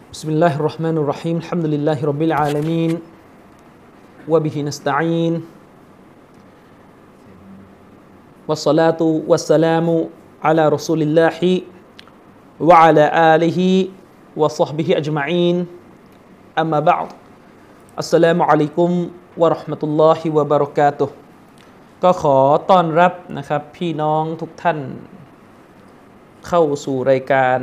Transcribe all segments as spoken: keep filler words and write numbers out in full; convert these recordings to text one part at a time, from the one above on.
بسم الله الرحمن الرحيم الحمد لله رب العالمين وبه نستعين والصلاة والسلام على رسول الله وعلى آله وصحبه أجمعين أما بعد السلام عليكم ورحمة الله وبركاته ก็ขอต้อนรับนะครับพี่น้องทุกท่านเข้าสู่รายการ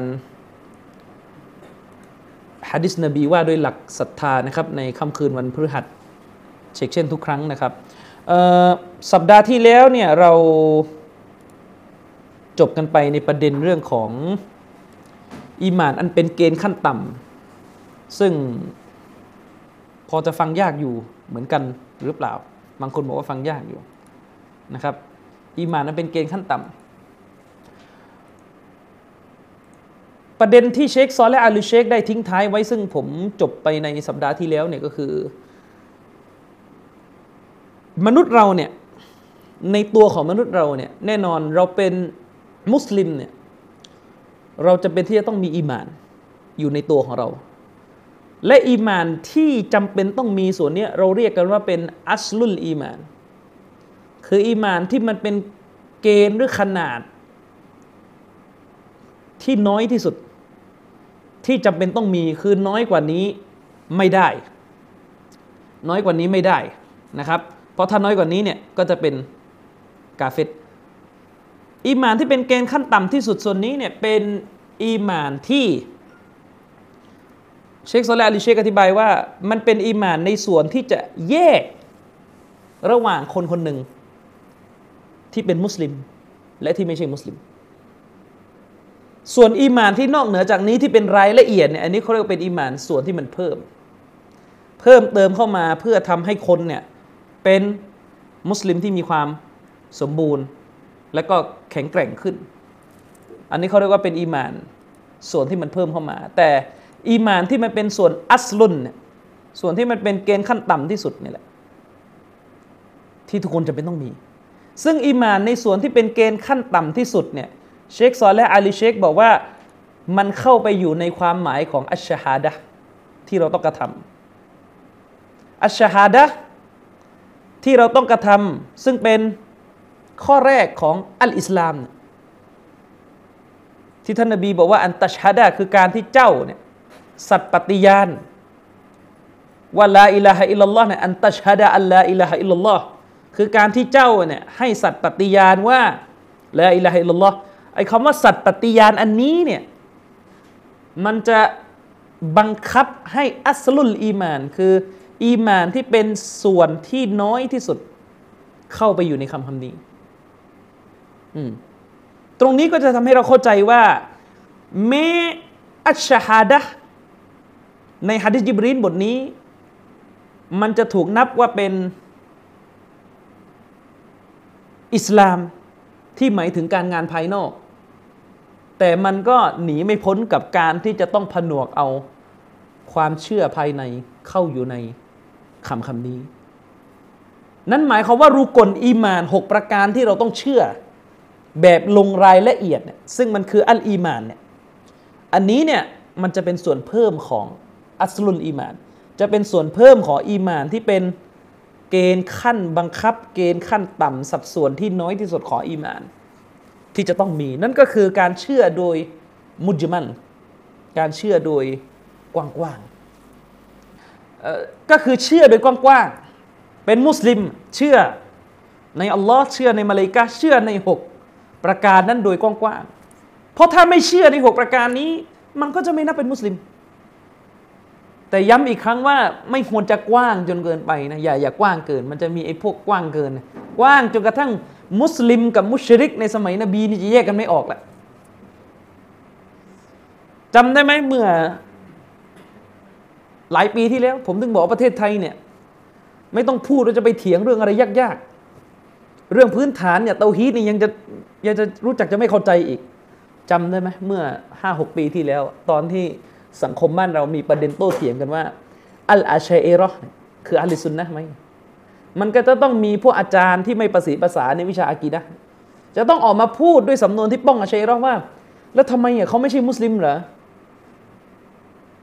หะดีษนบีว่าด้วยหลักศรัทธานะครับในค่ำคืนวันพฤหัสเช่นเช่นทุกครั้งนะครับสัปดาห์ที่แล้วเนี่ยเราจบกันไปในประเด็นเรื่องของอีหม่านอันเป็นเกณฑ์ขั้นต่ำซึ่งพอจะฟังยากอยู่เหมือนกันหรือเปล่าบางคนบอกว่าฟังยากอยู่นะครับอีหม่านนั้นเป็นเกณฑ์ขั้นต่ำประเด็นที่เชคซอและอาลีเชคได้ทิ้งท้ายไว้ซึ่งผมจบไปในสัปดาห์ที่แล้วเนี่ยก็คือมนุษย์เราเนี่ยในตัวของมนุษย์เราเนี่ยแน่นอนเราเป็นมุสลิมเนี่ยเราจะเป็นที่จะต้องมีอีหม่านอยู่ในตัวของเราและอีหม่านที่จำเป็นต้องมีส่วนนี้เราเรียกกันว่าเป็นอัสลุลอีหม่านคืออีหม่านที่มันเป็นเกณฑ์หรือขนาดที่น้อยที่สุดที่จำเป็นต้องมีคือน้อยกว่านี้ไม่ได้น้อยกว่านี้ไม่ได้นะครับเพราะถ้าน้อยกว่านี้เนี่ยก็จะเป็นกาเฟรอีหม่านที่เป็นเกณฑ์ขั้นต่ำที่สุดส่วนนี้เนี่ยเป็นอีหม่านที่เชคซอเลห์ อาลีเชคอธิบายว่ามันเป็นอีหม่านในส่วนที่จะแยกระหว่างคนคนหนึ่งที่เป็นมุสลิมและที่ไม่ใช่มุสลิมส่วนอีหม่านที่นอกเหนือจากนี้ที่เป็นรายละเอียดเนี่ยอันนี้เขาเรียกว่าเป็นอีหม่านส่วนที่มันเพิ่มเพิ่มเติมเข้ามาเพื่อทำให้คนเนี่ยเป็นมุสลิมที่มีความสมบูรณ์และก็แข็งแกร่งขึ้นอันนี้เขาเรียกว่าเป็นอีหม่านส่วนที่มันเพิ่มเข้ามาแต่อีหม่านที่มันเป็นส่วนอัสลุนเนี่ยส่วนที่มันเป็นเกณฑ์ขั้นต่ำที่สุดนี่แหละที่ทุกคนจะเป็นต้องมีซึ่งอีหม่านในส่วนที่เป็นเกณฑ์ขั้นต่ำที่สุดเนี่ยเชคซอเลห์ อาลีเชคบอกว่ามันเข้าไปอยู่ในความหมายของอัชชะฮาดะห์ที่เราต้องกระทำอัชชะฮาดะห์ที่เราต้องกระทำซึ่งเป็นข้อแรกของอัลอิสลามที่ท่านนบีบอกว่าอันตัชฮะดะห์คือการที่เจ้าเนี่ยสัตย์ปฏิญาณว่าลาอิลาฮะอิลลัลลอฮ์เนี่ยอันตัชฮะดะอัลลาอิลาฮะอิลลัลลอฮ์คือการที่เจ้าเนี่ยให้สัตย์ปฏิญาณว่าลาอิลาฮะอิลลัลลอฮ์ไอ้คำว่าสัตย์ปฏิญาณอันนี้เนี่ยมันจะบังคับให้อัสลุลอีมานคืออีมานที่เป็นส่วนที่น้อยที่สุดเข้าไปอยู่ในคำคำนี้ตรงนี้ก็จะทำให้เราเข้าใจว่าเมอัชชะฮาดะห์ในหะดีษญิบรีลบทนี้มันจะถูกนับว่าเป็นอิสลามที่หมายถึงการงานภายนอกแต่มันก็หนีไม่พ้นกับการที่จะต้องผนวกเอาความเชื่อภายในเข้าอยู่ในคำคำนี้นั่นหมายความว่ารุกลอีมานหกประการที่เราต้องเชื่อแบบลงรายละเอียดเนี่ยซึ่งมันคืออัลอีมานเนี่ยอันนี้เนี่ยมันจะเป็นส่วนเพิ่มของอัสลุลอีมานจะเป็นส่วนเพิ่มของอีมานที่เป็นเกณฑ์ขั้นบังคับเกณฑ์ขั้นต่ำสัดส่วนที่น้อยที่สุดของอีมานที่จะต้องมีนั่นก็คือการเชื่อโดยมุจมันการเชื่อโดยกว้างๆก็คือเชื่อโดยกว้างๆเป็นมุสลิมเชื่อในอัลลอฮ์เชื่อในมะลาอิกะฮ์เชื่อในหกประการนั้นโดยกว้างๆเพราะถ้าไม่เชื่อในหกประการนี้มันก็จะไม่นับเป็นมุสลิมแต่ย้ำอีกครั้งว่าไม่ควรจะกว้างจนเกินไปนะอย่าอย่ากว้างเกินมันจะมีไอ้พวกกว้างเกินกว้างจนกระทั่งมุสลิมกับมุชริกในสมัยนบีนี่จะแยกกันไม่ออกแหละจำได้ไหมเมื่อหลายปีที่แล้วผมถึงบอกว่าประเทศไทยเนี่ยไม่ต้องพูดว่าจะไปเถียงเรื่องอะไรยากๆเรื่องพื้นฐานเนี่ยเตาฮีดนี่ยังจะยังจะรู้จักจะไม่เข้าใจอีกจำได้ไหมเมื่อ ห้าหก ปีที่แล้วตอนที่สังคมบ้านเรามีประเด็นโต้เถียงกันว่าอัลอาชัยเอรอห์คืออะห์ลุสซุนนะห์ไหมมันก็จะต้องมีพวกอาจารย์ที่ไม่ประสีภาษาในวิชาอะกีดะห์จะต้องออกมาพูดด้วยสำนวนที่ป้องอัชชัยเอรอห์ว่าแล้วทำไมอ่ะเขาไม่ใช่มุสลิมเหรอ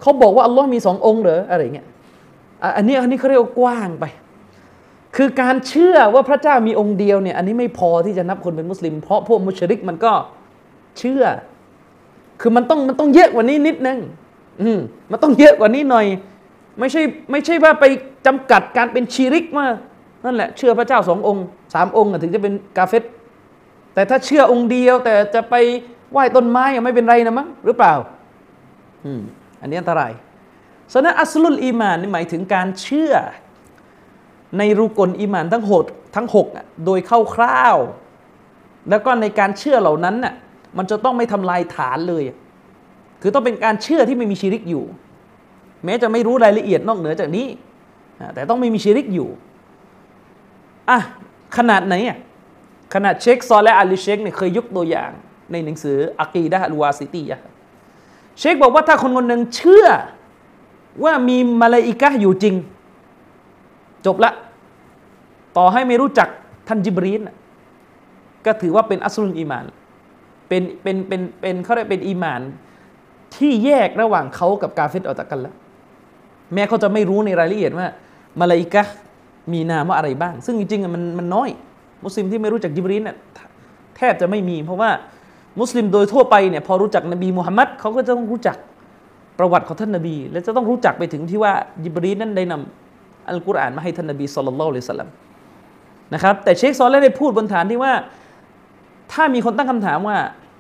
เขาบอกว่าอัลลอฮ์มีสององค์เหรออะไรเงี้ยอันนี้อันนี้เขาเรียกว่ากว้างไปคือการเชื่อว่าพระเจ้ามีองค์เดียวเนี่ยอันนี้ไม่พอที่จะนับคนเป็นมุสลิมเพราะพวกมุชริกมันก็เชื่อคือมันต้องมันต้องเยอะกว่านี้นิดนึงอืมมันต้องเยอะกว่านี้หน่อยไม่ใช่ไม่ใช่ว่าไปจำกัดการเป็นชีริกมานั่นแหละเชื่อพระเจ้าสององค์สามองค์ถึงจะเป็นกาเฟรแต่ถ้าเชื่อองค์เดียวแต่จะไปไหว้ต้นไม้ยังไม่เป็นไรนะมั้งหรือเปล่าอืมอันนี้อันตรายฉะนั้นอัสลุลอีมานนี่หมายถึงการเชื่อในรุกลอีมานทั้งหกทั้งหกโดยคร่าวๆแล้วก็ในการเชื่อเหล่านั้นน่ะมันจะต้องไม่ทำลายฐานเลยคือต้องเป็นการเชื่อที่ไม่มีชิริกอยู่แม้จะไม่รู้รายละเอียดนอกเหนือจากนี้แต่ต้องไม่มีชิริกอยู่อ่ะขนาดไหนอ่ะขนาดเชคซอและอาลีเชคเนี่ยเคยยกตัวอย่างในหนังสืออะกีดะฮ์อัลวาซิตียะห์เชคบอกว่าถ้าคนคนหนึ่งเชื่อว่ามีมลาอิกะห์อยู่จริงจบละต่อให้ไม่รู้จักท่านจิบรีลก็ถือว่าเป็นอัสลุลอีมานเป็นเป็นเป็นเป็นเขาเรียกเป็นอีมานที่แยกระหว่างเขากับกาเฟรออกจากกันแล้วแม้เขาจะไม่รู้ในรายละเอียดว่ามลาอิกะห์มีนามว่าอะไรบ้างซึ่งจริงๆมันมันน้อยมุสลิมที่ไม่รู้จักจิบรีลเนี่ยแทบจะไม่มีเพราะว่ามุสลิมโดยทั่วไปเนี่ยพอรู้จักนบีมุฮัมมัดเขาก็จะต้องรู้จักประวัติของท่านนบีและจะต้องรู้จักไปถึงที่ว่าจิบรีลนั้นได้นำอัลกุรอานมาให้ท่านนบีศ็อลลัลลอฮุอะลัยฮิวะซัลลัมนะครับแต่เชคซอเลห์ได้พูดบนฐานที่ว่าถ้ามีคนตั้งคำถามว่า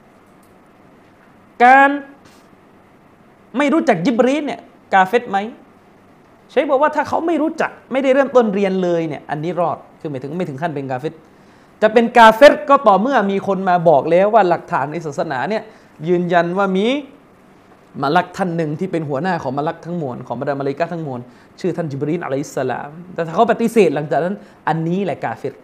การไม่รู้จักจิบรีลเนี่ยกาเฟรไหมเชคบอกว่าถ้าเขาไม่รู้จักไม่ได้เริ่มต้นเรียนเลยเนี่ยอันนี้รอดคือหมายถึงไม่ถึงขั้นเป็นกาเฟรจะเป็นกาเฟรก็ต่อเมื่อมีคนมาบอกแล้วว่าหลักฐานในศาสนาเนี่ยยืนยันว่ามีมลักท่านหนึ่งที่เป็นหัวหน้าของมลักทั้งมวลของบรรดามลาอิกะฮ์ทั้งมวลชื่อท่านจิบรีลอะลัยฮิสสลามแต่ถ้าเขาปฏิเสธหลังจากนั้นอันนี้แหละกาเฟร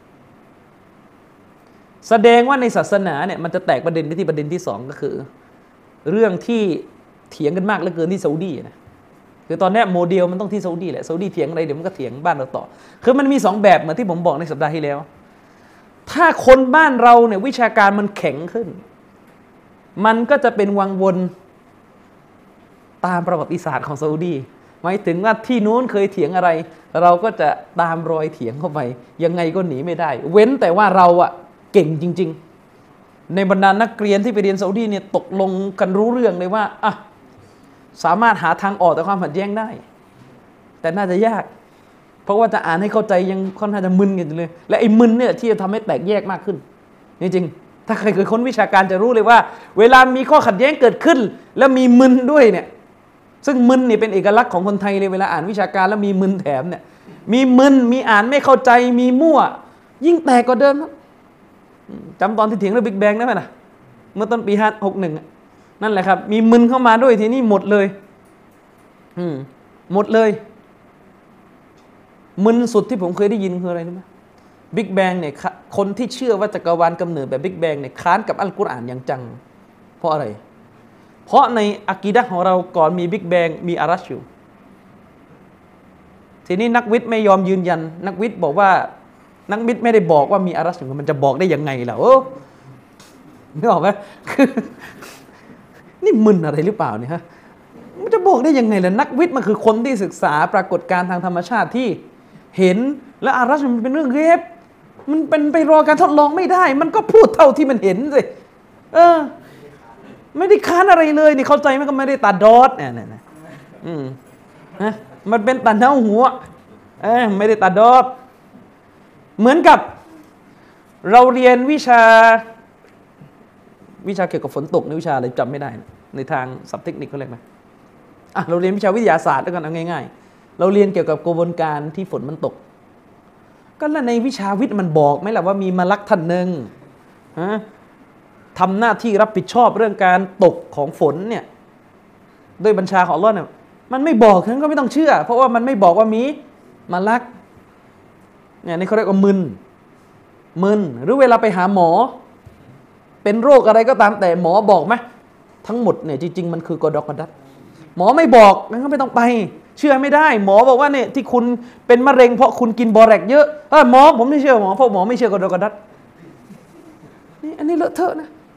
แสดงว่าในศาสนาเนี่ยมันจะแตกประเด็นไปที่ประเด็นที่สองก็คือเรื่องที่เถียงกันมากเหลือเกินที่ซาอุดีนะคือตอนนี้โมเดลมันต้องที่ซาอุดีแหละซาอุดีเถียงอะไรเดี๋ยวมันก็เถียงบ้านเราต่อคือมันมีสองแบบเหมือนที่ผมบอกในสัปดาห์ที่แล้วถ้าคนบ้านเราเนี่ยวิชาการมันแข็งขึ้นมันก็จะเป็นวังวนตามประวัติศาสตร์ของซาอุดีหมายถึงว่าที่นู้นเคยเถียงอะไรเราก็จะตามรอยเถียงเข้าไปยังไงก็หนีไม่ได้เว้นแต่ว่าเราอะเก่งจริงๆในบรรดานักเรียนที่ไปเรียนซาอุดีเนี่ยตกลงกันรู้เรื่องเลยว่าอ่ะสามารถหาทางออกจากความขัดแย้งได้แต่น่าจะยากเพราะว่าจะอ่านให้เข้าใจยังค่อนข้างจะมึนกันเลยและไอ้มึนเนี่ยที่จะทำให้แตกแยกมากขึ้นจริงๆถ้าใครเคยค้นวิชาการจะรู้เลยว่าเวลามีข้อขัดแย้งเกิดขึ้นแล้วมีมึนด้วยเนี่ยซึ่งมึนนี่เป็นเอกลักษณ์ของคนไทยเลยเวลาอ่านวิชาการแล้วมีมึนแถมเนี่ยมีมึนมีอ่านไม่เข้าใจมีมั่วยิ่งแตกกว่าเดิมจำตอนที่เถียงเรื่องบิ๊กแบงได้ไหมนะเมื่อต้นปีห้าหกหนึ่งนั่นแหละครับมีมึนเข้ามาด้วยทีนี้หมดเลยอืมหมดเลยมึนสุดที่ผมเคยได้ยินคืออะไรรู้ไหมบิ๊กแบงเนี่ยคนที่เชื่อว่าจักรวาลกำเนิดแบบบิ๊กแบงเนี่ยค้านกับอัลกุรอานอย่างจังเพราะอะไรเพราะในอะกีดะห์ของเราก่อนมีบิ๊กแบงมีอารัชอยู่ทีนี้นักวิทย์ไม่ยอมยืนยันนักวิทย์บอกว่านักวิทย์ไม่ได้บอกว่ามีอารัชอยู่มันจะบอกได้ยังไงล่ะโอ้นึกออกไหมคือนี่มึนอะไรหรือเปล่าเนี่ยฮะมันจะบอกได้ยังไงล่ะนักวิทย์มันคือคนที่ศึกษาปรากฏการณ์ทางธรรมชาติที่เห็นและอารัชมันเป็นเรื่องเรบมันเป็นไปรอการทดลองไม่ได้มันก็พูดเท่าที่มันเห็นสิเออไม่ได้ค้านอะไรเลยนี่เข้าใจไหมก็ไม่ได้ตัดดอทเนี่ยนะอืมนะมันเป็นตัดเท้าหัวเออไม่ได้ตัดดอทเหมือนกับเราเรียนวิชาวิชาเกี่ยวกับฝนตกในวิชาอะไรจำไม่ได้นะในทางศัพท์เทคนิคเขาเรียกไหมอ่ะเราเรียนวิชาวิทยาศาสตร์แล้วกันเอาง่ายๆเราเรียนเกี่ยวกับกระบวนการที่ฝนมันตกก็แล้วในวิชาวิทย์มันบอกไหมล่ะว่ามีมลักท่านหนึ่งฮะทำหน้าที่รับผิดชอบเรื่องการตกของฝนเนี่ยด้วยบัญชาของอัลเลาะห์เนี่ยมันไม่บอกฉะนั้นก็ไม่ต้องเชื่อเพราะว่ามันไม่บอกว่ามีมลักเนี่ยนี่เขาเรียกว่ามึนมึนหรือเวลาไปหาหมอเป็นโรคอะไรก็ตามแต่หมอบอกไหมทั้งหมดเนี่ยจริงๆมันคือกอดอกอดัดหมอไม่บอกงั้นก็ไม่ต้องไปเชื่อไม่ได้หมอบอกว่าเนี่ยที่คุณเป็นมะเร็งเพราะคุณกินบอแรกเยอะเออหมอผมไม่เชื่อหมอเพราะหมอไม่เชื่อกอดอกอดัดนี่อันนี้เลอะเทอะนะ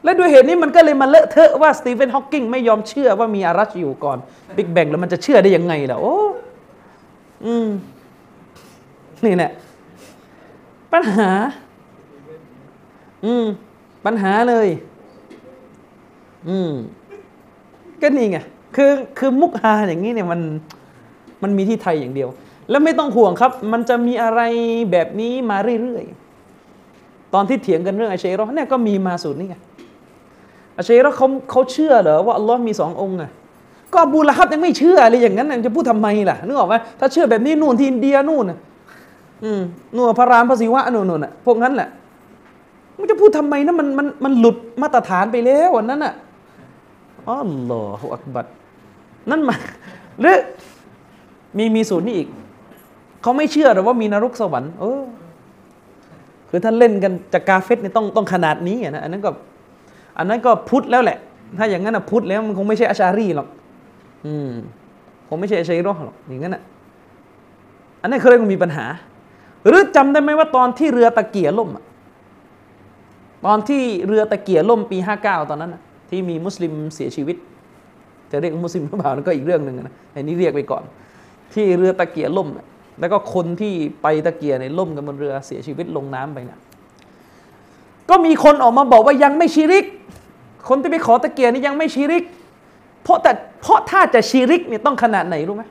และด้วยเหตุนี้มันก็เลยมาเลอะเทอะว่าสตีเฟนฮอว์กิงไม่ยอมเชื่อว่ามีอารัชอยู่ก่อนบิ๊กแบงแล้วมันจะเชื่อได้ยังไงล่ะโอ้อืมนี่แหละปัญหาอืมปัญหาเลยอืมก็นี่ไงคือคือมุกฮาอย่างนี้เนี่ยมันมันมีที่ไทยอย่างเดียวแล้วไม่ต้องห่วงครับมันจะมีอะไรแบบนี้มาเรื่อยๆตอนที่เถียงกันเรื่องอัชชัยเราะห์เนี่ยก็มีมาสูตรนี้ไงอัชชัยเราะห์เขาเขาเชื่อเหรอว่าอัลลอฮ์มีสององค์อ่ะก็อบูละฮับยังไม่เชื่ออะไรอย่างนั้นจะพูดทำไมล่ะนึกออกไหมถ้าเชื่อแบบนี้นู่นที่อินเดียนู่นน่ะอืมนู่นพระรามพระศิวะนู่นนู่นน่ะพวกนั้นแหละมันจะพูดทำไมนะมันมันมันหลุดมาตรฐานไปแล้ววันนั้นน่ะอัลลอฮฺอักบัรนั่นมาหรือมีมีสูตรนี้อีกเขาไม่เชื่อหรอกว่ามีนรกสวรรค์เออคือถ้าเล่นกันจากกาเฟตเนี่ยต้องต้องขนาดนี้นะอันนั้นก็อันนั้นก็พุทธแล้วแหละถ้าอย่างนั้นนะพุทธแล้วมันคงไม่ใช่อัชอารีหรอกอืมคงไม่ใช่อัชชัยเราะห์หรอกอย่างนั้นน่ะอันนั้นเขาเรียกว่ามีปัญหาหรือจำได้ไหมว่าตอนที่เรือตะเกียล่มอะตอนที่เรือตะเกียล่มปีห้าเก้าตอนนั้นนะที่มีมุสลิมเสียชีวิตจะเรียกมุสลิมหรือเปล่านั่นก็อีกเรื่องนึงนะอันนี้เรียกไปก่อนที่เรือตะเกียล่มแล้วก็คนที่ไปตะเกียในล่มกันบนเรือเสียชีวิตลงน้ำไปนะก็มีคนออกมาบอกว่ายังไม่ชิริกคนที่ไปขอตะเกียนี่ยังไม่ชิริกเพราะแต่เพราะถ้าจะชิริกเนี่ยต้องขนาดไหนรู้ไหม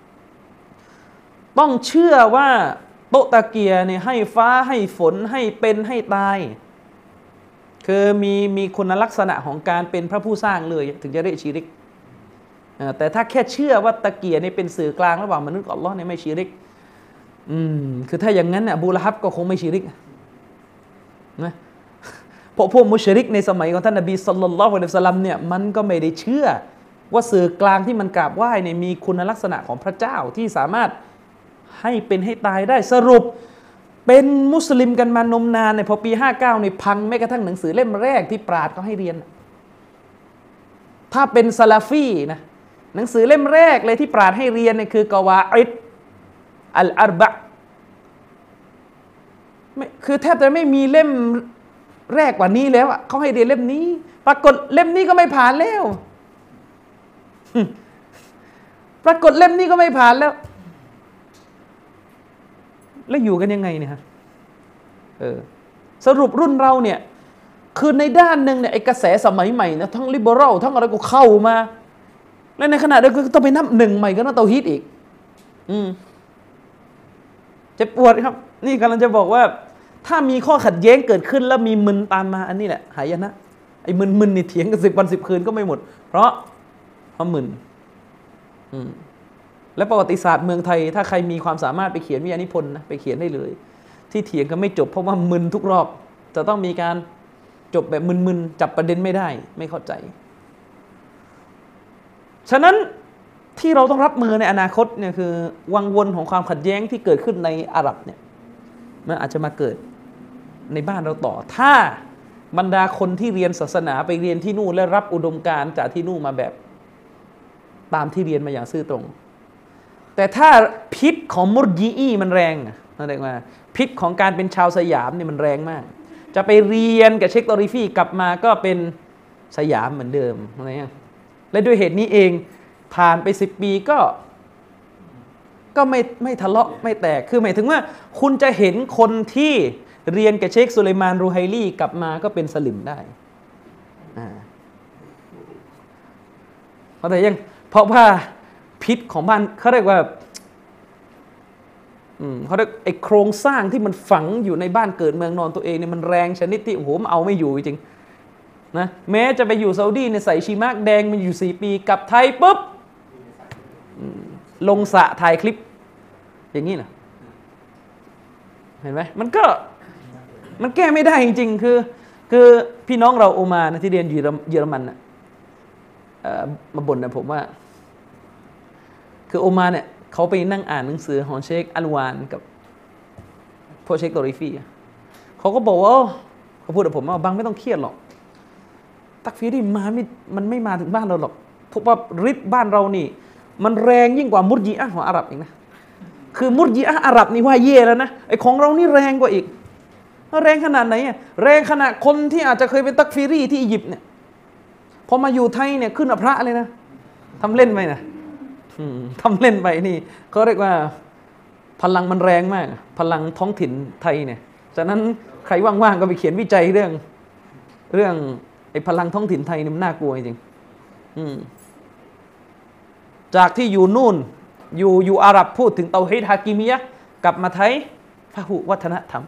ต้องเชื่อว่าโต๊ะตะเกียเนี่ยให้ฟ้าให้ฝนให้เป็นให้ตายคือมีมีคุณลักษณะของการเป็นพระผู้สร้างเลยถึงจะเรียกชิริกแต่ถ้าแค่เชื่อว่าตะเกียนี่เป็นสื่อกลางระหว่างมนุษย์กับอัลลอฮ์เนี่ยไม่ชิริกอืมคือถ้าอย่างนั้นเนี่ยอบูละฮับก็คงไม่ชิริกนะเพราะพวกมุชริกในสมัยของท่านนบีศ็อลลัลลอฮุอะลัยฮิวะซัลลัมเนี่ยมันก็ไม่ได้เชื่อว่าสื่อกลางที่มันกราบไหว้เนี่ยมีคุณลักษณะของพระเจ้าที่สามารถให้เป็นให้ตายได้สรุปเป็นมุสลิมกันมานมนานเนี่ยพอปีห้าเก้าเนี่ยพังแม้กระทั่งหนังสือเล่มแรกที่ปราชญ์เขาให้เรียนถ้าเป็นซะลาฟีนะหนังสือเล่มแรกเลยที่ปราชญ์ให้เรียนเนี่ยคือกวาอิดอัลอาร์บะไม่คือแทบจะไม่มีเล่มแรกกว่านี้แล้วอ่ะเขาให้เรียนเล่มนี้ปรากฏเล่มนี้ก็ไม่ผ่านแล้วปรากฏเล่มนี้ก็ไม่ผ่านแล้วแล้วอยู่กันยังไงเนี่ยฮะเออสรุปรุ่นเราเนี่ยคือในด้านหนึ่งเนี่ยไอ้กระแสสมัยใหม่นะทั้งลิเบอรัลทั้งอะไรก็เข้ามาและในขณะเดียวกันก็ต้องไปนับหนึ่งใหม่ก็ต้องเตาฮีดอีกอืมเจ็บปวดครับนี่กำลังจะบอกว่าถ้ามีข้อขัดแย้งเกิดขึ้นแล้วมีมึนตามมาอันนี้แหละหายนะไอ้มึนๆนี่เถียงกันสิบวันสิบคืนก็ไม่หมดเพราะเพราะมึนอืมและประวัติศาสตร์เมืองไทยถ้าใครมีความสามารถไปเขียนวิทยานิพนธ์นะไปเขียนได้เลยที่เถียงกันไม่จบเพราะว่ามึนทุกรอบจะต้องมีการจบแบบมึนๆจับประเด็นไม่ได้ไม่เข้าใจฉะนั้นที่เราต้องรับมือในอนาคตเนี่ยคือวังวนของความขัดแย้งที่เกิดขึ้นในอาหรับเนี่ยมันอาจจะมาเกิดในบ้านเราต่อถ้าบรรดาคนที่เรียนศาสนาไปเรียนที่นู่นและรับอุดมการณ์จากที่นู่นมาแบบตามที่เรียนมาอย่างซื่อตรงแต่ถ้าพิษของมุรญิอีมันแรงนะนั่นเองว่าพิษของการเป็นชาวสยามเนี่ยมันแรงมากจะไปเรียนกับเชคตอริฟีกลับมาก็เป็นสยามเหมือนเดิมอะไรเงี้ยและด้วยเหตุนี้เองผ่านไปสิบปีก็ก็ไม่ไม่ทะเลาะไม่แตกคือหมายถึงว่าคุณจะเห็นคนที่เรียนกับเชคสุไลมานรูไฮลีกลับมาก็เป็นสลิมได้อ่าเพราะแต่ยังเพราะว่าพิษของบ้านเขาเรียกว่าอืมเขาเรียกไอ้โครงสร้างที่มันฝังอยู่ในบ้านเกิดเมืองนอนตัวเองเนี่ยมันแรงชนิดที่โอ้โหมันเอาไม่อยู่จริงนะแม้จะไปอยู่ซาอุดีเนี่ยใส่ชีมากแดงมันอยู่สี่ปีกลับไทยปุ๊บลงสระถ่ายคลิปอย่างนี้นะเห็นไหมมันก็มันแก้ไม่ได้จริงๆคือคือพี่น้องเราโอมานนะที่เรียนอยู่เยอรมันนะมาบ่นนะผมว่าคือโอมานเนี่ยเขาไปนั่งอ่านหนังสือของเชคอัลวานกับพวกเชคตอริฟีเขาก็บอกว่าเขาพูดกับผมว่าบังไม่ต้องเครียดหรอกตักฟีรีมาไม่มันไม่มาถึงบ้านเราหรอกเพราะว่าฤทธิ์บ้านเรานี่มันแรงยิ่งกว่ามุรญิอะห์ของอาหรับอีกนะคือมุรญิอะห์อาหรับนี่ว่าเย่แล้วนะไอ้ของเรานี่แรงกว่าอีกแรงขนาดไหนอ่ะแรงขนาดคนที่อาจจะเคยเป็นตักฟีรีที่อียิปต์เนี่ยพอมาอยู่ไทยเนี่ยขึ้นกับพระเลยนะทำเล่นไปนะทำเล่นไปนี่เขาเรียกว่าพลังมันแรงมากพลังท้องถิ่นไทยเนี่ยฉะนั้นใครว่างๆก็ไปเขียนวิจัยเรื่องเรื่องไอ้พลังท้องถิ่นไทยนี่มันน่ากลัวจริงจากที่อยู่นู่นอยู่อยู่อาหรับพูดถึงเตาฮีดฮากิมียะห์กลับมาไทยพหุวัฒนธรรม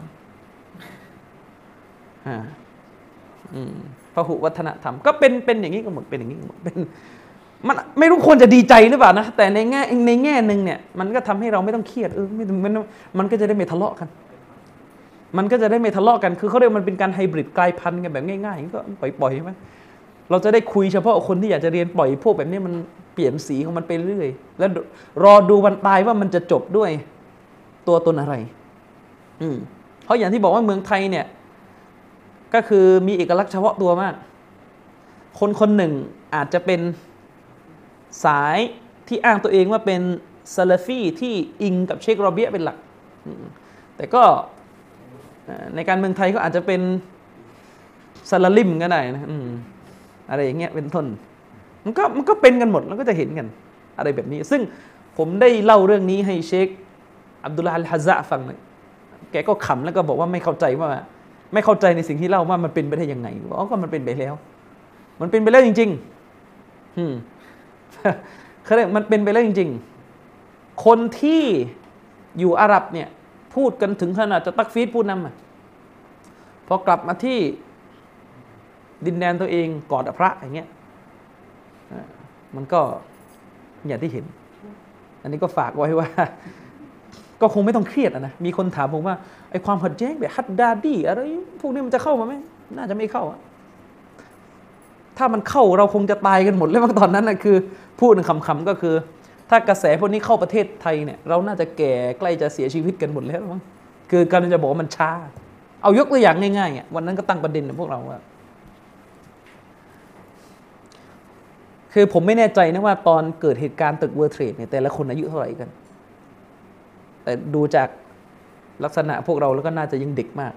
พหุวัฒนธรรมก็เป็นเป็นอย่างนี้กันหมดเป็นอย่างนี้กันหมดเป็นมันไม่รู้ควรจะดีใจหรือเปล่านะแต่ในแง่ในแง่หนึ่งเนี่ยมันก็ทำให้เราไม่ต้องเครียดเออไม่มันมันก็จะได้ไม่ทะเลาะกันมันก็จะได้ไม่ทะเลาะกันคือเขาเรียกมันเป็นการไฮบริดกลายพันธุ์กันแบบง่ายๆก็ปล่อยๆใช่ไหมเราจะได้คุยเฉพาะคนที่อยากจะเรียนปล่อยพวกแบบนี้มันเปลี่ยนสีของมันไปเรื่อยแล้วรอดูวันตายว่ามันจะจบด้วยตัวตนอะไรอืมเพราะอย่างที่บอกว่าเมืองไทยเนี่ยก็คือมีเอกลักษณ์เฉพาะตัวมากคนคนหนึ่งอาจจะเป็นสายที่อ้างตัวเองว่าเป็นซาลาฟีที่อิงกับเชคโรเบียเป็นหลักแต่ก็ในการเมืองไทยก็อาจจะเป็นซาลาลิมก็ได้นะอะไรอย่างเงี้ยเป็นต้นมันก็มันก็เป็นกันหมดแล้วก็จะเห็นกันอะไรแบบนี้ซึ่งผมได้เล่าเรื่องนี้ให้เชคอับดุลลาห์อัลฮะซะฟังเลยแกก็ขำแล้วก็บอกว่าไม่เข้าใจว่าไม่เข้าใจในสิ่งที่เล่าว่ามันเป็นไปได้ยังไงบอกก็มันเป็นไปแล้วมันเป็นไปแล้วจริงๆอืมเขาเรียกมันเป็นไปแล้วจริงๆคนที่อยู่อาหรับเนี่ยพูดกันถึงขนาดจะตักฟีดผู้นำอ่ะพอกลับมาที่ดินแดนตัวเองกอดพระอย่างเงี้ยมันก็อย่างที่เห็นอันนี้ก็ฝากไว้ว่าก็คงไม่ต้องเครียดนะมีคนถามผมว่าไอ้ความขัดแย้งแบบฮัดดาดีอะไรพวกนี้มันจะเข้ามาไหมน่าจะไม่เข้าอะถ้ามันเข้าเราคงจะตายกันหมดแล้วตอนนั้นนะคือพูดคำๆก็คือถ้ากระแสพวกนี้เข้าประเทศไทยเนี่ยเราน่าจะแก่ใกล้จะเสียชีวิตกันหมดแล้วมั้งคือการจะบอกว่ามันช้าเอายกตัวอย่างง่ายๆวันนั้นก็ตั้งประเด็นกับพวกเราว่าคือผมไม่แน่ใจนะว่าตอนเกิดเหตุการณ์ตึกเวิร์เทรดเนี่ยแต่ละคนอายุเท่าไหร่กันแต่ดูจากลักษณะพวกเราแล้วก็น่าจะยังเด็กมาก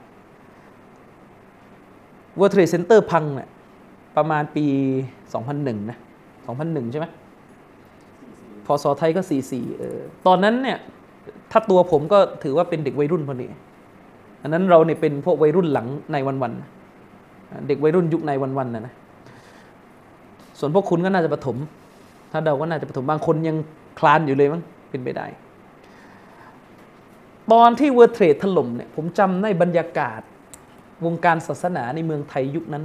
เวิร์เทรดเซ็นเตอร์พังเนี่ยประมาณปีสองพันหนึ่งนะสองพันหนึ่งใช่ไหมพศไทยก็สี่สิบสี่เออตอนนั้นเนี่ยถ้าตัวผมก็ถือว่าเป็นเด็กวัยรุ่นพอดีอันนั้นเราเนี่ยเป็นพวกวัยรุ่นหลังในวันๆเด็กวัยรุ่นยุคในวันๆนะนะส่วนพวกคุณก็น่าจะประถมถ้าเดาก็น่าจะประถมบางคนยังคลานอยู่เลยมั้งเป็นไปได้ตอนที่เวิร์เทรดถล่มเนี่ยผมจำได้บรรยากาศวงการศาสนาในเมืองไทยยุคนั้น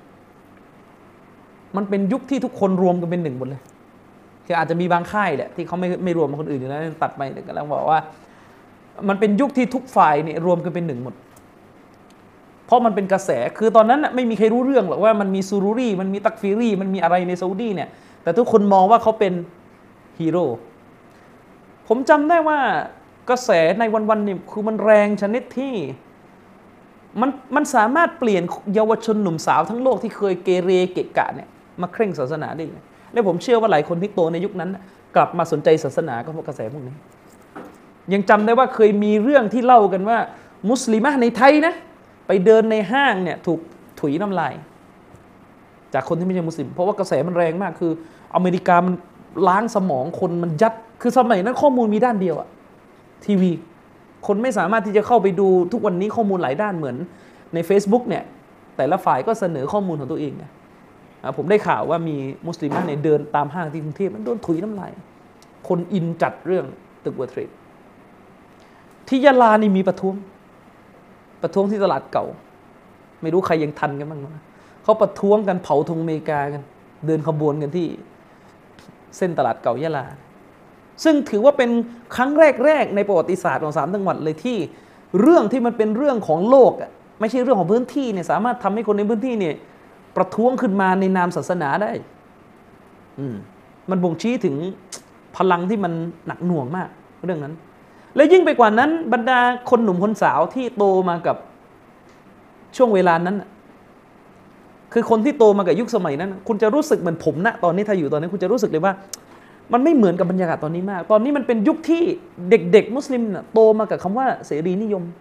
มันเป็นยุคที่ทุกคนรวมกันเป็นหนึ่งหมดเลยคืออาจจะมีบางค่ายแหละที่เขาไม่ไม่รวมกับคนอื่นอยู่แล้วตัดไปแต่ก็แล้วบอกว่ามันเป็นยุคที่ทุกฝ่ายเนี่ยรวมกันเป็นหนึ่งหมดเพราะมันเป็นกระแสคือตอนนั้นไม่มีใครรู้เรื่องหรอกว่ามันมีซูรุรีมันมีตักฟีรีมันมีอะไรในซาอุดีเนี่ยแต่ทุกคนมองว่าเขาเป็นฮีโร่ผมจำได้ว่ากระแสในวันๆเนี่ยคือมันแรงชนิดที่มันมันสามารถเปลี่ยนเยาวชนหนุ่มสาวทั้งโลกที่เคยเกเรเกะกะเนี่ยมาเคร่งศาสนาได้เลยและผมเชื่อว่าหลายคนที่โตในยุคนั้นกลับมาสนใจศาสนาก็เพราะกระแสพวกนี้ยังจำได้ว่าเคยมีเรื่องที่เล่ากันว่ามุสลิมะในไทยนะไปเดินในห้างเนี่ยถูกถุยน้ำลายจากคนที่ไม่ใช่มุสลิมเพราะว่ากระแสมันแรงมากคืออเมริกามันล้างสมองคนมันยัดคือสมัยนั้นข้อมูลมีด้านเดียวอะทีวีคนไม่สามารถที่จะเข้าไปดูทุกวันนี้ข้อมูลหลายด้านเหมือนใน Facebook เนี่ยแต่ละฝ่ายก็เสนอข้อมูลของตัวเองนะผมได้ข่าวว่ามีมุสลิมเนี่ยเดินตามห้างที่กรุงเทพมันโดนถุยน้ำลายคนอินจัดเรื่องตึกเวิร์เทรดที่ยะลานี่มีประท้วงประท้วงที่ตลาดเก่าไม่รู้ใครยังทันกันบ้างนะเขาประท้วงกันเผาธงอเมริกากันเดินขบวนกันที่เส้นตลาดเก่ายะลาซึ่งถือว่าเป็นครั้งแรกๆในประวัติศาสตร์ของสามจังหวัดเลยที่เรื่องที่มันเป็นเรื่องของโลกไม่ใช่เรื่องของพื้นที่เนี่ยสามารถทำให้คนในพื้นที่เนี่ยประท้วงขึ้นมาในนามศาสนาได้อืมมันบ่งชี้ถึงพลังที่มันหนักหน่วงมากเรื่องนั้นและยิ่งไปกว่านั้นบรรดาคนหนุ่มคนสาวที่โตมากับช่วงเวลานั้นคือคนที่โตมากับยุคสมัยนั้นคุณจะรู้สึกเหมือนผมนะตอนนี้ถ้าอยู่ตอนนี้คุณจะรู้สึกเลยว่ามันไม่เหมือนกับบรรยากาศตอนนี้มากตอนนี้มันเป็นยุคที่เด็กๆมุสลิมโตมากับคำว่าเสรีนิยม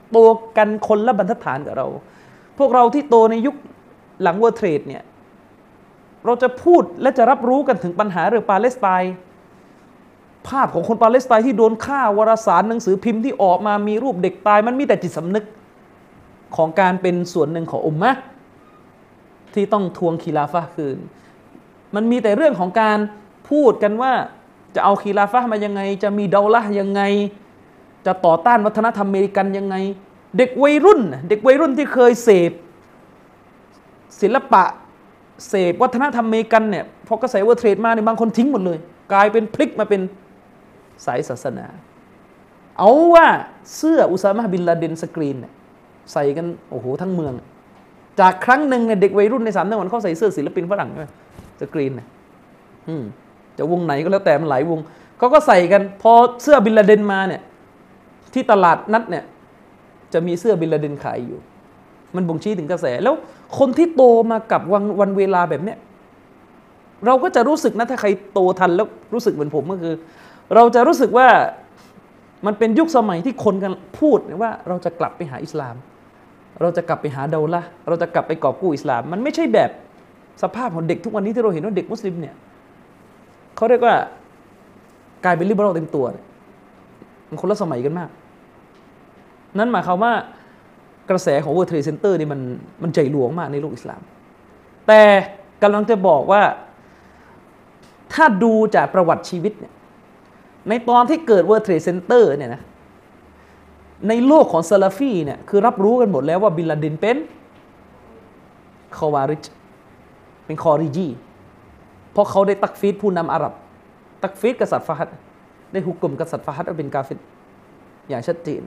โตกันคนละบรรทัดฐานกับเราพวกเราที่โตในยุคหลัง World Trade เนี่ยเราจะพูดและจะรับรู้กันถึงปัญหาเรื่องปาเลสไตน์ภาพของคนปาเลสไตน์ที่โดนฆ่าวารสารหนังสือพิมพ์ที่ออกมามีรูปเด็กตายมันมีแต่จิตสำนึกของการเป็นส่วนหนึ่งของอุมมะห์ที่ต้องทวงคีลาฟะห์คืนมันมีแต่เรื่องของการพูดกันว่าจะเอาคีลาฟะห์มายังไงจะมีเดาละห์ยังไงจะต่อต้านวัฒนธรรมอเมริกันยังไงเด็กวัยรุ่นเด็กวัยรุ่นที่เคยเสพศิลปะเสพวัฒนธรรมอเมริกันเนี่ยพอกระแสเวอร์เทรดมาเนี่ยบางคนทิ้งหมดเลยกลายเป็นพลิกมาเป็นสายศาสนาเอาว่าเสื้ออุซามะห์บินลาเดนสกรีนเนี่ยใส่กันโอ้โหทั้งเมืองจากครั้งหนึ่งเนี่ยเด็กวัยรุ่นในสามจังหวัดเขาใส่เสื้อศิลปินฝรั่งสกรีนเนี่ยจะวงไหนก็แล้วแต่มันหลายวงเขาก็ใส่กันพอเสื้อบินลาเดนมาเนี่ยที่ตลาดนัดเนี่ยจะมีเสื้อบินลาเดนขายอยู่มันบ่งชี้ถึงกระแสแล้วคนที่โตมากับวันวันเวลาแบบเนี้ยเราก็จะรู้สึกนะถ้าใครโตทันแล้วรู้สึกเหมือนผมก็คือเราจะรู้สึกว่ามันเป็นยุคสมัยที่คนกันพูดว่าเราจะกลับไปหาอิสลามเราจะกลับไปหาเดาละห์เราจะกลับไปกอบกู้อิสลามมันไม่ใช่แบบสภาพของเด็กทุกวันนี้ที่เราเห็นว่าเด็กมุสลิมเนี่ยเขาเรียกว่ากลายเป็นลิเบอรัลเต็มตัวมันคนละสมัยกันมากนั่นหมายความว่ากระแสของ World Trade Center นี่มันมันใจหลวงมากในโลกอิสลามแต่กำลังจะบอกว่าถ้าดูจากประวัติชีวิตเนี่ยในตอนที่เกิด World Trade Center เนี่ยนะในโลกของซาลาฟีเนี่ยคือรับรู้กันหมดแล้วว่าบินลาเดนเป็นคอวาริจเป็นคอริจีเพราะเขาได้ตักฟีดผู้นำอาหรับตักฟีดกษัตริย์ฟาฮัดได้หุกกลมกษัตริย์ฟาฮัดว่าเป็นกาฟิรอย่างชัดเจน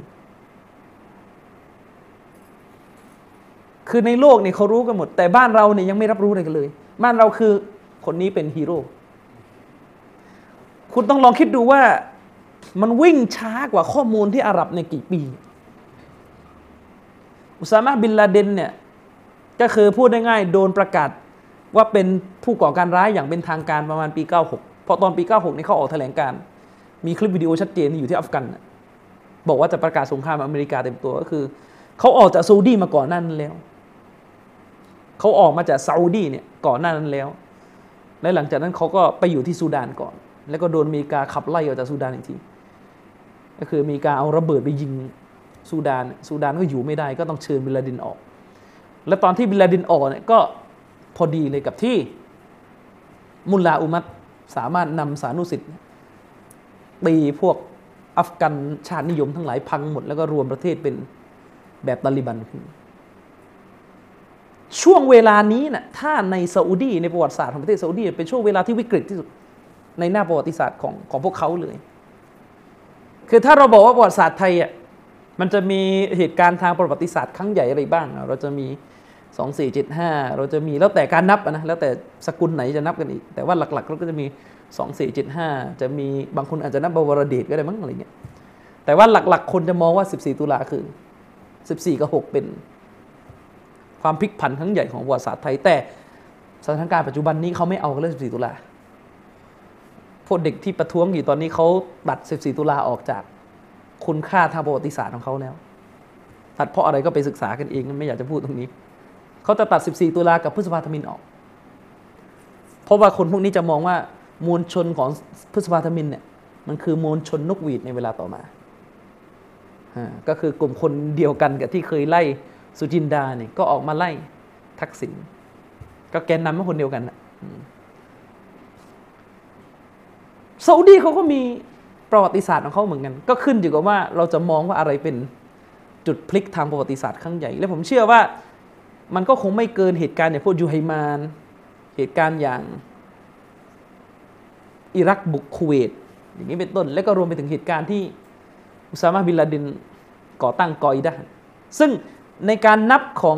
คือในโลกเนี่ยเขารู้กันหมดแต่บ้านเราเนี่ยยังไม่รับรู้อะไรกันเลยบ้านเราคือคนนี้เป็นฮีโร่คุณต้องลองคิดดูว่ามันวิ่งช้ากว่าข้อมูลที่อาหรับในกี่ปีอุซามะห์บินลาเดนเนี่ยก็คือพูดง่ายๆโดนประกาศว่าเป็นผู้ก่อการร้ายอย่างเป็นทางการประมาณปีเก้าหกพอตอนปีเก้าหกนี่เขาออกแถลงการมีคลิปวิดีโอชัดเจนอยู่ที่อัฟกันบอกว่าจะประกาศสงครามอเมริกาเต็มตัวก็คือเขาออกจากซาอุดีมาก่อนหน้านั้นแล้วเขาออกมาจากซาอุดีเนี่ยก่อนหน้านั้นแล้วและหลังจากนั้นเขาก็ไปอยู่ที่ซูดานก่อนแล้วก็โดนอเมริกาขับไล่ออกจากซูดานอีกทีก็คืออเมริกาเอาระเบิดไปยิงซูดานซูดานก็อยู่ไม่ได้ก็ต้องเชิญบินลาเดนออกและตอนที่บินลาเดนออกเนี่ยก็พอดีเลยกับที่มุลลาอุมัตสามารถนำสานุสิทธิ์ตีพวกอัฟกันชาตินิยมทั้งหลายพังหมดแล้วก็รวมประเทศเป็นแบบตาลิบันขึ้นช่วงเวลานี้นะถ้าในซาอุดีในประวัติศาสตร์ของประเทศซาอุดีเป็นช่วงเวลาที่วิกฤตที่สุดในหน้าประวัติศาสตร์ของของพวกเขาเลยคือถ้าเราบอกว่าประวัติศาสตร์ไทยอ่ะมันจะมีเหตุการณ์ทางประวัติศาสตร์ครั้งใหญ่อะไรบ้างเราจะมีสองสี่เจ็ดห้าเราจะมีแล้วแต่การนับนะแล้วแต่สกุลไหนจะนับกันอีกแต่ว่าหลักๆเราก็จะมีสองสี่เจ็ดห้าจะมีบางคนอาจจะนับบวรเดชก็ได้มั้งอะไรเงี้ยแต่ว่าหลักๆคนจะมองว่าสิบสี่ตุลาคือสิบสี่กับหกเป็นความพลิกผันครั้งใหญ่ของประวัติศาสตร์ไทยแต่สถานการณ์ปัจจุบันนี้เขาไม่เอากันเรื่องสิบสี่ตุลาพวกเด็กที่ประท้วงอยู่ตอนนี้เขาตัดสิบสี่ตุลาออกจากคุณค่าทางประวัติศาสตร์ของเขาแล้วตัดเพราะอะไรก็ไปศึกษากันเองไม่อยากจะพูดตรงนี้เขาจะตัดสิบสี่ตุลากับพฤษภาธมิฬออกเพราะว่าคนพวกนี้จะมองว่ามวลชนของพฤษภาธมิฬเนี่ยมันคือมวลชนนกหวีดในเวลาต่อมาก็คือกลุ่มคนเดียวกันกับที่เคยไล่สุจินดาเนี่ยก็ออกมาไล่ทักษิณก็แกนนำเป็นคนเดียวกันซาอุดีเขาก็มีประวัติศาสตร์ของเขาเหมือนกันก็ขึ้นอยู่กับว่าเราจะมองว่าอะไรเป็นจุดพลิกทางประวัติศาสตร์ครั้งใหญ่และผมเชื่อว่ามันก็คงไม่เกินเหตุการณ์อย่างพวกยูไฮมานเหตุการณ์อย่างอิรักบุกคูเวตอย่างนี้เป็นต้นและก็รวมไปถึงเหตุการณ์ที่อุซามะห์บินลาเดนก่อตั้งกออิดะห์ซึ่งในการนับของ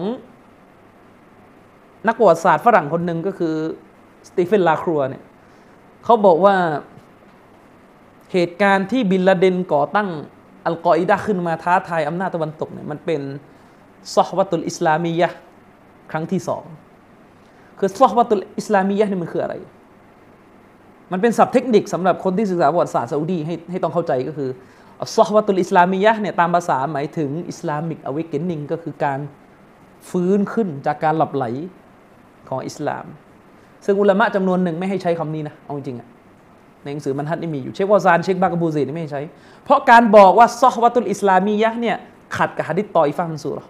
นักประวัติศาสตร์ฝรั่งคนหนึ่งก็คือสตีเฟนลาครัวเนี่ยเขาบอกว่าเหตุการณ์ที่บินลาเดนก่อตั้งอัลกออิดะห์ขึ้นมาท้าทายอำนาจตะวันตกเนี่ยมันเป็นซอฮวะตุลอิสลามียะห์ครั้งที่สองคือซอฮวะตุลอิสลามียะห์นี่มันคืออะไรมันเป็นศัพท์เทคนิคสำหรับคนที่ศึกษาประวัติศาสตร์ซาอุดีให้ให้ต้องเข้าใจก็คืออัศฮวะตุลอิสลามียะห์เนี่ยตามภาษาหมายถึงอิสลามิกอเวกเกนนิ่งก็คือการฟื้นขึ้นจากการหลับไหลของอิสลามซึ่งอุลามะจำนวนหนึ่งไม่ให้ใช้คำนี้นะเอาจริงๆอะในหนังสือมันฮัดนี่มีอยู่เชควาซานเชคบากะบูซีนี่ไม่ให้ใช้เพราะการบอกว่าซอฮวะตุลอิสลามียะห์เนี่ยขัดกับหะดีษตออิฟะห์มันซูเราะห์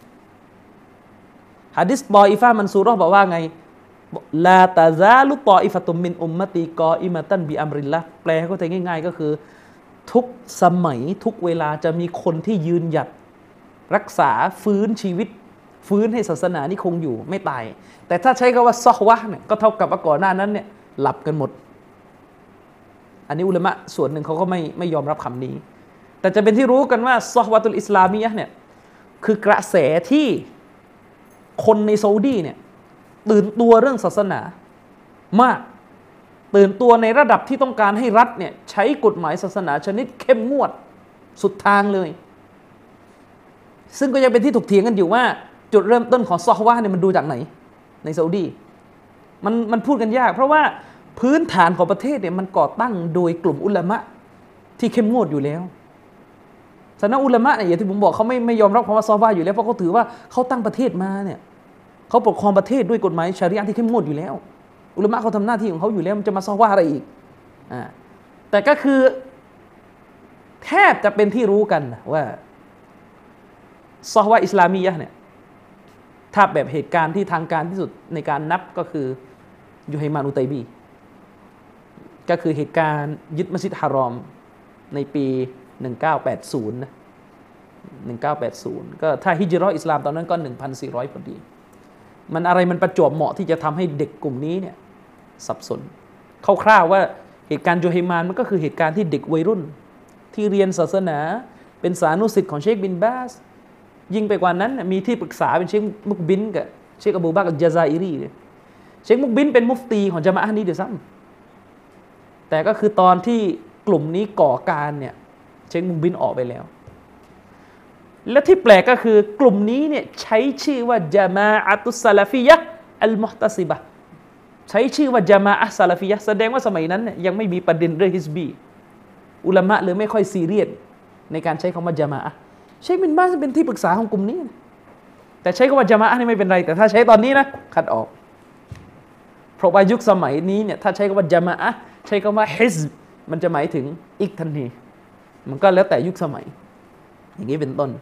หะดีษตออิฟะห์มันซูเราะห์บอกว่าไงลาตะซาลุตออิฟะตุมมินอุมมะตีกออิมะตันบิอัมริลละห์แปลเข้าใจง่ายๆก็คือทุกสมัยทุกเวลาจะมีคนที่ยืนหยัดรักษาฟื้นชีวิตฟื้นให้ศาสนานี่คงอยู่ไม่ตายแต่ถ้าใช้คำว่าซอฮวะห์เนี่ยก็เท่ากับว่าก่อนหน้านั้นเนี่ยหลับกันหมดอันนี้อุลามะส่วนหนึ่งเขาก็ไม่ไม่ยอมรับคำนี้แต่จะเป็นที่รู้กันว่าซอฮวะตุลอิสลามียะห์เนี่ยคือกระแสที่คนในซาอุดีเนี่ยตื่นตัวเรื่องศาสนามากตื่นตัวในระดับที่ต้องการให้รัฐเนี่ยใช้กฎหมายศาสนาชนิดเข้มงวดสุดทางเลยซึ่งก็ยังเป็นที่ถกเถียงกันอยู่ว่าจุดเริ่มต้นของซอฮวะห์เนี่ยมันดูจากไหนในซาอุดีมันมันพูดกันยากเพราะว่าพื้นฐานของประเทศเนี่ยมันก่อตั้งโดยกลุ่มอุลามะที่เข้มงวดอยู่แล้วฉะนั้นอุลามะเนี่ยอย่างที่ผมบอกเขาไม่ไม่ยอมรับคำว่าซอฮวะห์อยู่แล้วเพราะเขาถือว่าเขาตั้งประเทศมาเนี่ยเขาปกครองประเทศด้วยกฎหมายชะรีอะห์ที่เข้มงวดอยู่แล้วอุลามะเขาทำหน้าที่ของเขาอยู่แล้วมันจะมาซอฮวะห์อะไรอีกอ่าแต่ก็คือแทบจะเป็นที่รู้กันว่าซอฮวะห์อิสลามียะห์เนี่ยถ้าแบบเหตุการณ์ที่ทางการที่สุดในการนับก็คือยูไฮมานอุตัยบีก็คือเหตุการณ์ยึดมัสยิดฮารอมในปีหนึ่งพันเก้าร้อยแปดสิบนะหนึ่งพันเก้าร้อยแปดสิบก็ถ้าฮิจเราะห์อิสลามตอนนั้นก็ หนึ่งพันสี่ร้อย พอดีมันอะไรมันประจวบเหมาะที่จะทำให้เด็กกลุ่มนี้เนี่ยสับสนคร่าวๆว่าเหตุการณ์ยูไฮมานมันก็คือเหตุการณ์ที่เด็กวัยรุ่นที่เรียนศาสนาเป็นสานุศิษย์ของเชคบินบาสยิ่งไปกว่านั้นมีที่ปรึกษาเป็นเชคมุกบินกับเชคอบูบักรอัลญะซาอิรีเนี่ยเชคมุกบินเป็นมุฟตีของญะมาอะห์นี้ด้วยซ้ำแต่ก็คือตอนที่กลุ่มนี้ก่อการเนี่ยเชคมุกบินออกไปแล้วและที่แปลกก็คือกลุ่มนี้เนี่ยใช้ชื่อว่าญะมาอะตุสซะลาฟียะห์อัลมุอ์ตะซิบะห์ใช้ชื่อว่าญะมาอะห์ซะลาฟียะห์แสดงว่าสมัยนั้นเนี่ยยังไม่มีประเด็นเรื่องฮิซบีอุลามะเลยไม่ค่อยซีเรียสในการใช้คำว่าญะมาอะห์เชคบินบาสเป็นที่ปรึกษาของกลุ่มนี้แต่ใช้คำว่าญะมาอะห์นี่ไม่เป็นไรแต่ถ้าใช้ตอนนี้นะคัดออกเพราะว่ายุคสมัยนี้เนี่ยถ้าใช้คำว่าญะมาอะห์ใช้คำว่าฮิซบมันจะหมายถึงอีกทันทีมันก็แล้วแต่ยุคสมัยอย่างนี้เป็นต้น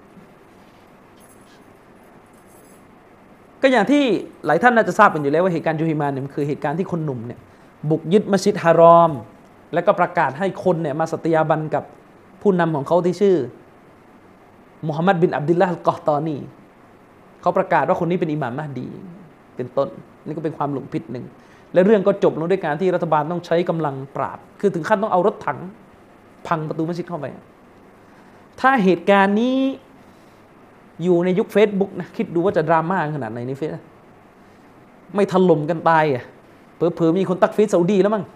ก็อย่างที่หลายท่านน่าจะทราบกันอยู่แล้วว่าเหตุการณ์ยูฮิมานเนี่ยมันคือเหตุการณ์ที่คนหนุ่มเนี่ยบุกยึดมัสยิดฮารอมแล้วก็ประกาศให้คนเนี่ยมาสัตยาบันกับผู้นำของเขาที่ชื่อมุฮัมมัดบินอับดุลลาห์อัลกอฮตอนีเขาประกาศว่าคนนี้เป็นอิหม่ามมะฮดีเป็นต้นนี่ก็เป็นความหลงผิดหนึ่งและเรื่องก็จบลงด้วยการที่รัฐบาลต้องใช้กำลังปราบคือถึงขั้นต้องเอารถถังพังประตูมัสยิดเข้าไปถ้าเหตุการณ์นี้อยู่ในยุค Facebook นะคิดดูว่าจะดราม่าขนาดไหนในเฟซไม่ถล่มกันตายอ่ะเผลอๆมีคนตักฟีดซาอุดีแล้วมั้ง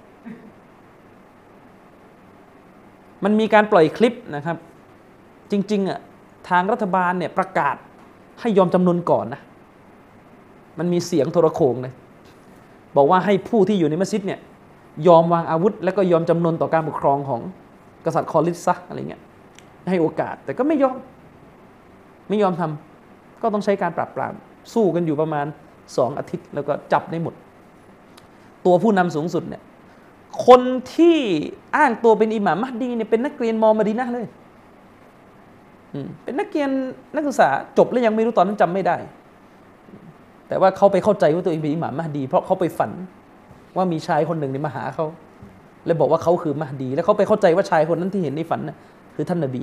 มันมีการปล่อยคลิปนะครับจริงๆอ่ะทางรัฐบาลเนี่ยประกาศให้ยอมจำนนก่อนนะมันมีเสียงโทรโข่งเลยบอกว่าให้ผู้ที่อยู่ในมัสยิดเนี่ยยอมวางอาวุธแล้วก็ยอมจำนนต่อการปกครองของกษัตริย์คอลิดซะอะไรเงี้ยให้โอกาสแต่ก็ไม่ยอมไม่ยอมทำก็ต้องใช้การปราบปรามสู้กันอยู่ประมาณสองอาทิตย์แล้วก็จับได้หมดตัวผู้นำสูงสุดเนี่ยคนที่อ้างตัวเป็นอิหม่ามมะฮดีเนี่ยเป็นนักเรียนมอมะดีนะห์เลยเป็นนักเรียนนักศึกษาจบแล้วยังไม่รู้ตอนนั้นจำไม่ได้แต่ว่าเขาไปเข้าใจว่าตัวเองเป็นอิหม่ามมะฮดีเพราะเขาไปฝันว่ามีชายคนหนึ่งมาหาเขาแล้วบอกว่าเขาคือมะฮดีแล้วเขาไปเข้าใจว่าชายคนนั้นที่เห็นในฝันน่ะคือท่านนบี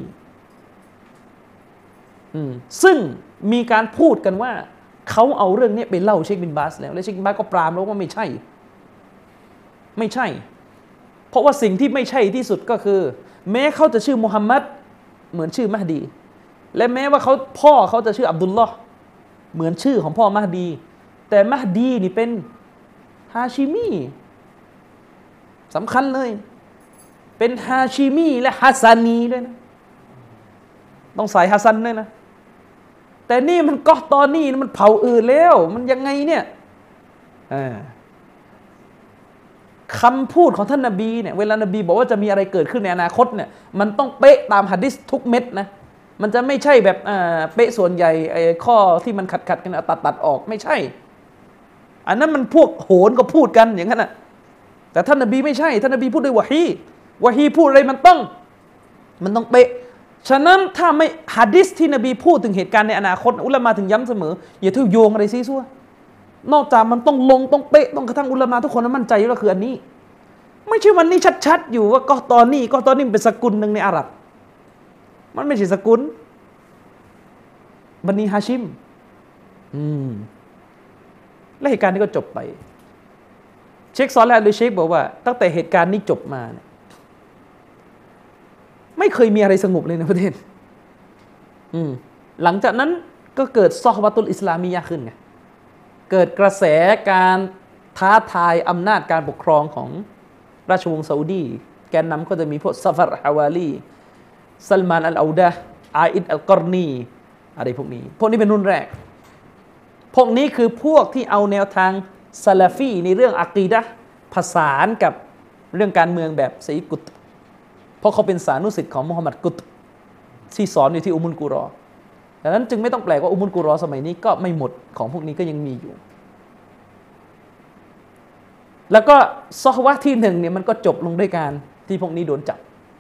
ซึ่งมีการพูดกันว่าเขาเอาเรื่องนี้ไปเล่าเชคบินบาสแล้วและเชคบินบาสก็ปรามแล้วว่าไม่ใช่ไม่ใช่เพราะว่าสิ่งที่ไม่ใช่ที่สุดก็คือแม้เขาจะชื่อมุฮัมมัดเหมือนชื่อมะฮดีและแม้ว่าเขาพ่อเขาจะชื่ออับดุลลอฮ์เหมือนชื่อของพ่อมะฮดีแต่มะฮดีนี่เป็นฮาชิมีสำคัญเลยเป็นฮาชิมีและฮัสซานีด้วยนะต้องใส่ฮัสซันด้วยนะแต่นี่มันก็ตอนนี้มันเผาอื่นแล้วมันยังไงเนี่ยคำพูดของท่านนบีเนี่ยเวลานบีบอกว่าจะมีอะไรเกิดขึ้นในอนาคตเนี่ยมันต้องเป๊ะตามหะดีษทุกเม็ดนะมันจะไม่ใช่แบบเป๊ะส่วนใหญ่ไอ้ข้อที่มันขัดขัดกันตัดตัดออกไม่ใช่อันนั้นมันพวกโหนก็พูดกันอย่างนั้นนะแต่ท่านนบีไม่ใช่ท่านนบีพูดด้วยวะฮีวะฮีพูดอะไรมันต้องมันต้องเป๊ะฉะนั้นถ้าไม่หะดีษที่นบีพูดถึงเหตุการณ์ในอนาคตอุลามะถึงย้ำเสมออย่าทึ่โยงอะไรซีซัวนอกจากมันต้องลงต้องเป๊ะต้องกระทั่งอุลามะทุกคนนั้นมั่นใจว่าคืออันนี้ไม่ใช่วันนี้ชัดๆอยู่ว่าก็ตอนนี้ก็ตอนนี้เป็นสกุลหนึ่งในอาหรับมันไม่ใช่สกุลบันีฮาชิมอืมและเหตุการณ์นี้ก็จบไปเชคซอลและหรือเชคบอกว่าตั้งแต่เหตุการณ์นี้จบมาเนี่ยไม่เคยมีอะไรสงบเลยในประเทศอืมหลังจากนั้นก็เกิดซอฮวะตุลอิสลามียะห์ขึ้นไงเกิดกระแสการท้าทายอำนาจการปกครองของราชวงศ์ซาอุดีแกนนำก็จะมีพวกซาฟัรฮาวาลีซัลมานอัลอาดะห์อาอิดอัลกอรนีอะไรพวกนี้พวกนี้เป็นรุ่นแรกพวกนี้คือพวกที่เอาแนวทางซาลาฟีในเรื่องอะกีดะห์ผสานกับเรื่องการเมืองแบบซะอีดกุตบเพราะเขาเป็นสานุสิทธิ์ของมุฮัมมัดกุตบที่สอนอยู่ที่อุมุลกุรอดังนั้นจึงไม่ต้องแปลกว่าอุมุลกุรอสมัยนี้ก็ไม่หมดของพวกนี้ก็ยังมีอยู่แล้วก็ซอฮวะที่หนึ่งเนี่ยมันก็จบลงด้วยการที่พวกนี้โดนจับ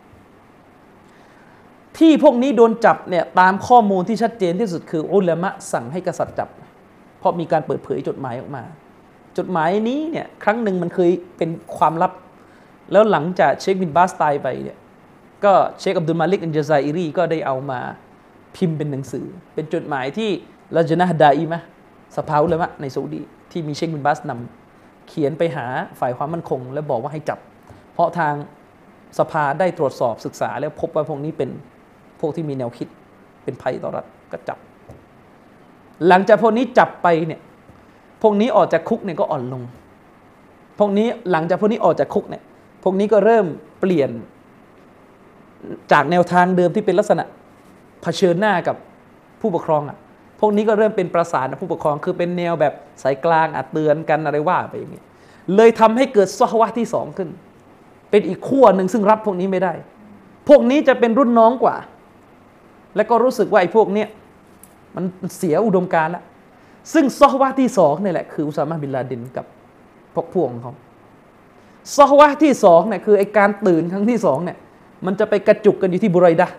ที่พวกนี้โดนจับเนี่ยตามข้อมูลที่ชัดเจนที่สุดคืออุลามะสั่งให้กษัตริย์จับเพราะมีการเปิดเผยจดหมายออกมาจดหมายนี้เนี่ยครั้งหนึ่งมันเคยเป็นความลับแล้วหลังจากเชคบินบาสตายไปเนี่ยก็เชคอับดุลมาลิกอันญะซาอิรีก็ได้เอามาพิมพ์เป็นหนังสือเป็นจดหมายที่ละญะนะห์ดาอิมะห์สภาอุลามะในซาอุดีที่มีเชคบินบาสนำเขียนไปหาฝ่ายความมั่นคงและบอกว่าให้จับเพราะทางสภาได้ตรวจสอบศึกษาแล้วพบว่าพวกนี้เป็นพวกที่มีแนวคิดเป็นภัยต่อรัฐก็จับหลังจากพวกนี้จับไปเนี่ยพวกนี้ออกจากคุกเนี่ยก็อ่อนลงพวกนี้หลังจากพวกนี้ออกจากคุกเนี่ยพวกนี้ก็เริ่มเปลี่ยนจากแนวทางเดิมที่เป็นลักษณะเผชิญหน้ากับผู้ปกครองอ่ะพวกนี้ก็เริ่มเป็นประสานกับผู้ปกครองคือเป็นแนวแบบสายกลางอ่ะเตือนกันอะไรว่าไปอย่างนี้เลยทำให้เกิดซอฮวะที่สองขึ้นเป็นอีกขั้วหนึ่งซึ่งรับพวกนี้ไม่ได้พวกนี้จะเป็นรุ่นน้องกว่าและก็รู้สึกว่าไอ้พวกเนี้ยมันเสียอุดมการณ์แล้วซึ่งซอฮวะที่สองนี่แหละคืออุซามะห์บินลาดินกับพวกพวกของเขาซอฮวะที่สองเนี่ยคือไอ้การตื่นครั้งที่สองเนี่ยมันจะไปกระจุกกันอยู่ที่บุไรดะห์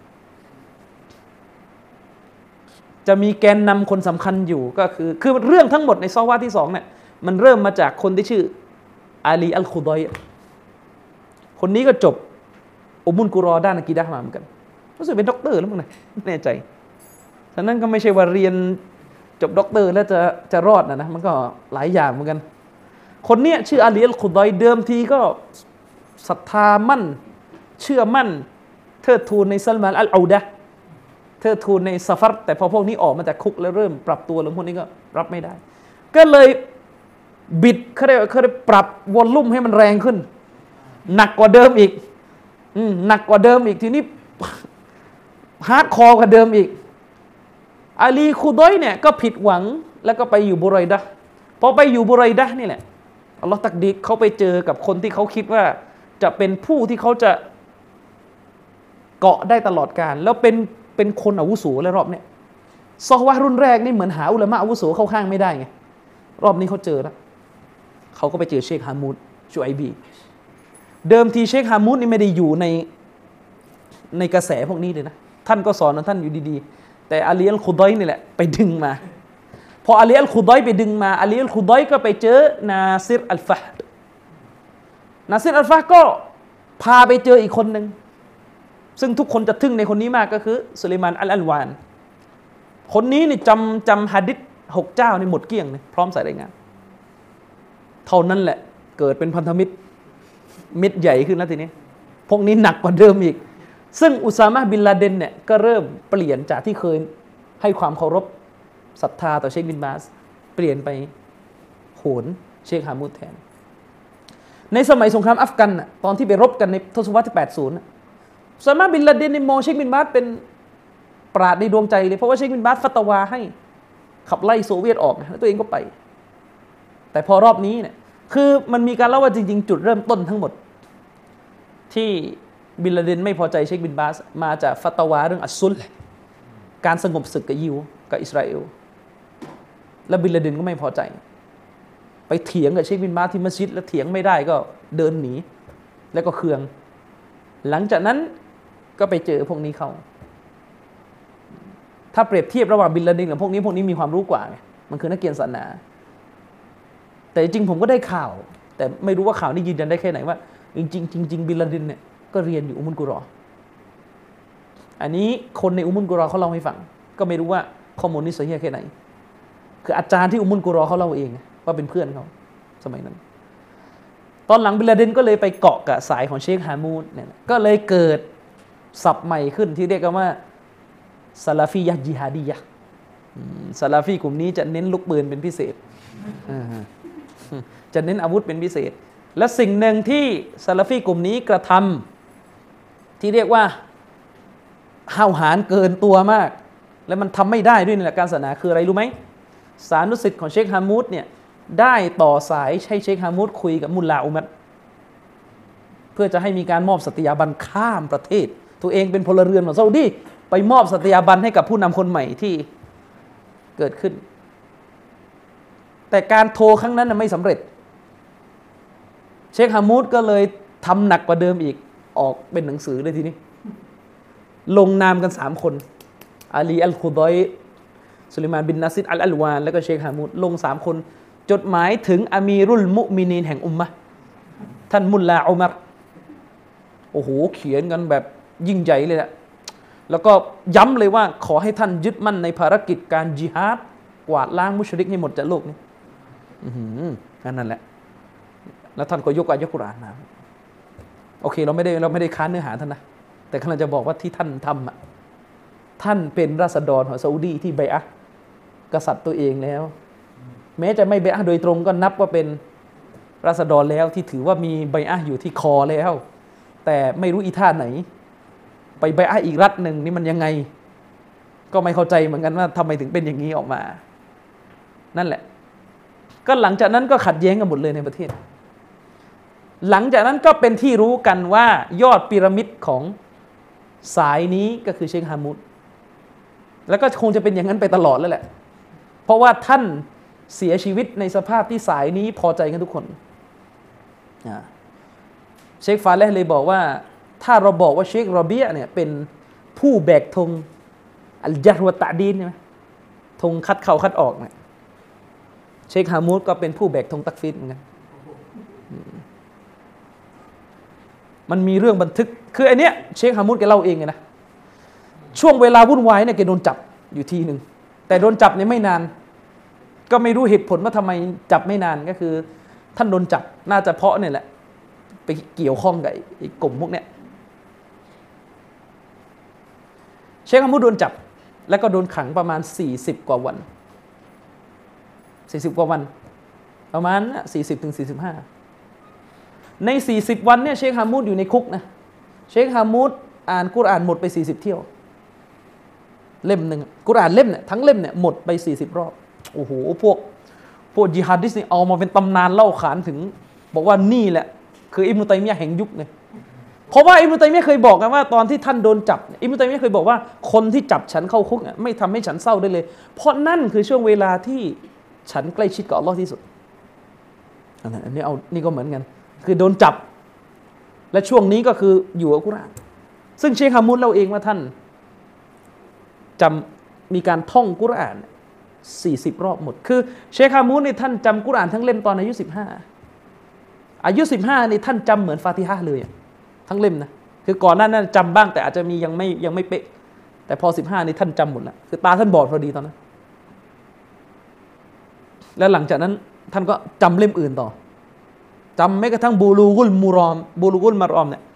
จะมีแกนนำคนสำคัญอยู่ก็คือคือเรื่องทั้งหมดในซอฮวะที่สองเนี่ยมันเริ่มมาจากคนที่ชื่ออาลีอัลคุดอยคนนี้ก็จบอุมุลกุรอด้านอะกีดะห์มาเหมือนกันรู้สึกเป็นด็อกเตอร์แล้วมั้งนะไม่แน่ใจฉะนั้นก็ไม่ใช่ว่าเรียนจบด็อกเตอร์แล้วจะจะรอดนะนะมันก็หลายอย่างเหมือนกันคนเนี้ยชื่ออาลีอัลคุดอยเดิมทีก็ศรัทธามั่นเชื่อมั่นเทิดทูนในซัลมานอัลอาดะห์เทิดทูนในซาฟัรแต่พอพวกนี้ออกมาจากคุกแล้วเริ่มปรับตัวแล้วพวกนี้ก็รับไม่ได้ก็เลยบิดเขาเรียกเขาเรียกปรับวอลลุ่มให้มันแรงขึ้นหนักกว่าเดิมอีกอืมหนักกว่าเดิมอีกทีนี้ฮาร์ดคอร์กว่าเดิมอีกอาลีคุดอยเนี่ยก็ผิดหวังแล้วก็ไปอยู่บุไรดะห์พอไปอยู่บุไรดะห์นี่แหละอัลลอฮ์ตักดีรเขาไปเจอกับคนที่เขาคิดว่าจะเป็นผู้ที่เขาจะเกาะได้ตลอดกาลแล้วเป็นเป็นคนอาวุโสและรอบเนี้ยซอฮวะรุ่นแรกนี่เหมือนหาอุลามะอาวุโสเข้าข้างไม่ได้ไงรอบนี้เขาเจอแล้วเขาก็ไปเจอเชคฮามูดชูไอบีเดิมทีเชคฮามูดนี่ไม่ได้อยู่ในในกระแสพวกนี้เลยนะท่านก็สอนนะท่านอยู่ดีๆแต่อาลีอัลคุดอยนี่แหละไปดึงมาพออาลีอัลคุดอยไปดึงมาอาลีอัลคุดอยก็ไปเจอนาซิรอัลฟะห์ดนาซิรอัลฟะห์ดก็พาไปเจออีกคนหนึ่งซึ่งทุกคนจะทึ่งในคนนี้มากก็คือสุลัยมานอัลอัลวานคนนี้นี่จำจำหะดีษหกเจ้านี่หมดเกลี้ยงเลยพร้อมใส่รายงานเท่านั้นแหละเกิดเป็นพันธมิตรเม็ดใหญ่ขึ้นแล้วทีนี้พวกนี้หนักกว่าเดิมอีกซึ่งอุซามะห์บินลาเดนเนี่ยก็เริ่มเปลี่ยนจากที่เคยให้ความเคารพศรัทธาต่อเชคบินบาสเปลี่ยนไปโหนเชคฮามูดแทนในสมัยสงครามอัฟกันน่ะตอนที่ไปรบกันในทศวรรษที่แปดสิบอุซามะห์บินลาเดนนี่มองเชคบินบาสเป็นปราชญ์ในดวงใจเลยเพราะว่าเชคบินบาสฟัตวาให้ขับไล่โซเวียตออกแล้วตัวเองก็ไปแต่พอรอบนี้เนี่ยคือมันมีการเล่าว่าจริงๆจุดเริ่มต้นทั้งหมดที่บินลาเดนไม่พอใจเชคบินบาสมาจากฟัตวาเรื่องอัสซุลการสงบศึกกับยิวกับอิสราเอลแล้วบินลาเดนก็ไม่พอใจไปเถียงกับเชคบินบาสที่มัสยิดแล้วเถียงไม่ได้ก็เดินหนีแล้วก็เคืองหลังจากนั้นก็ไปเจอพวกนี้เขาถ้าเปรียบเทียบระหว่างบินลาเดนกับพวกนี้พวกนี้มีความรู้กว่าไงมันคือนักเรียนศาสนาแต่จริงผมก็ได้ข่าวแต่ไม่รู้ว่าข่าวนี้ยืนยันได้แค่ไหนว่าจริงๆจริงๆบินลาเดนเนี่ยก็เรียนอยู่อุมุลกุรออันนี้คนในอุมุลกุรอเขาเล่าให้ฟังก็ไม่รู้ว่าข้อมูลนี้สเฮียแค่ไหนคืออาจารย์ที่อุมุลกุรอเขาเล่าเองว่าเป็นเพื่อนเขาสมัยนั้นตอนหลังบินลาเดนก็เลยไปเกาะกับสายของเชคฮามูดเนี่ยก็เลยเกิดศัพท์ใหม่ขึ้นที่เรียกกันว่าซาลาฟียะจิฮาดียะซาลาฟีกลุ่มนี้จะเน้นลูกปืนเป็นพิเศษจะเน้นอาวุธเป็นพิเศษและสิ่งหนึ่งที่ซาลาฟีกลุ่มนี้กระทำที่เรียกว่าห้าวหาญเกินตัวมากและมันทำไม่ได้ด้วยในหลักการศาสนาคืออะไรรู้ไหมสานุสิทธิ์ของเชคฮามูดเนี่ยได้ต่อสายใช้เชคฮามูดคุยกับมุลลาอุมัรเพื่อจะให้มีการมอบสัตยาบันข้ามประเทศตัวเองเป็นพลเรือนของซาอุดีไปมอบสัตยาบันให้กับผู้นำคนใหม่ที่เกิดขึ้นแต่การโทรครั้งนั้นไม่สำเร็จเชคฮามูดก็เลยทำหนักกว่าเดิมอีกออกเป็นหนังสือเลยทีนี้ลงนามกันสามคนอาลีอัลคุดอยสุลัยมานบินนาซิดอัลอัลวานแล้วก็เชคฮามูดลงสามคนจดหมายถึงอามีรุลมุมินีนแห่งอุมมะท่านมุลลาอุมัรโอ้โหเขียนกันแบบยิ่งใหญ่เลยแหละแล้วก็ย้ำเลยว่าขอให้ท่านยึดมั่นในภารกิจการญิฮาดกวาดล้างมุชริกให้หมดจากโลกนี้นั่นแหละแล้วท่านก็ยกอายะกุรอานมาโอเคเราไม่ได้เราไม่ได้ค้านเนื้อหาท่านนะแต่กำลังจะบอกว่าที่ท่านทำอ่ะท่านเป็นราษฎรของซาอุดีที่ไบอะห์กษัตริย์ตัวเองแล้วแม้จะไม่ไบอะห์โดยตรงก็นับว่าเป็นราษฎรแล้วที่ถือว่ามีไบอะห์อยู่ที่คอแล้วแต่ไม่รู้อีท่าไหนไปไบอะห์อีกรัฐหนึ่งนี่มันยังไงก็ไม่เข้าใจเหมือนกันว่าทำไมถึงเป็นอย่างนี้ออกมานั่นแหละก็หลังจากนั้นก็ขัดแย้งกันหมดเลยในประเทศหลังจากนั้นก็เป็นที่รู้กันว่ายอดพีระมิดของสายนี้ก็คือเชคฮามูดแล้วก็คงจะเป็นอย่างนั้นไปตลอดแล้วแหละเพราะว่าท่านเสียชีวิตในสภาพที่สายนี้พอใจกันทุกคนเชคฟาเลห์เลยบอกว่าถ้าเราบอกว่าเชครอเบียเนี่ยเป็นผู้แบกธงอัลญัรวะตะดีนใช่ไหมธงคัดเข้าคัดออกเนี่ยเชคฮามูดก็เป็นผู้แบกธงตักฟีรเหมือนกันมันมีเรื่องบันทึกคือไอเนี้ยเชคฮามูดแกเล่าเองไงนะช่วงเวลาวุ่นวายเนี่ยแกโดนจับอยู่ทีหนึ่งแต่โดนจับเนี่ยไม่นานก็ไม่รู้เหตุผลว่าทำไมจับไม่นานก็คือท่านโดนจับน่าจะเพราะเนี่ยแหละไปเกี่ยวข้องกับไอ้กลุ่มพวกเนี้ยเชคฮามูดโดนจับแล้วก็โดนขังประมาณสี่สิบกว่าวันสี่สิบกว่าวันประมาณสี่สิบถึงสี่สิบห้าในสี่สิบวันเนี่ยเชคฮามูดอยู่ในคุกนะเชคฮามูดอ่านกุรอานหมดไปสี่สิบเที่ยวเล่มหนึ่งกุรอานเล่มเนี่ยทั้งเล่มเนี่ยหมดไปสี่สิบรอบโอ้โหพวกพวกญิฮาดิสนี่เอามาเป็นตำนานเล่าขานถึงบอกว่านี่แหละคืออิบนุตัยมียะห์แห่งยุคเลยเพราะว่าอิบนุตัยมียะห์เคยบอกกันว่าตอนที่ท่านโดนจับอิบนุตัยมียะห์เคยบอกว่าคนที่จับฉันเข้าคุกเนี่ยไม่ทำให้ฉันเศร้าได้เลยเพราะนั่นคือช่วงเวลาที่ฉันใกล้ชิดกับอัลลอฮ์ที่สุดอันนี้เอานี่ก็เหมือนกันคือโดนจับและช่วงนี้ก็คืออยู่กับกุรอานซึ่งเชคฮามูดเล่าเองว่าท่านจำมีการท่องกุรอานสี่สิบรอบหมดคือเชคฮามูดนี่ท่านจำกุรอานทั้งเล่มตอนอายุสิบห้าอายุสิบห้านี่ท่านจำเหมือนฟาติฮะห์เลยทั้งเล่มนะคือก่อนหน้านั้นจำบ้างแต่อาจจะมียังไม่ยังไม่เป๊ะแต่พอสิบห้านี่ท่านจำหมดแล้วคือตาท่านบอดพอดีตอนนั้นแล้วหลังจากนั้นท่านก็จำเล่มอื่นต่อจำแม้กระทั่งบูลูกุลมูรอมบูลูกุลมารอมเนี่ย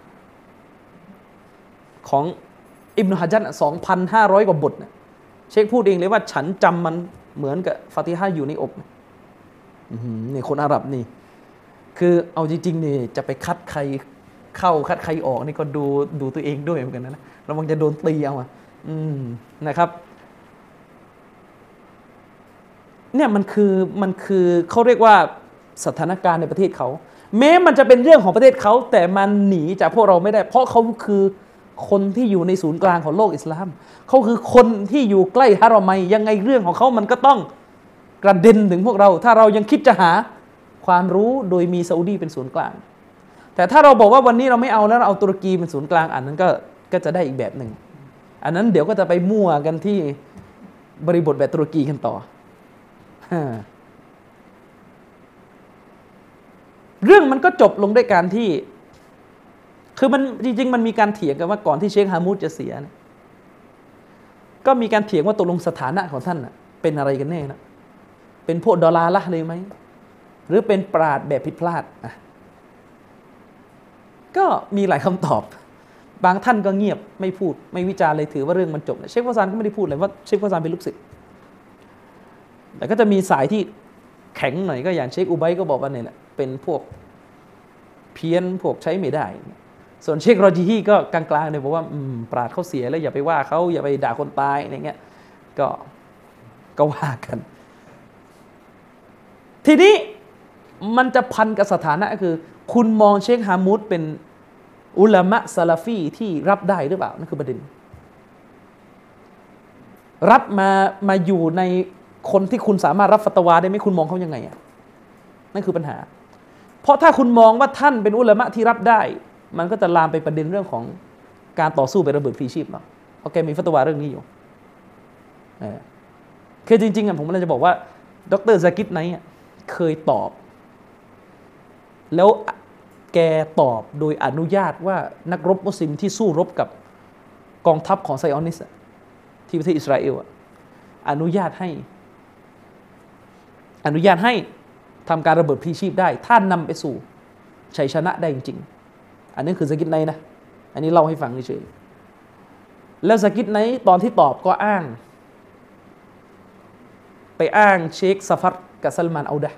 ของอิบนุฮะญัรสองพันห้าร้อยกว่าบทเนี่ยเชคพูดเองเลยว่าฉันจำมันเหมือนกับฟาติฮะห์อยู่ในอกนี่คนอาหรับนี่คือเอาจริงๆนี่จะไปคัดใครเข้าคัดใครออกนี่ก็ดูดูตัวเองด้วยเหมือนกันนะระวังจะโดนตีเอาอ่ะนะครับเนี่ยมันคือมันคือเขาเรียกว่าสถานการณ์ในประเทศเขาแม้มันจะเป็นเรื่องของประเทศเขาแต่มันหนีจากพวกเราไม่ได้เพราะเขาคือคนที่อยู่ในศูนย์กลางของโลกอิสลามเขาคือคนที่อยู่ใกล้ฮารอมัยยังไงเรื่องของเขามันก็ต้องกระเด็นถึงพวกเราถ้าเรายังคิดจะหาความรู้โดยมีซาอุดีเป็นศูนย์กลางแต่ถ้าเราบอกว่าวันนี้เราไม่เอาแล้วเราเอาตุรกีเป็นศูนย์กลางอันนั้นก็ก็จะได้อีกแบบหนึ่งอันนั้นเดี๋ยวก็จะไปมั่วกันที่บริบทแบบตุรกีกันต่อเรื่องมันก็จบลงด้วยการที่คือมันจริงๆมันมีการเถียงกันว่าก่อนที่เชคฮามูดจะเสียนะก็มีการเถียงว่าตกลงสถานะของท่านนะเป็นอะไรกันแน่นะเป็นพวกดอลลาร์ละเลยไหมหรือเป็นปราดแบบผิดพลาดอ่ะก็มีหลายคำตอบบางท่านก็เงียบไม่พูดไม่วิจารณ์เลยถือว่าเรื่องมันจบเชคฟาซานก็ไม่ได้พูดเลยว่าเชคฟาซานเป็นลูกศิษย์แต่ก็จะมีสายที่แข็งหน่อยก็อย่างเชคอุบัยก็บอกว่าเนี่ยแหละเป็นพวกเพี้ยนพวกใช้ไม่ได้ส่วนเชครอจีฮีก็กลางๆเนี่ยบอกว่าปราดเขาเสียแล้วอย่าไปว่าเขาอย่าไปด่าคนตายอะไรเงี้ยก็ก็ว่ากันทีนี้มันจะพันกับสถานะคือคุณมองเชคฮามูดเป็นอุลามะซาลาฟีที่รับได้หรือเปล่านั่นคือประเด็นรับมามาอยู่ในคนที่คุณสามารถรับฟัตวาได้ไหมคุณมองเขายังไงอ่ะนั่นคือปัญหาเพราะถ้าคุณมองว่าท่านเป็นอุลามะที่รับได้มันก็จะลามไปประเด็นเรื่องของการต่อสู้ไประเบิดพลีชีพเนาะเพราะแกมีฟัตวาเรื่องนี้อยู่เออคือจริงๆอ่ะผมกำลังจะบอกว่าดร.ซากิดไนท์เคยตอบแล้วแกตอบโดยอนุญาตว่านักรบมุสลิมที่สู้รบกับกองทัพของไซออนิสต์ที่ประเทศอิสราเอลอนุญาตให้อนุญาตให้ทำการระเบิดพลีชีพได้ถ้านำไปสู่ชัยชนะได้จริงๆอันนี้คือซากิดไนท์นะอันนี้เล่าให้ฟังเฉยๆแล้วซากิดไนท์ตอนที่ตอบก็อ้างไปอ้างเชคซาฟัดกับซัลมานเอาดะ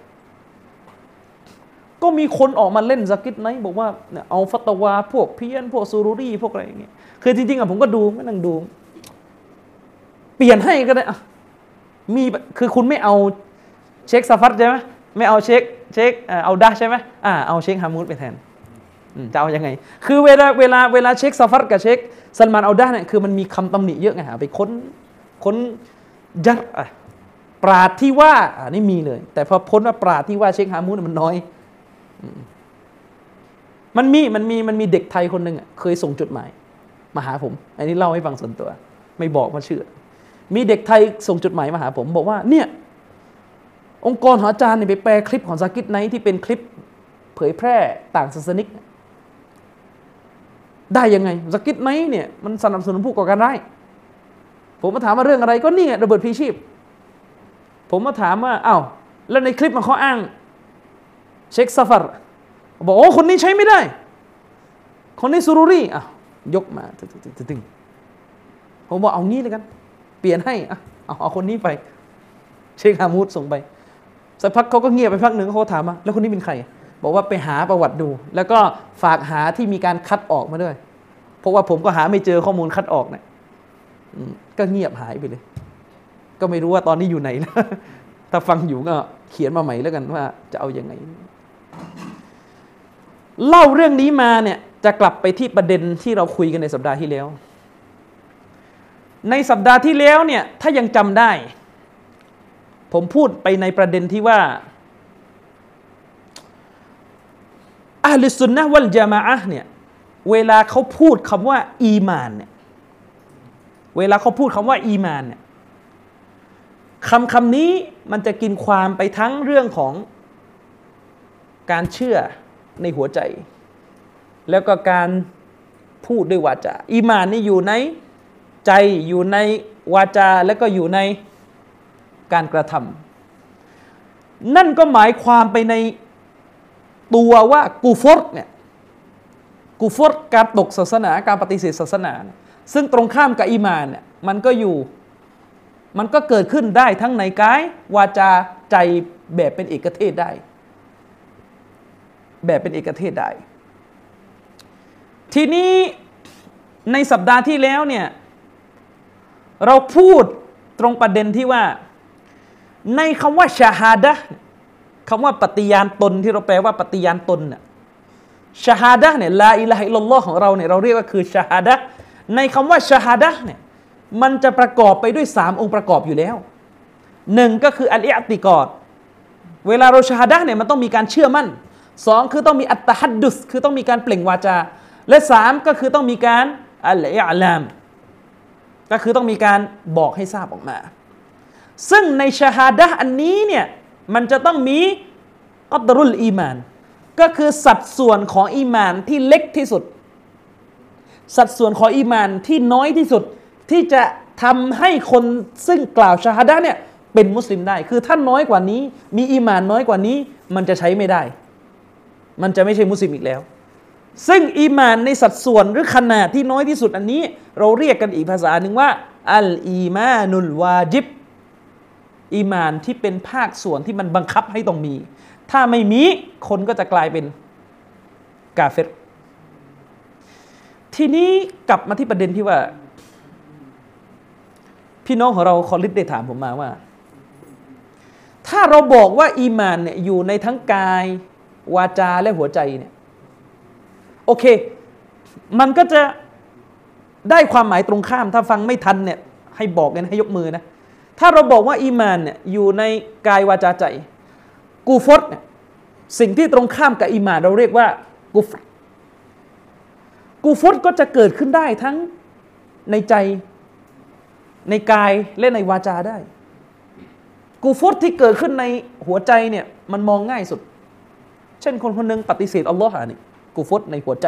ก็มีคนออกมาเล่นซากิดไนท์บอกว่าเอาฟัตวาพวกเพี้ยนพวกซูรูรีพวกอะไรอย่างเงี้ยคือจริงๆอ่ะผมก็ดูไม่นั่งดูเปลี่ยนให้ก็ได้อ่ะมีคือคุณไม่เอาเชคซาฟัดใช่ไหมไม่เอาเชคเชคเอาดะใช่ไหมอ่าเอาเชคฮามูดไปแทนจะเอายังไงคือเวลาเวลาเวลาเชคซาฟัดกับเชคซัลมานเอาดะเนี่ยคือมันมีคำตำหนิเยอะไงหาไปค้นค้นยัดอ่ะปราดที่ว่าอ่านี่มีเลยแต่พอพ้นว่าปราดที่ว่าเชคฮามูดมันน้อยมันมีมันมีมันมีเด็กไทยคนหนึ่งเคยส่งจดหมายมาหาผมอันนี้เล่าให้ฟังส่วนตัวไม่บอกว่าชื่อมีเด็กไทยส่งจดหมายมาหาผมบอกว่าเนี่ยองค์กรของอาจารย์เนี่ยไปแปลคลิปของซากิดไนท์ที่เป็นคลิปเผยแพร่ต่างศาสนิกได้ยังไงซากิดไนท์เนี่ยมันสนับสนุนผู้ก่อการร้ายผมมาถามว่าเรื่องอะไรก็นี่ระเบิดพลีชีพผมมาถามว่าอ้าวแล้วในคลิปมันเขาอ้างเชคซาฟัรบอกโอ้คนนี้ใช้ไม่ได้คนนี้ซูรูรีอ่ะยกมาตึงๆผมบอกเอางี้เลยกันเปลี่ยนให้อ่ะเอาเอาคนนี้ไปเชคฮามูดส่งไปสักพักเขาก็เงียบไปพักหนึ่งเขาถามมาแล้วคนนี้เป็นใครบอกว่าไปหาประวัติดูแล้วก็ฝากหาที่มีการคัดออกมาด้วยเพราะว่าผมก็หาไม่เจอข้อมูลคัดออกเนี่ยก็เงียบหายไปเลยก็ไม่รู้ว่าตอนนี้อยู่ไหนนะถ้าฟังอยู่ก็เขียนมาใหม่แล้วกันว่าจะเอายังไงเล่าเรื่องนี้มาเนี่ยจะกลับไปที่ประเด็นที่เราคุยกันในสัปดาห์ที่แล้วในสัปดาห์ที่แล้วเนี่ยถ้ายังจำได้ผมพูดไปในประเด็นที่ว่าอะห์ลุสซุนนะฮ์วัลญะมาอะห์เนี่ยเวลาเขาพูดคำว่าอีมานเนี่ยเวลาเขาพูดคำว่าอีมานเนี่ยคำคำนี้มันจะกินความไปทั้งเรื่องของการเชื่อในหัวใจแล้วก็การพูดด้วยวาจาอีมานนี่อยู่ในใจอยู่ในวาจาแล้วก็อยู่ในการกระทำนั่นก็หมายความไปในตัวว่ากูฟรเนี่ยกูฟรการตกศาสนาการปฏิเสธศาสนาซึ่งตรงข้ามกับอีมานเนี่ยมันก็อยู่มันก็เกิดขึ้นได้ทั้งในกายวาจาใจแบบเป็นเอกเทศได้แบบเป็นเอกเทศได้ทีนี้ในสัปดาห์ที่แล้วเนี่ยเราพูดตรงประเด็นที่ว่าในคำว่าชาฮาดะห์คำว่าปฏิญาณตนที่เราแปลว่าปฏิญาณตนน่ะชะฮาดะห์เนี่ยลาอิลาฮะอิลลัลลอฮ์ของเราเนี่ยเราเรียกว่าคือชะฮาดะห์ในคำว่าชะฮาดะห์เนี่ยมันจะประกอบไปด้วยสามองค์ประกอบอยู่แล้วหนึ่งก็คืออัลอิอ์ติกอดเวลาเราชะฮาดะห์เนี่ยมันต้องมีการเชื่อมั่นสองคือต้องมีอัตตะฮัดดุสคือต้องมีการเปล่งวาจาและสามก็คือต้องมีการอัลอิอลามก็คือต้องมีการบอกให้ทราบออกมาซึ่งในชะฮาดะห์อันนี้เนี่ยมันจะต้องมีกัดรุลอีมานก็คือสัดส่วนของอีมานที่เล็กที่สุดสัดส่วนของอีมานที่น้อยที่สุดที่จะทำให้คนซึ่งกล่าวชะฮาดะห์เนี่ยเป็นมุสลิมได้คือถ้าน้อยกว่านี้มีอีมานน้อยกว่านี้มันจะใช้ไม่ได้มันจะไม่ใช่มุสลิมอีกแล้วซึ่งอีมานในสัดส่วนหรือขนาดที่น้อยที่สุดอันนี้เราเรียกกันอีกภาษาหนึ่งว่าอัลอีมานุลวาจิบอีมานที่เป็นภาคส่วนที่มันบังคับให้ต้องมีถ้าไม่มีคนก็จะกลายเป็นกาเฟรทีนี้กลับมาที่ประเด็นที่ว่าพี่น้องของเราคอลิดได้ถามผมมาว่าถ้าเราบอกว่าอีมานเนี่ยอยู่ในทั้งกายวาจาและหัวใจเนี่ยโอเคมันก็จะได้ความหมายตรงข้ามถ้าฟังไม่ทันเนี่ยให้บอกกันให้ยกมือนะถ้าเราบอกว่าอีมานเนี่ยอยู่ในกายวาจาใจกูฟรเนี่ยสิ่งที่ตรงข้ามกับอีมานเราเรียกว่ากุฟรกูฟรก็จะเกิดขึ้นได้ทั้งในใจในกายและในวาจาได้กูฟรที่เกิดขึ้นในหัวใจเนี่ยมันมองง่ายสุดเช่นคนคนหนึ่งปฏิเสธอัลลอฮ์นี่กูฟรในหัวใจ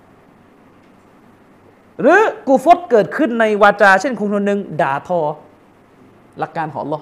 หรือกูฟรเกิดขึ้นในวาจาเช่นคนคนหนึ่งด่าทอหลักการของอัลลอฮ์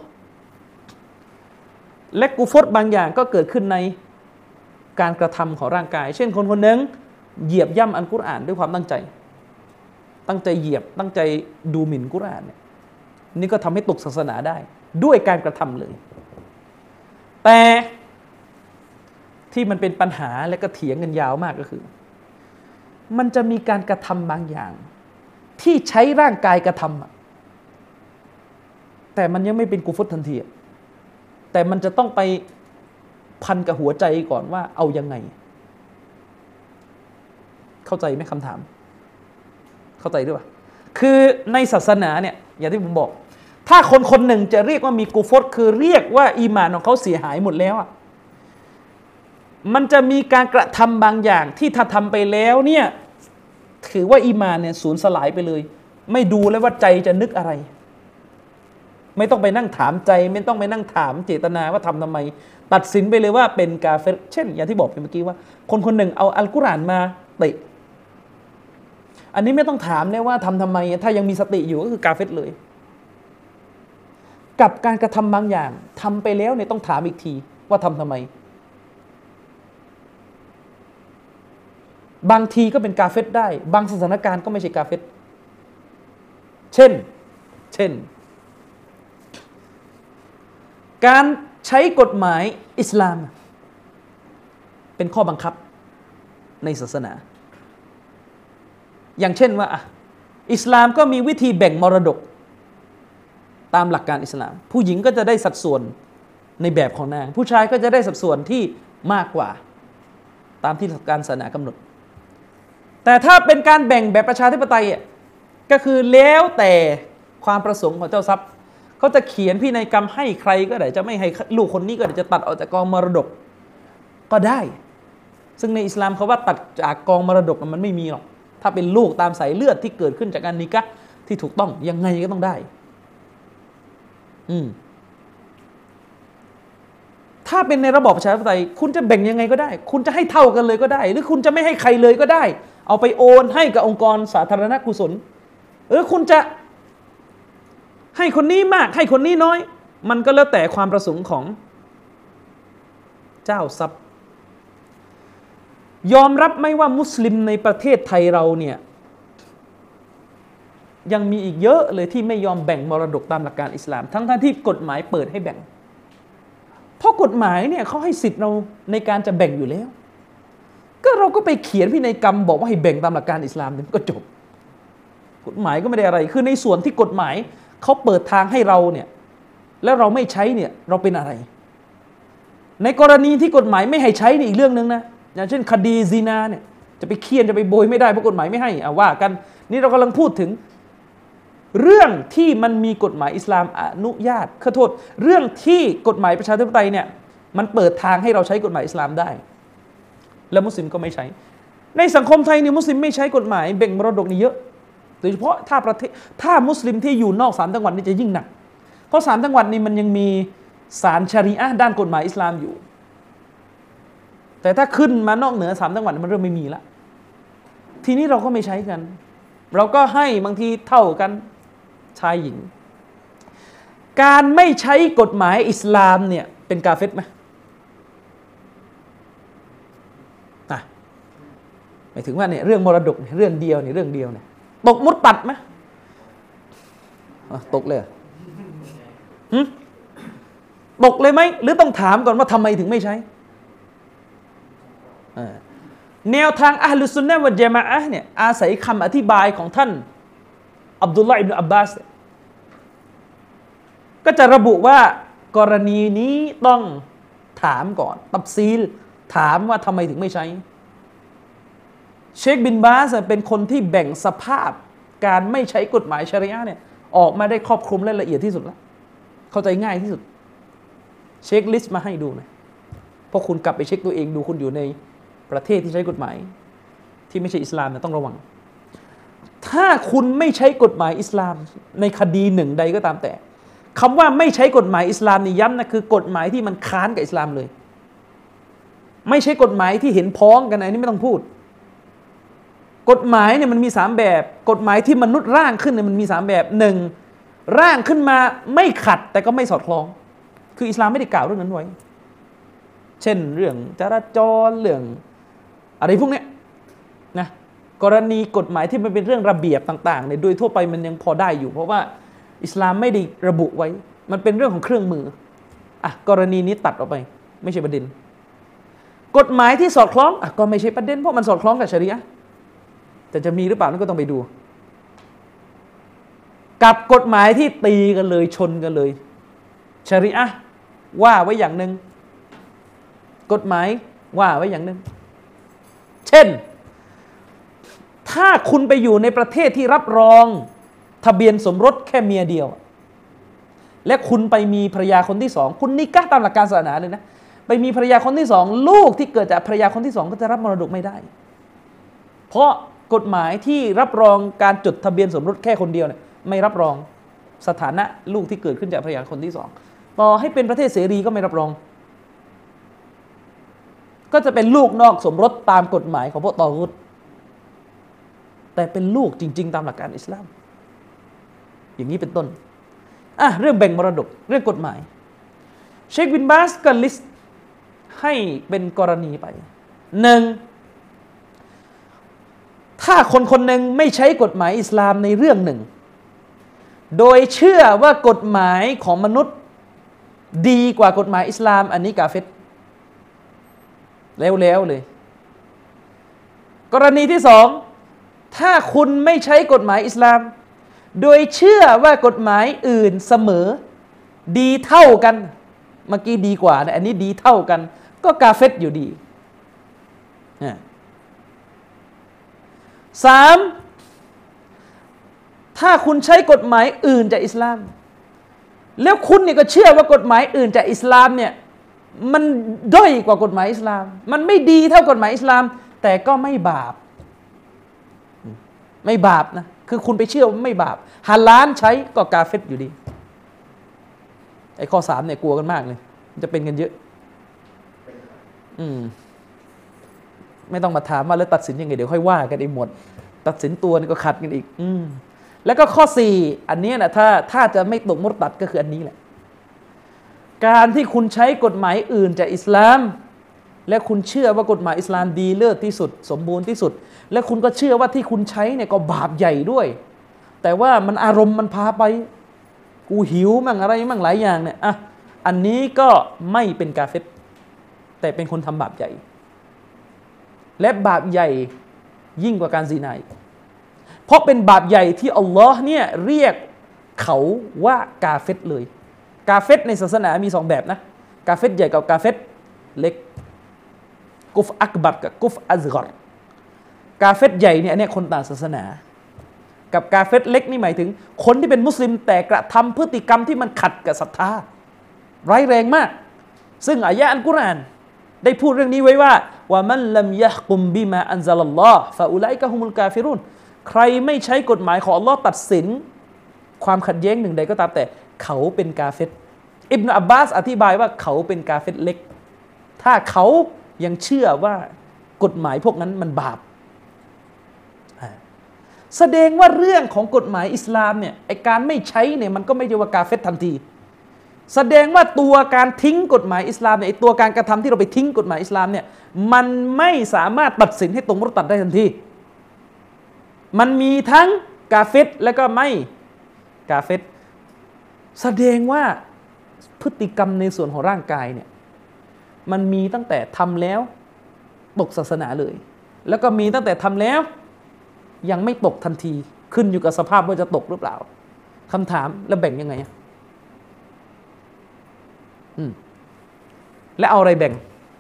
และกูฟรบางอย่างก็เกิดขึ้นในการกระทำของร่างกายเช่นคนคนหนึ่งเหยียบย่ำอัลกุรอานด้วยความตั้งใจตั้งใจเหยียบตั้งใจดูหมิ่นกุรอานเนี่ยนี่ก็ทำให้ตกศาสนาได้ด้วยการกระทำเลยแต่ที่มันเป็นปัญหาและก็เถียงกันยาวมากก็คือมันจะมีการกระทำบางอย่างที่ใช้ร่างกายกระทำแต่มันยังไม่เป็นกุฟรทันทีแต่มันจะต้องไปพันกับหัวใจก่อนว่าเอายังไงเข้าใจไหมคำถามเข้าใจด้วยป่ะคือในศาสนาเนี่ยอย่างที่ผมบอกถ้าคนคนหนึ่งจะเรียกว่ามีกุฟรคือเรียกว่าอีหม่านของเขาเสียหายหมดแล้วอ่ะมันจะมีการกระทำบางอย่างที่ถ้าทำไปแล้วเนี่ยถือว่าอีหม่านเนี่ยสูญสลายไปเลยไม่ดูเลยว่าใจจะนึกอะไรไม่ต้องไปนั่งถามใจไม่ต้องไปนั่งถามเจตนาว่าทำทำไมตัดสินไปเลยว่าเป็นกาเฟรเช่นอย่างที่บอกไปเมื่อกี้ว่าคนคนหนึ่งเอาอัลกุรอานมาเตะอันนี้ไม่ต้องถามเลยว่าทำทำไมถ้ายังมีสติอยู่ก็คือกาเฟรเลยกับการกระทำบางอย่างทำไปแล้วเนี่ยต้องถามอีกทีว่าทำทำไมบางทีก็เป็นกาเฟรได้บางสถานการณ์ก็ไม่ใช่กาเฟรเช่นเช่นการใช้กฎหมายอิสลามเป็นข้อบังคับในศาสนาอย่างเช่นว่าอ่ะอิสลามก็มีวิธีแบ่งมรดกตามหลักการอิสลามผู้หญิงก็จะได้สัดส่วนในแบบของนางผู้ชายก็จะได้สัดส่วนที่มากกว่าตามที่หลักการศาสนากำหนดแต่ถ้าเป็นการแบ่งแบบประชาธิปไตยอ่ะก็คือแล้วแต่ความประสงค์ของเจ้าทรัพย์เขาจะเขียนพินัยกรรมให้ใครก็ได้จะไม่ให้ลูกคนนี้ก็ได้จะตัดออกจากกองมรดกก็ได้ซึ่งในอิสลามเขาว่าตัดจากกองมรดกมันไม่มีหรอกถ้าเป็นลูกตามสายเลือดที่เกิดขึ้นจากการนิกะห์ที่ถูกต้องยังไงก็ต้องได้อืมถ้าเป็นในระบอบประชาธิปไตยคุณจะแบ่งยังไงก็ได้คุณจะให้เท่ากันเลยก็ได้หรือคุณจะไม่ให้ใครเลยก็ได้เอาไปโอนให้กับองค์กรสาธารณกุศลหรือคุณจะให้คนนี้มากให้คนนี้น้อยมันก็แล้วแต่ความประสงค์ของเจ้าทรัพย์ยอมรับไหมว่ามุสลิมในประเทศไทยเราเนี่ยยังมีอีกเยอะเลยที่ไม่ยอมแบ่งมรดกตามหลักการอิสลามทั้งๆที่กฎหมายเปิดให้แบ่งเพราะกฎหมายเนี่ยเขาให้สิทธิ์เราในการจะแบ่งอยู่แล้วก็เราก็ไปเขียนพินัยกรรมบอกว่าให้แบ่งตามหลักการอิสลามมันก็จบกฎหมายก็ไม่ได้อะไรคือในส่วนที่กฎหมายเขาเปิดทางให้เราเนี่ยแล้วเราไม่ใช้เนี่ยเราเป็นอะไรในกรณีที่กฎหมายไม่ให้ใช้นี่อีกเรื่องนึงนะอย่างเช่นคดีซินาเนี่ยจะไปเคี่ยนจะไปโบยไม่ได้เพราะกฎหมายไม่ให้อ่ะว่ากันนี่เรากำลังพูดถึงเรื่องที่มันมีกฎหมายอิสลามอนุญาตขอโทษเรื่องที่กฎหมายประชาธิปไตยเนี่ยมันเปิดทางให้เราใช้กฎหมายอิสลามได้แล้วมุสลิมก็ไม่ใช้ในสังคมไทยเนี่ยมุสลิมไม่ใช้กฎหมายแบ่งมรดกนี่เยอะโดยเฉพาะถ้าประเทศถ้ามุสลิมที่อยู่นอกสามจังหวัดนี่จะยิ่งหนักเพราะสามจังหวัดนี้มันยังมีศาลชะรีอะห์ด้านกฎหมายอิสลามอยู่แต่ถ้าขึ้นมานอกเหนือสามจังหวัดมันเริ่มไม่มีละทีนี้เราก็ไม่ใช้กันเราก็ให้บางทีเท่ากันชายหญิงการไม่ใช้กฎหมายอิสลามเนี่ยเป็นกาเฟรไหมอ่ะหมายถึงว่าเนี่ยเรื่องมรดกเรื่องเดียวเนี่ยเรื่องเดียวเนี่ยตกมุดตัดไหมตกเลยหืตกเลยไหมหรือต้องถามก่อนว่าทำไมถึงไม่ใช้แนวทางอะห์ลุสซุนนะฮ์วัลญะมาอะห์เนี่ยอาศัยคำอธิบายของท่านอับดุลลอฮ์อิบนุอับบาสก็จะระบุว่ากรณีนี้ต้องถามก่อนตัฟซีลถามว่าทำไมถึงไม่ใช้เชคบินบาสเป็นคนที่แบ่งสภาพการไม่ใช้กฎหมายชะรีอะห์เนี่ยออกมาได้ครอบคลุมและละเอียดที่สุดแล้วเข้าใจง่ายที่สุดเช็คลิสต์มาให้ดูนะเพราะคุณกลับไปเช็คตัวเองดูคุณอยู่ในประเทศที่ใช้กฎหมายที่ไม่ใช่อิสลามนะต้องระวังถ้าคุณไม่ใช้กฎหมายอิสลามในคดีหนึ่งใดก็ตามแต่คำว่าไม่ใช้กฎหมายอิสลามนี่ย้ำนะคือกฎหมายที่มันค้านกับอิสลามเลยไม่ใช่กฎหมายที่เห็นพ้องกันอันนี้ไม่ต้องพูดกฎหมายเนี่ยมันมีสามแบบกฎหมายที่มนุษย์ร่างขึ้นเนี่ยมันมีสามแบบหนึ่งร่างขึ้นมาไม่ขัดแต่ก็ไม่สอดคล้องคืออิสลามไม่ได้กล่าวเรื่องนั้นไว้เช่นเรื่องจราจรเรื่องอะไรพวกนี้นะกรณีกฎหมายที่มันเป็นเรื่องระเบียบต่างๆเนี่ยโดยทั่วไปมันยังพอได้อยู่เพราะว่าอิสลามไม่ได้ระบุไว้มันเป็นเรื่องของเครื่องมืออ่ะกรณีนี้ตัดออกไปไม่ใช่ประเด็นกฎหมายที่สอดคล้องอ่ะก็ไม่ใช่ประเด็นเพราะมันสอดคล้องกับชะรีอะห์แต่จะมีหรือเปล่านั่นก็ต้องไปดูกับกฎหมายที่ตีกันเลยชนกันเลยชะรีอะห์ว่าไว้อย่างหนึ่งกฎหมายว่าไว้อย่างหนึ่งเช่นถ้าคุณไปอยู่ในประเทศที่รับรองทะเบียนสมรสแค่เมียเดียวและคุณไปมีภรรยาคนที่สองคุณนิกะห์ตามหลักการศาสนาเลยนะไปมีภรรยาคนที่สองลูกที่เกิดจากภรรยาคนที่สองก็จะรับมรดกไม่ได้เพราะกฎหมายที่รับรองการจดทะเบียนสมรสแค่คนเดียวเนี่ยไม่รับรองสถานะลูกที่เกิดขึ้นจากภรรยาคนที่สองต่อให้เป็นประเทศเสรีก็ไม่รับรองก็จะเป็นลูกนอกสมรสตามกฎหมายของพวกตอฆุตแต่เป็นลูกจริงๆตามหลักการอิสลามอย่างนี้เป็นต้นอ่ะเรื่องแบ่งมรดกเรื่องกฎหมายเชคบินบาสก็ลิสต์ให้เป็นกรณีไปหนึ่งถ้าคนคนหนึ่งไม่ใช้กฎหมายอิสลามในเรื่องหนึ่งโดยเชื่อว่ากฎหมายของมนุษย์ดีกว่ากฎหมายอิสลามอันนี้กาเฟรแล้วๆเลยกรณีที่สองถ้าคุณไม่ใช้กฎหมายอิสลามโดยเชื่อว่ากฎหมายอื่นเสมอดีเท่ากันเมื่อกี้ดีกว่านะอันนี้ดีเท่ากันก็กาเฟรอยู่ดีสามถ้าคุณใช้กฎหมายอื่นจากอิสลามแล้วคุณเนี่ยก็เชื่อว่ากฎหมายอื่นจากอิสลามเนี่ยมันด้อยกว่ากฎหมายอิสลามมันไม่ดีเท่ากฎหมายอิสลามแต่ก็ไม่บาปไม่บาปนะคือคุณไปเชื่อว่าไม่บาปฮาลาลใช้ก็กาเฟรอยู่ดีไอ้ข้อสามเนี่ยกลัวกันมากเลยมันจะเป็นกันเยอะอืมไม่ต้องมาถามว่าแล้วตัดสินยังไงเดี๋ยวค่อยว่ากันอีกหมดตัดสินตัวนี่ก็ขัดกันอีกอืมแล้วก็ข้อสี่อันนี้นะถ้าถ้าจะไม่ตกมุรตัดก็คืออันนี้แหละการที่คุณใช้กฎหมายอื่นจากอิสลามและคุณเชื่อว่ากฎหมายอิสลามดีเลิศที่สุดสมบูรณ์ที่สุดและคุณก็เชื่อว่าที่คุณใช้เนี่ยก็บาปใหญ่ด้วยแต่ว่ามันอารมณ์มันพาไปกูหิวมั่งอะไรมั่งหลายอย่างเนี่ยอ่ะอันนี้ก็ไม่เป็นกาเฟรแต่เป็นคนทำบาปใหญ่และบาปใหญ่ยิ่งกว่าการซินาอีกเพราะเป็นบาปใหญ่ที่อัลลอฮ์เนี่ยเรียกเขาว่ากาเฟรเลยกาเฟรในศาสนามีสองแบบนะกาเฟรใหญ่กับกาเฟรเล็กกุฟอักบัรกับกุฟอัซกอรกาเฟรใหญ่เนี่ยเนี่ยคนต่างศาสนากับกาเฟรเล็กนี่หมายถึงคนที่เป็นมุสลิมแต่กระทำพฤติกรรมที่มันขัดกับศรัทธาร้ายแรงมากซึ่งอายะห์อัลกุรอานได้พูดเรื่องนี้ไว้ว่าว่ามันลัมยะฮกุมบิมาอันซะลัลลอฮ์ฟะอุลัยกะฮุมุลกาฟิรุนใครไม่ใช้กฎหมายของอัลลอฮ์ตัดสินความขัดแย้งหนึ่งใดก็ตามแต่เขาเป็นกาเฟรอิบนุอับบาสอธิบายว่าเขาเป็นกาเฟรเล็กถ้าเขายังเชื่อว่ากฎหมายพวกนั้นมันบาปแสดงว่าเรื่องของกฎหมายอิสลามเนี่ยไอการไม่ใช้เนี่ยมันก็ไม่ใช่ว่ากาเฟรทันทีแสดงว่าตัวการทิ้งกฎหมายอิสลามเนี่ยไอตัวการกระทำที่เราไปทิ้งกฎหมายอิสลามเนี่ยมันไม่สามารถตัดสินให้ตรงมุรตัดได้ทันทีมันมีทั้งกาเฟรและก็ไม่กาเฟรแสดงว่าพฤติกรรมในส่วนของร่างกายเนี่ยมันมีตั้งแต่ทำแล้วตกศาสนาเลยแล้วก็มีตั้งแต่ทำแล้วยังไม่ตกทันทีขึ้นอยู่กับสภาพว่าจะตกหรือเปล่าคำถามแล้วแบ่งยังไงอืมและเอาอะไรแบ่ง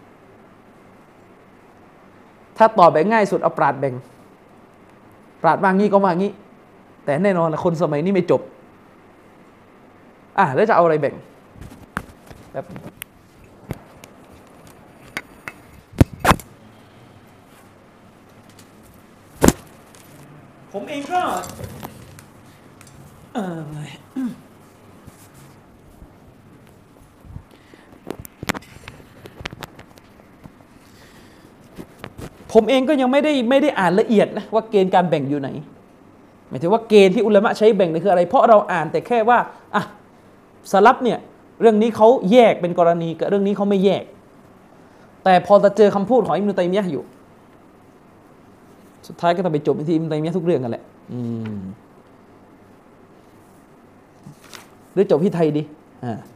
ถ้าตอบแบบง่ายสุดเอาปราดแบ่งปราดว่างี้ก็ว่างี้แต่แน่นอนคนสมัยนี้ไม่จบอ่ะแล้วจะเอาอะไรแบ่งแบบผมเองก็เออผมเองก็ยังไม่ได้ไม่ได้อ่านละเอียดนะว่าเกณฑ์การแบ่งอยู่ไหนหมายถึงว่าเกณฑ์ที่อุลามะใช้แบ่งนี่คืออะไรเพราะเราอ่านแต่แค่ว่าอ่ะสลับเนี่ยเรื่องนี้เขาแยกเป็นกรณีกับเรื่องนี้เขาไม่แยกแต่พอจะเจอคำพูดของอิบนุตัยมียะห์อยู่สุดท้ายก็ต้องไปจบที่อิบนุตัยมียะห์ทุกเรื่องกันแหละหรือจบที่ไทยดีอ่า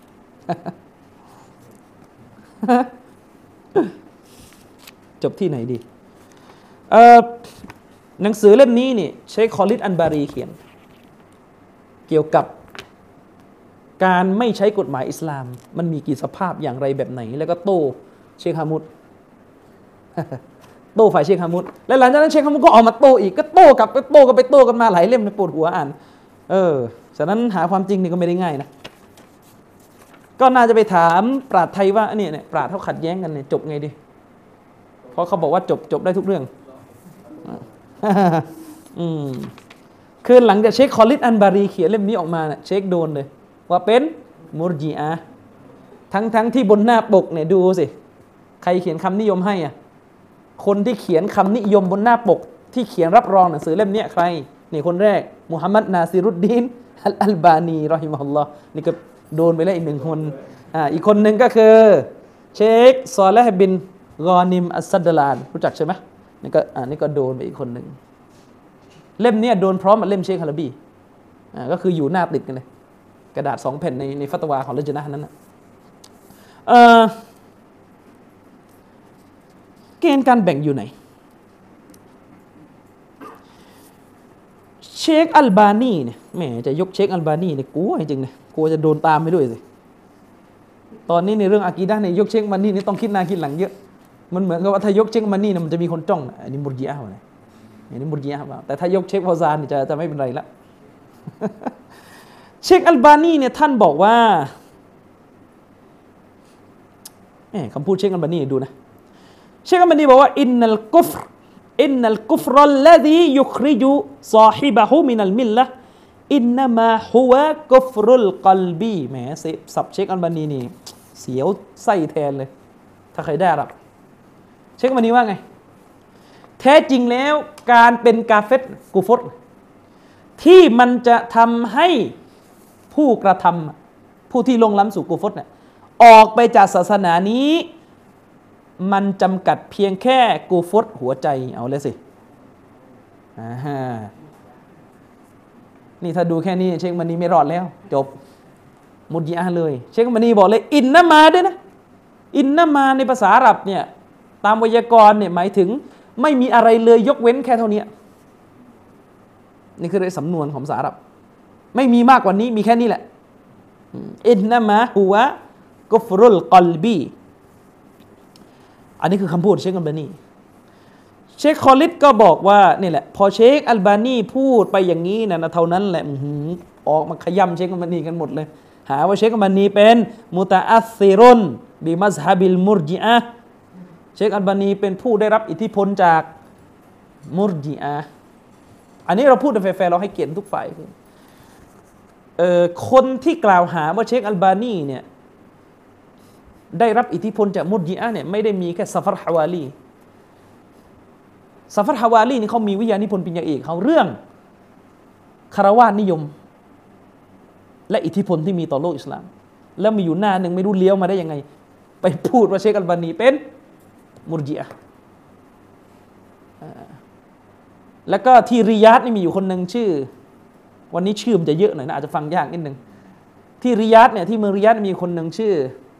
จบที่ไหนดีเอ่อหนังสือเล่มนี้นี่เชคคอลิดอันบารีเขียนเกี่ยวกับการไม่ใช้กฎหมายอิสลามมันมีกี่สภาพอย่างไรแบบไหนแล้วก็โต้เชคฮามุด โต้ฝ่ายเชคฮามุดและหลังจากนั้นเชคฮามุดก็ออกมาโต้อีกก็โต้กลับก็โต้กันไปโต้กันมาหลายเล่มในปวดหัวอ่านเออฉะนั้นหาความจริงนี่ก็ไม่ได้ง่ายนะก็น่าจะไปถามปราชญ์ไทยว่าเนี่ยเนี่ยปราชญ์เขาขัดแย้งกันเนี่ยจบไงดีเพราะเขาบอกว่าจบจบได้ทุกเรื่องอืมคือหลังจากเชคคอลิดอันบารีเขียนเล่มนี้ออกมาเนี่ยเชคโดนเลยว่าเป็นมุรจีอะห์ทั้งทั้งที่บนหน้าปกเนี่ยดูสิใครเขียนคำนิยมให้อ่ะคนที่เขียนคำนิยมบนหน้าปกที่เขียนรับรองหนังสือเล่มนี้ใครนี่คนแรกมุฮัมมัดนาซิรุดดีนอัลบานีรอฮิมะฮุลลอฮ์นี่ก็โดนไปแล้วอีกหนึ่งคนอ่าอีกคนหนึ่งก็คือเชคซอลิห์บินกอนิมอัสซัดลานรู้จักใช่ไหมนี่ก็อ่านี่ก็โดนไปอีกคนหนึ่งเล่มนี้โดนพร้อมกับเล่มเชคฮาลาบีอ่าก็คืออยู่หน้าติดกันเลยกระดาษสองแผ่นในในฟัตวาของละญะนะห์นั้นนะเอ่อเกณฑ์การแบ่งอยู่ไหนเชคอัลบานีเนี่ยแหมจะยกเชคอัลบานีเนี่ยกลัวจริงๆนะกลัวจะโดนตามไปด้วยสิตอนนี้ในเรื่องอากีดะห์เนี่ยยกเชคมันนี่นี่ต้องคิดหน้าคิดหลังเยอะมันเหมือนกับว่าถ้ายกเชคมันนี่เนี่ยมันจะมีคนจ้องอันนี้มุรญิอะห์นะอันนี้มุรญิอะห์แต่ถ้ายกเชคฟาวซานนี่จะจะไม่เป็นไรละเชคอัลบานีเนี่ยท่านบอกว่าแหมคำพูดเชคอัลบานีดูนะเชคอัลบานีบอกว่าอินนัลกุฟรอินนัลกุฟรัลลซียุคริจุซอฮิบะฮุมินัลมิลละอินนามาฮุวะกุฟรุลกัลบีแหมสับเชคอัลบานีนี่เสียวไส้แทนเลยถ้าใครได้รับเชคอัลบานีว่าไงแท้จริงแล้วการเป็นกาเฟรกุฟรที่มันจะทำให้ผู้กระทำผู้ที่ลงล้ำสู่กุฟรเนี่ยออกไปจากศาสนานี้มันจำกัดเพียงแค่กูฟรหัวใจเอาเลยสิอ่านี่ถ้าดูแค่นี้เชคมันนีไม่รอดแล้วจบมุรญิอะห์เลยเชคมันนีบอกเลยอินนะมาด้วยนะอินนะมาในภาษาอาหรับเนี่ยตามไวยากรณ์เนี่ยหมายถึงไม่มีอะไรเลยยกเว้นแค่เท่านี้นี่คือในสำนวนของภาษาอาหรับไม่มีมากกว่านี้มีแค่นี้แหละอินนะมาฮุวะกุฟรุลกัลบีอันนี้คือคำพูดเชคอัลบานีเชคคอลิดก็บอกว่านี่แหละพอเชคอัลบานีพูดไปอย่างนี้นะเท่านั้นแหละออกมาขย้ำเชคอัลบานีกันหมดเลยหาว่าเชคอัลบานีเป็นมุตะอัสซิรุนบิมัซฮะบิลมุรจิอะห์เชคอัลบานีเป็นผู้ได้รับอิทธิพลจากมุรจิอะห์อันนี้เราพูดแฟร์ๆเราให้เกียรติทุกฝ่ายเอ่อคนที่กล่าวหาว่าเชคอัลบานีเนี่ยได้รับอิทธิพลจากมุรจิอะห์เนี่ยไม่ได้มีแค่ซะฟัรฮาวาลีซะฟัรฮาวาลีนี่เขามีวิทยานิพนธ์ปริญญาเอกเขาเรื่องคารวะนิยมและอิทธิพลที่มีต่อโลกอิสลามแล้วมีอยู่หน้าหนึ่งไม่รู้เลี้ยวมาได้ยังไงไปพูดว่าเชคอัลบานีเป็นมุรจิอะห์แล้วก็ที่ริยาดนี่มีอยู่คนหนึ่งชื่อวันนี้ชื่อมันจะเยอะหน่อยนะอาจจะฟังยากนิดนึงที่ริยาดเนี่ยที่เมืองริยาดมีคนหนึ่งชื่อ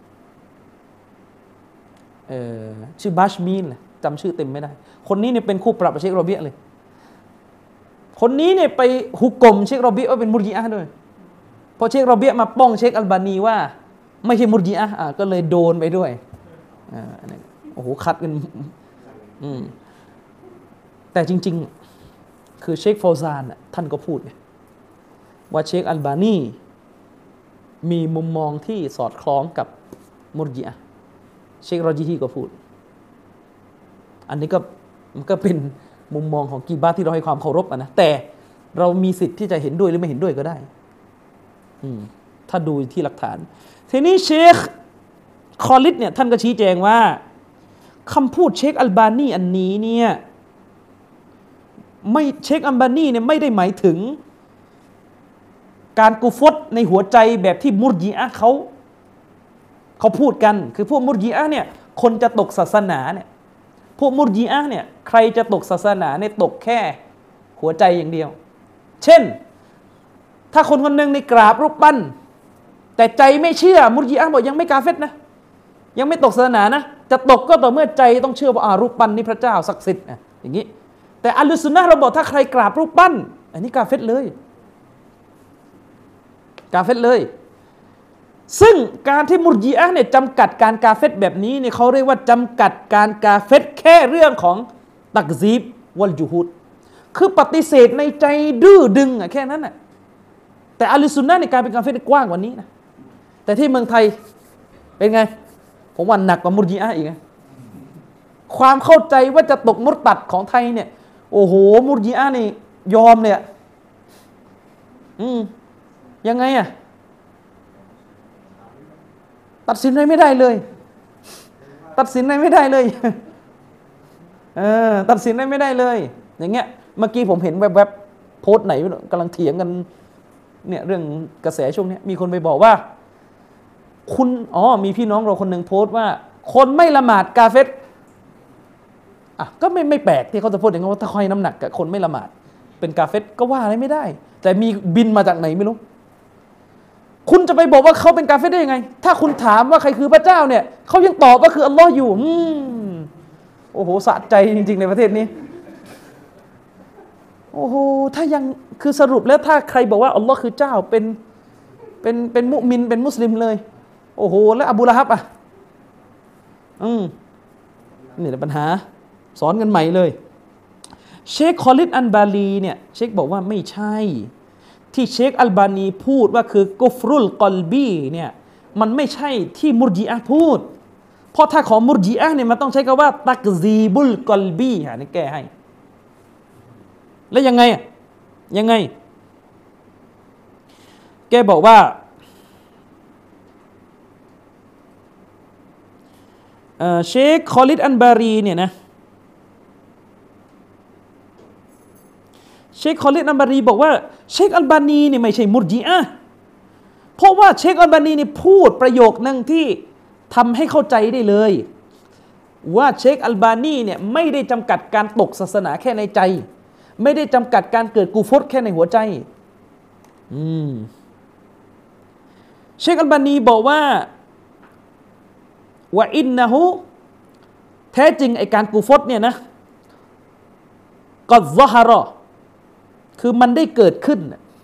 เอ่อชื่อบาชมีนจำชื่อเต็มไม่ได้คนนี้เนี่ยเป็นคู่ปรับเชคโรเบียเลยคนนี้เนี่ยไปฮุกกลมเชคโรเบียว่าเป็นมุรจิอะห์ด้วยพอเชคโรเบียมาป้องเชคอัลบานีว่าไม่ใช่มุรจิอะห์อ่ะก็เลยโดนไปด้วยอ่าโอ้โหคัดกันอืมแต่จริงๆคือเชคฟาวซานท่านก็พูดไงว่าเชคอัลบานีมีมุมมองที่สอดคล้องกับมุรจิอะห์เชครอจิฮีก็พูดอันนี้ก็มันก็เป็นมุมมองของกีบาที่เราให้ความเคารพนะแต่เรามีสิทธิ์ที่จะเห็นด้วยหรือไม่เห็นด้วยก็ได้ถ้าดูที่หลักฐานทีนี้เชคคอลิดเนี่ยท่านก็ชี้แจงว่าคำพูดเชคอัลบานีอันนี้เนี่ยไม่เชคอัลบานีเนี่ยไม่ได้หมายถึงการกุฟรในหัวใจแบบที่มุรจิอะห์เขาเขาพูดกันคือพวกมุรจิอะห์เนี่ยคนจะตกศาสนาเนี่ยพวกมุรจิอะห์เนี่ยใครจะตกศาสนาเนี่ยตกแค่หัวใจอย่างเดียวเช่นถ้าคนคนหนึ่งในกราบรูปปั้นแต่ใจไม่เชื่อมุรจิอะห์บอกยังไม่กาเฟรนะยังไม่ตกศาสนานะจะตกก็ต่อเมื่อใจต้องเชื่อว่าอารูปปั้นนี่พระเจ้าศักดิ์สิทธิ์อย่างนี้แต่อัลลุซุนนะห์เราบอกถ้าใครกราบรูปปั้นอันนี้กาเฟรเลยกาเฟรเลยซึ่งการที่มุรจิอะห์เนี่ยจำกัดการกาเฟรแบบนี้เนี่ยเขาเรียกว่าจำกัดการกาเฟรแค่เรื่องของตักซีบวัลจุฮูดคือปฏิเสธในใจดื้อดึงอะแค่นั้นน่ะแต่อัลลุซุนนะห์ในการเป็นกาเฟรกว้างกว่านี้นะแต่ที่เมืองไทยเป็นไงผมว่าหนักกว่ามุรจิอะห์อีกนะความเข้าใจว่าจะตกมุรตัดของไทยเนี่ยโอ้โหมุรจิอะห์นี่ยอมเลยอะอืมยังไงอะตัดสินอะไรไม่ได้เลยตัดสินอะไรไม่ได้เลยเออตัดสินอะไรไม่ได้เลยอย่างเงี้ยเมื่อกี้ผมเห็นแวบๆโพสต์ไหนกำลังเถียงกันเนี่ยเรื่องกระแสช่วงนี้มีคนไปบอกว่าคุณอ๋อมีพี่น้องเราคนหนึ่งโพสต์ว่าคนไม่ละหมาดกาเฟรอ่ะก็ไม่ไม่แปลกที่เขาจะพูดอย่างนั้นว่าถ้าใครน้ำหนักกับคนไม่ละหมาดเป็นกาเฟรก็ว่าอะไรไม่ได้แต่มีบินมาจากไหนไม่รู้คุณจะไปบอกว่าเขาเป็นกาเฟรได้ยังไงถ้าคุณถามว่าใครคือพระเจ้าเนี่ยเขายังตอบว่าคืออัลลอฮ์อยู่อืมโอ้โหสะใจจริงๆในประเทศนี้โอ้โหถ้ายังคือสรุปแล้วถ้าใครบอกว่าอัลลอฮ์คือเจ้าเป็นเป็นเป็นมุมินเป็นมุสลิมเลยโอ้โหแล้วอบูละฮับอ่ะอืมนี่แหละปัญหาสอนกันใหม่เลยเชคคอลิดอันบาลีเนี่ยเชคบอกว่าไม่ใช่ที่เชคอัลบานีพูดว่าคือกุฟรุลกอลบีเนี่ยมันไม่ใช่ที่มุรจิอะห์พูดเพราะถ้าของมุรจิอะห์เนี่ยมันต้องใช้คำว่าตักซีบุลกอลบีฮะนี่แก้ให้แล้วยังไงอ่ะยังไงแกบอกว่าเชคคอลิดอันบารีเนี่ยนะเชคคอลิดอัลบานีบอกว่าเชคอัลบานีเนี่ยไม่ใช่มุรจิอะห์เพราะว่าเชคอัลบานีนี่พูดประโยคนึงที่ทำให้เข้าใจได้เลยว่าเชคอัลบานีเนี่ยไม่ได้จำกัดการตกศาสนาแค่ในใจไม่ได้จำกัดการเกิดกูฟรแค่ในหัวใจอืมเชคอัลบานีบอกว่าว่าอินนะฮูแท้จริงไอการกูฟรเนี่ยนะก็ซะฮารอคือมันได้เกิดขึ้น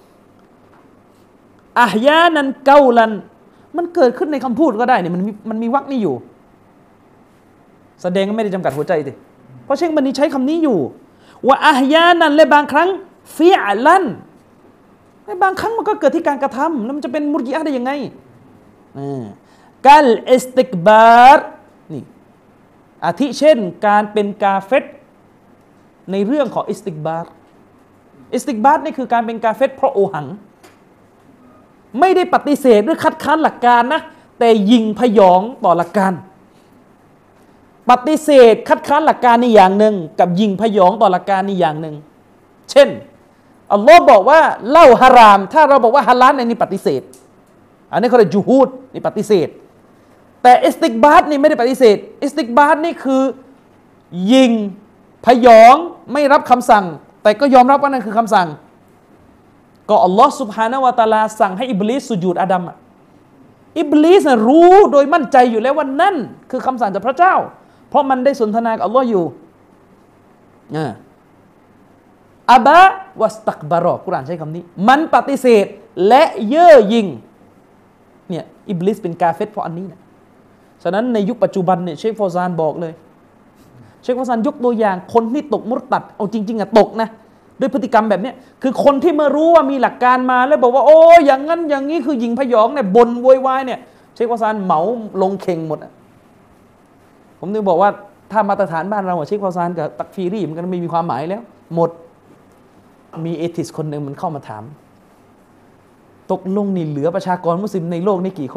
อะฮยานันเกาลันมันเกิดขึ้นในคำพูดก็ได้เนี่ยมันมีมันมีวรรคนี้อยู่แสดงว่าไม่ได้จำกัดหัวใจสิเพราะเชคบันนีใช้คำนี้อยู่ว่าอาฮยานันและบางครั้งฟิอลันบางครั้งมันก็เกิดที่การกระทำแล้วมันจะเป็นมุรญิอะห์ได้ยังไงกัลอิสติกบาร์นี่อาทิเช่นการเป็นกาเฟรในเรื่องของอิสติกบาร์อิสติกบาร์นี่คือการเป็นกาเฟรเพราะโอหังไม่ได้ปฏิเสธหรือคัดค้านหลักการนะแต่ยิงพยองต่อหลักการปฏิเสธคัดค้านหลักการนี่อย่างหนึ่งกับยิงพยองต่อหลักการนี่อย่างหนึ่งเช่นอัลลอฮ์บอกว่าเหล้าฮารามถ้าเราบอกว่าฮาลาลในนี่ปฏิเสธอันนี้เขาเรียกจูฮูดนี่ปฏิเสธแต่อิสติกบาร์นี่ไม่ได้ปฏิเสธอิสติกบาร์นี่คือยิงพยองไม่รับคำสั่งแต่ก็ยอมรับว่านั่นคือคำสั่งก็อัลลอฮ์ซุบฮานะฮูวะตะอาลาสั่งให้อิบลิสสุญูดอาดัมอิบลิสนะรู้โดยมั่นใจอยู่แล้วว่านั่นคือคำสั่งจากพระเจ้าเพราะมันได้สนทนากับอัลลอฮ์อยู่อับะวัสตักบารอกุรอานใช้คำนี้มันปฏิเสธและเย่อหยิ่งเนี่ยอิบลิสเป็นกาเฟรเพราะอันนี้นะฉะนั้นในยุคปัจจุบันเนี่ยเชคฟาวซานบอกเลยเชคฟาวซานยกตัวอย่างคนที่ตกมุรตัดเอาจริงๆอะตกนะด้วยพฤติกรรมแบบนี้คือคนที่เมื่อรู้ว่ามีหลักการมาแล้วบอกว่าโอ้อย่างนั้นอย่างนี้คือหญิงพยองเนี่ยบ่นโวยวายเนี่ยเชคฟาวซานเหมาลงเข่งหมดผมนึกบอกว่าถ้ามาตรฐานบ้านเราเชคฟาวซานกับตักฟีรีมันก็ไม่มีความหมายแล้วหมดมีเอทิสคนหนึ่งมันเข้ามาถามตกลงนี่เหลือประชากรมุสลิมในโลกนี่กี่คน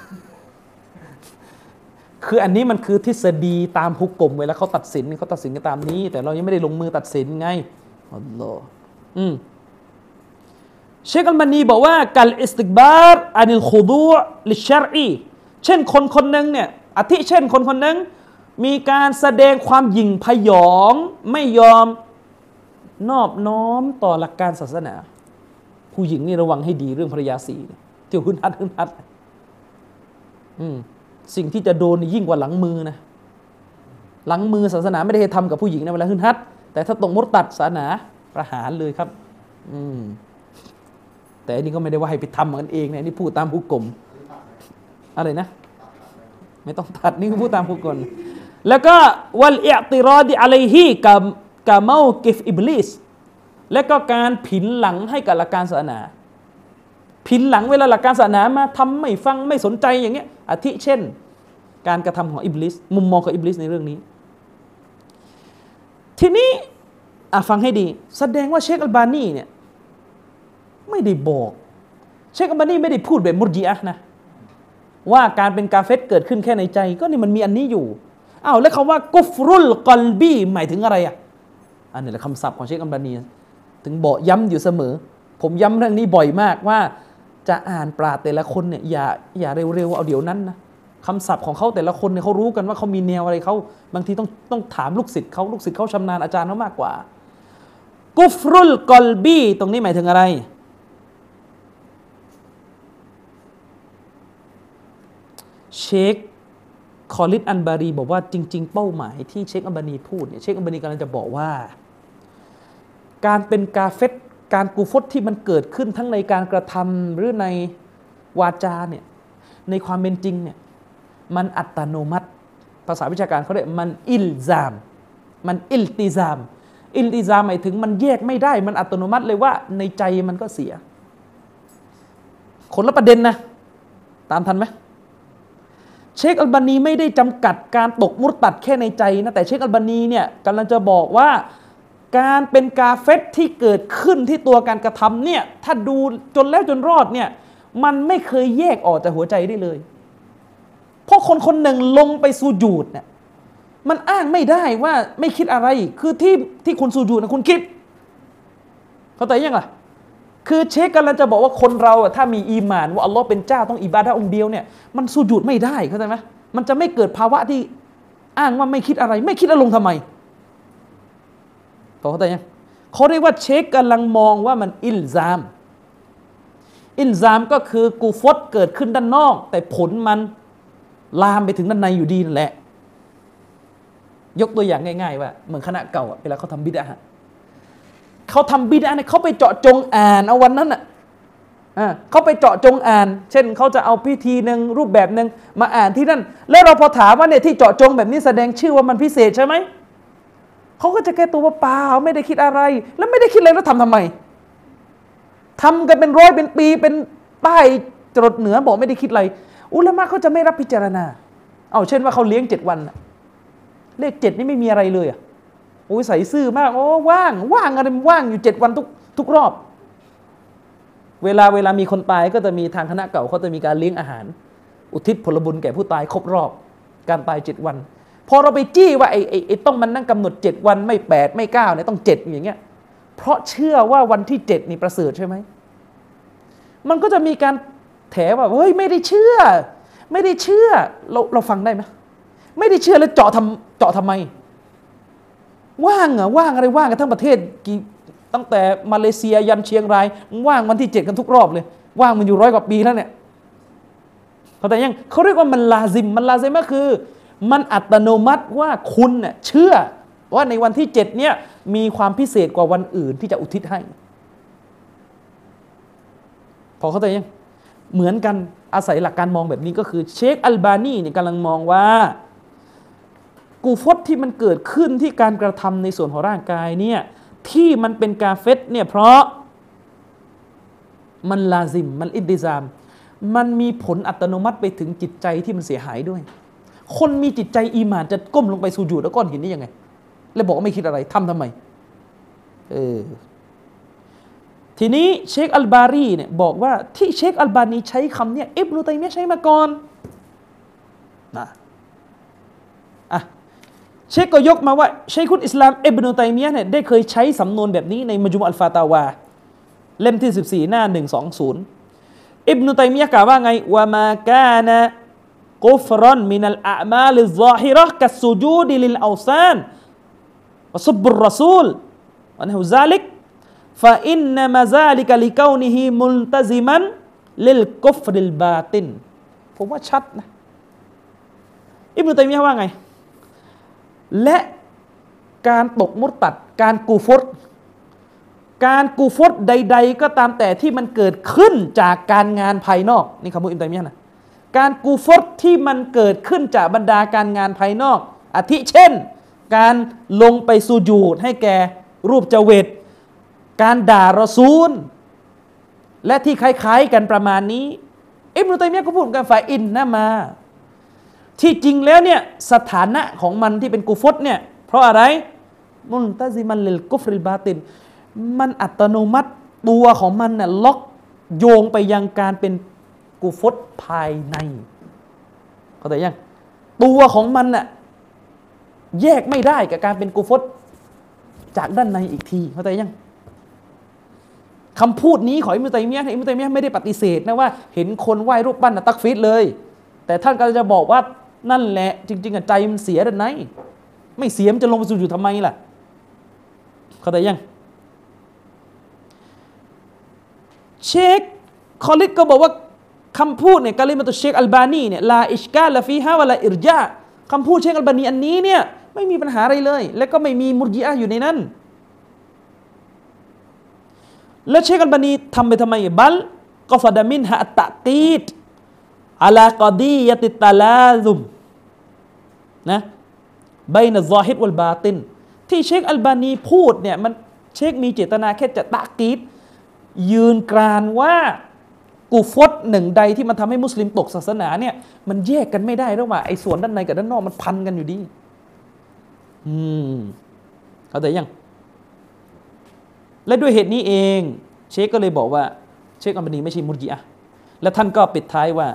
คืออันนี้มันคือทฤษฎีตามฮุกกลมเวลาเขาตัดสินเขาตัดสินกันตามนี้แต่เรายังไม่ได้ลงมือตัดสินไงอัลลอฮ์อืมเชคอัลมานีบอกว่ากัลอิสติกบาร์อันิลขุดูอ์ลิชชัรอีเช่นคนคนหนึ่งเนี่ยอาทิเช่นคนคนหนึ่งมีการแสดงความหยิ่งพยองไม่ยอมนอบน้อมต่อหลักการศาสนาผู้หญิงนี่ระวังให้ดีเรื่องภรรยาสีที่หุ่นฮัดหุ่นฮัดอืมสิ่งที่จะโดนยิ่งกว่าหลังมือนะหลังมือศาสนาไม่ได้ให้ทำกับผู้หญิงนะเวลาหุ่นฮัดแต่ถ้าตกมุรตัดศาสนาประหารเลยครับอืมแต่อันนี้ก็ไม่ได้ว่าให้ไปทำกันเองนะนี่พูดตามผู้กลมอะไรนะไม่ต้องตัดนี่คือพูดตามผู้กลแล้วก็วัลอิอ์ติรอดิอะลัยฮิกับกะเมากิฟอิบลิสและก็การผินหลังให้กับหลักการศาสนาผินหลังเวลาหลักการศาสนามาทำไม่ฟังไม่สนใจอย่างเงี้ยอาทิเช่นการกระทำของอิบลิสมุมมองของอิบลิสในเรื่องนี้ทีนี้อ่ะฟังให้ดีแสดงว่าเชคอัลบานีเนี่ยไม่ได้บอกเชคอัลบานีไม่ได้พูดแบบมุรญิอะห์นะว่าการเป็นกาเฟรเกิดขึ้นแค่ในใจก็นี่มันมีอันนี้อยู่อ้าวแล้วคำว่ากุฟรุลกอลบีหมายถึงอะไรอ่ะอันนี้แหละคำศัพท์ของเชคอัลบานีถึงบอกย้ำอยู่เสมอผมย้ำเรื่องนี้บ่อยมากว่าจะอ่านปราชญ์แต่ละคนเนี่ยอย่าอย่าเร็วๆเอาเดี๋ยวนั้นนะคำศัพท์ของเขาแต่ละคนเนี่ยเขารู้กันว่าเขามีแนวอะไรเขาบางทีต้องต้องถามลูกศิษย์เขาลูกศิษย์เขาชำนาญอาจารย์เขามากกว่ากุฟรุลกอลบีตรงนี้หมายถึงอะไรเชคคอลิดอันบารีบอกว่าจริงๆเป้าหมายที่เชคอัลบานีพูดเนี่ยเชคอัลบานีกำลังจะบอกว่าการเป็นกาเฟรการกูฟรที่มันเกิดขึ้นทั้งในการกระทำหรือในวาจาเนี่ยในความเป็นจริงเนี่ยมันอัตโนมัติภาษาวิชาการเขาเรียกมันอิลซามมันอิลติซามอิลติซามหมายถึงมันแยกไม่ได้มันอัตโนมัติเลยว่าในใจมันก็เสียคนละประเด็นนะตามทันไหมเชคอัลบานีไม่ได้จำกัดการตกมุรตัดแค่ในใจนะแต่เชคอัลบานีเนี่ยกำลังจะบอกว่าการเป็นกาเฟรที่เกิดขึ้นที่ตัวการกระทำเนี่ยถ้าดูจนแล้วจนรอดเนี่ยมันไม่เคยแยกออกจากหัวใจได้เลยเพราะคนคนหนึ่งลงไปซูญูดเนี่ยมันอ้างไม่ได้ว่าไม่คิดอะไรคือที่ที่คุณซูญูดนะคุณคิดเข้าใจยังล่ะคือเชคกำลังจะบอกว่าคนเราถ้ามีอีหม่านว่าอัลลอฮ์เป็นเจ้าต้องอิบาดะห์องค์เดียวเนี่ยมันซูญูดไม่ได้เข้าใจไหมมันจะไม่เกิดภาวะที่อ้างว่าไม่คิดอะไรไม่คิดแล้วลงทำไมเข้าใจยังเขาเรียกว่าเชคกำลังมองว่ามันอิลซามอิลซามก็คือกูฟรเกิดขึ้นด้านนอกแต่ผลมันลามไปถึงด้านในอยู่ดีนั่นแหละยกตัวอย่างง่ายๆว่าเหมือนคณะเก่าเวลาเขาทำบิดอะห์เขาทำบิดอะห์เนี่ยเขาไปเจาะจงอ่านเอาวันนั้นน่ะเขาไปเจาะจงอ่านเช่นเขาจะเอาพิธีหนึ่งรูปแบบหนึ่งมาอ่านที่นั่นแล้วเราพอถามว่าเนี่ยที่เจาะจงแบบนี้แสดงชื่อว่ามันพิเศษใช่ไหมเขาก็จะแก้ตัวว่าเปล่าไม่ได้คิดอะไรแล้วไม่ได้คิดอะไรแล้วทำทำไมทำกันเป็นร้อยเป็นปีเป็นป้ายจรดเหนือบอกไม่ได้คิดอะไรอุลามะเขาจะไม่รับพิจารณาเอาเช่นว่าเขาเลี้ยงเจ็ดวันเลขเจ็ดนี่ไม่มีอะไรเลยอ่ะโอ้ยใส่ซื่อมากโอ้ว่างว่างอะไรว่างอยู่เจ็ดวันทุกทุกรอบเวลาเวลามีคนตายก็จะมีทางคณะเก่าเขาจะมีการเลี้ยงอาหารอุทิศผลบุญแก่ผู้ตายครบรอบการตายเจ็ดวันพอเราไปจี้ว่าไอ้ไอ้ไอ้ต้องมันนั่งกำหนดเจ็ดวันไม่แปดไม่เก้าเนี่ยต้องเจ็ดอย่างเงี้ยเพราะเชื่อว่าวันที่เจ็ดนี่ประเสริฐใช่ไหมมันก็จะมีการแถว่าเฮ้ยไม่ได้เชื่อไม่ได้เชื่อเราเราฟังได้ไหมไม่ได้เชื่อแล้วเจาะทำเจาะทำไมว่างเหรอว่างอะไรว่างกันทั้งประเทศกี่ตั้งแต่มาเลเซียยันเชียงรายว่างวันที่เจ็ดกันทุกรอบเลยว่างมันอยู่ร้อยกว่าปีแล้วเนี่ยเขาแต่ยังเขาเรียกว่ามันลาซิมมันลาซิมก็คือมันอัตโนมัติว่าคุณเนี่ยเชื่อว่าในวันที่เจ็ดเนี่ยมีความพิเศษกว่าวันอื่นที่จะอุทิศให้พอเขาแต่ยังเหมือนกันอาศัยหลักการมองแบบนี้ก็คือเชคอัลบานีเนี่ยกำลังมองว่ากูฟรที่มันเกิดขึ้นที่การกระทำในส่วนของร่างกายเนี่ยที่มันเป็นกาเฟตเนี่ยเพราะมันลาซิมมันอินติซามมันมีผลอัตโนมัติไปถึงจิตใจที่มันเสียหายด้วยคนมีจิตใจอีหม่านจะก้มลงไปสุญูดแล้วก้อนหินได้ยังไงแล้วบอกว่าไม่คิดอะไรทำทำไมเออทีนี้เชคอัลบารีเนี่ยบอกว่าที่เชคอัลบานีใช้คำเนี่ยอิบนุตัยมียะห์ใช้มาก่อนนะอ่ะเชคก็ยกมาว่าชัยคุลอิสลามอิบนุตัยมียะห์เนี่ยได้เคยใช้สำนวนแบบนี้ในมัจมุอัลฟาตาวาเล่มที่สิบสี่หน้าหนึ่งร้อยยี่สิบอิบนุตัยมียะห์กล่าวว่าไงวะมากานะกุฟรันมินัลอามาลิซซาฮิเราะห์กัสซุญูดลิลเอาซานวะซุบบุรรอซูลวะนะฮูซาลิกฟะอินนะมะซาลิกะลิกอนิฮิมุลตะซิมันลิลกุฟริลบาตินผมว่าชัดนะอิบนุตัยมียะห์ว่าไงและการตกมุรตัดการกูฟรการกูฟรใดๆก็ตามแต่ที่มันเกิดขึ้นจากการงานภายนอกนี่คำพูดอิบนุตัยมียะห์นะการกูฟรที่มันเกิดขึ้นจากบรรดาการงานภายนอกอาทิเช่นการลงไปสุญูดให้แก่รูปเจวิตการด่ารอซูลและที่คล้ายๆกันประมาณนี้อิบนุตัยมียะห์ก็พูดกันฝ่ายอินนะมาที่จริงแล้วเนี่ยสถานะของมันที่เป็นกูฟรเนี่ยเพราะอะไรมุลตะซิมันลิลกุฟริลบาตินมันอัตโนมัติตัวของมันน่ะล็อกโยงไปยังการเป็นกูฟรภายในเข้าใจยังตัวของมันน่ะแยกไม่ได้กับการเป็นกูฟรจากด้านในอีกทีเข้าใจยังคำพูดนี้ของอิบนุตัยมียะห์อิบนุตัยมียะห์ไม่ได้ปฏิเสธนะว่าเห็นคนไหว้รูปปั้นน่ะตักฟีรเลยแต่ท่านก็จะบอกว่านั่นแหละจริงๆอ่ะใจมันเสียด้านในไม่เสียมันจะลงไปสุญูดทำไมล่ะเข้าใจยังเชคคอลิดก็บอกว่าคำพูดเนี่ยกะลิมะตุเชคอัลบานีเนี่ยลาอิชกาลฟีฮาวะลาอิรญาคำพูดเชคอัลบานีอันนี้เนี่ยไม่มีปัญหาอะไรเลยและก็ไม่มีมุรญิอะห์อยู่ในนั้นแล้วเชคอัลบานีทำไปทำไมบัลกอฟะดะมินฮะอัตตะกีดอะลากอดียะติตตะลาซุมนะบัยนะซอฮิรวัลบาตินที่เชคอัลบานีพูดเนี่ยมันเชคมีเจตนาแค่จะตะกีดยืนกรานว่ากูฟรหนึ่งใดที่มันทำให้มุสลิมตกศาสนาเนี่ยมันแยกกันไม่ได้ระหว่างไอ้ส่วนด้านในกับด้านนอกมันพันกันอยู่ดีอืมเข้าใจยังและด้วยเหตุนี้เองเชคก็เลยบอกว่าเชคอัลบานีไม่ใช่มุรญิอะห์และท่านก็ปิดท้ายว่า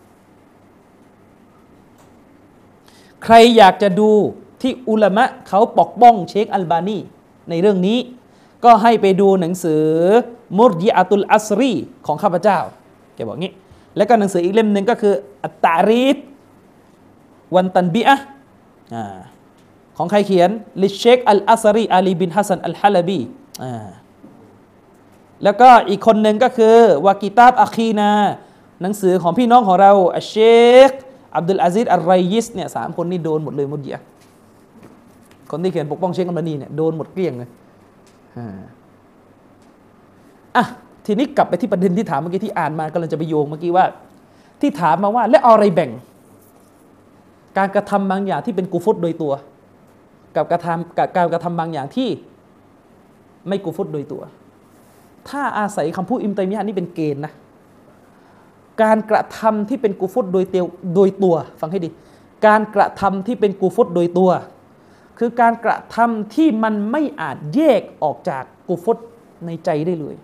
ใครอยากจะดูที่อุลามะเขาปกป้องเชคอัลบานีในเรื่องนี้ก็ให้ไปดูหนังสือมุรญิอะตุลอัสรีของข้าพเจ้าแกบอกงี้แล้วก็หนังสืออีกเล่มหนึ่งก็คืออัตตะรีดวันตันบิอะห์ของใครเขียนลิเชคอัลอัสรีอาลีบินฮัสซันอัลฮะลาบีแล้วก็อีกคนหนึ่งก็คือวากิตาบอะคีนาหนังสือของพี่น้องของเราอัชเชคอับดุลอาซิซอัลไรยิสเนี่ยสามคนนี้โดนหมดเลยมุรญิอะห์คนที่เขียนปกป้องเชคอัลบานีเนี่ยโดนหมดเกลี้ยงเลยอ่ะทีนี้กลับไปที่ประเด็นที่ถามเมื่อกี้ที่อ่านมากำลังจะไปโยงเมื่อกี้ว่าที่ถามมาว่าและเอาอะไรแบ่งการกระทำบางอย่างที่เป็นกูฟรโดยตัวกับกระทำกับการกระทำบางอย่างที่ไม่กูฟรโดยตัวถ้าอาศัยคำพูดอิมตัยมียะห์นี่เป็นเกณฑ์นะการกระทำที่เป็นกูฟรโดยเตียวโดยตัวฟังให้ดีการกระทำที่เป็นกูฟรโดยตัวคือการกระทำที่มันไม่อาจแยกออกจากกูฟรในใจได้เลย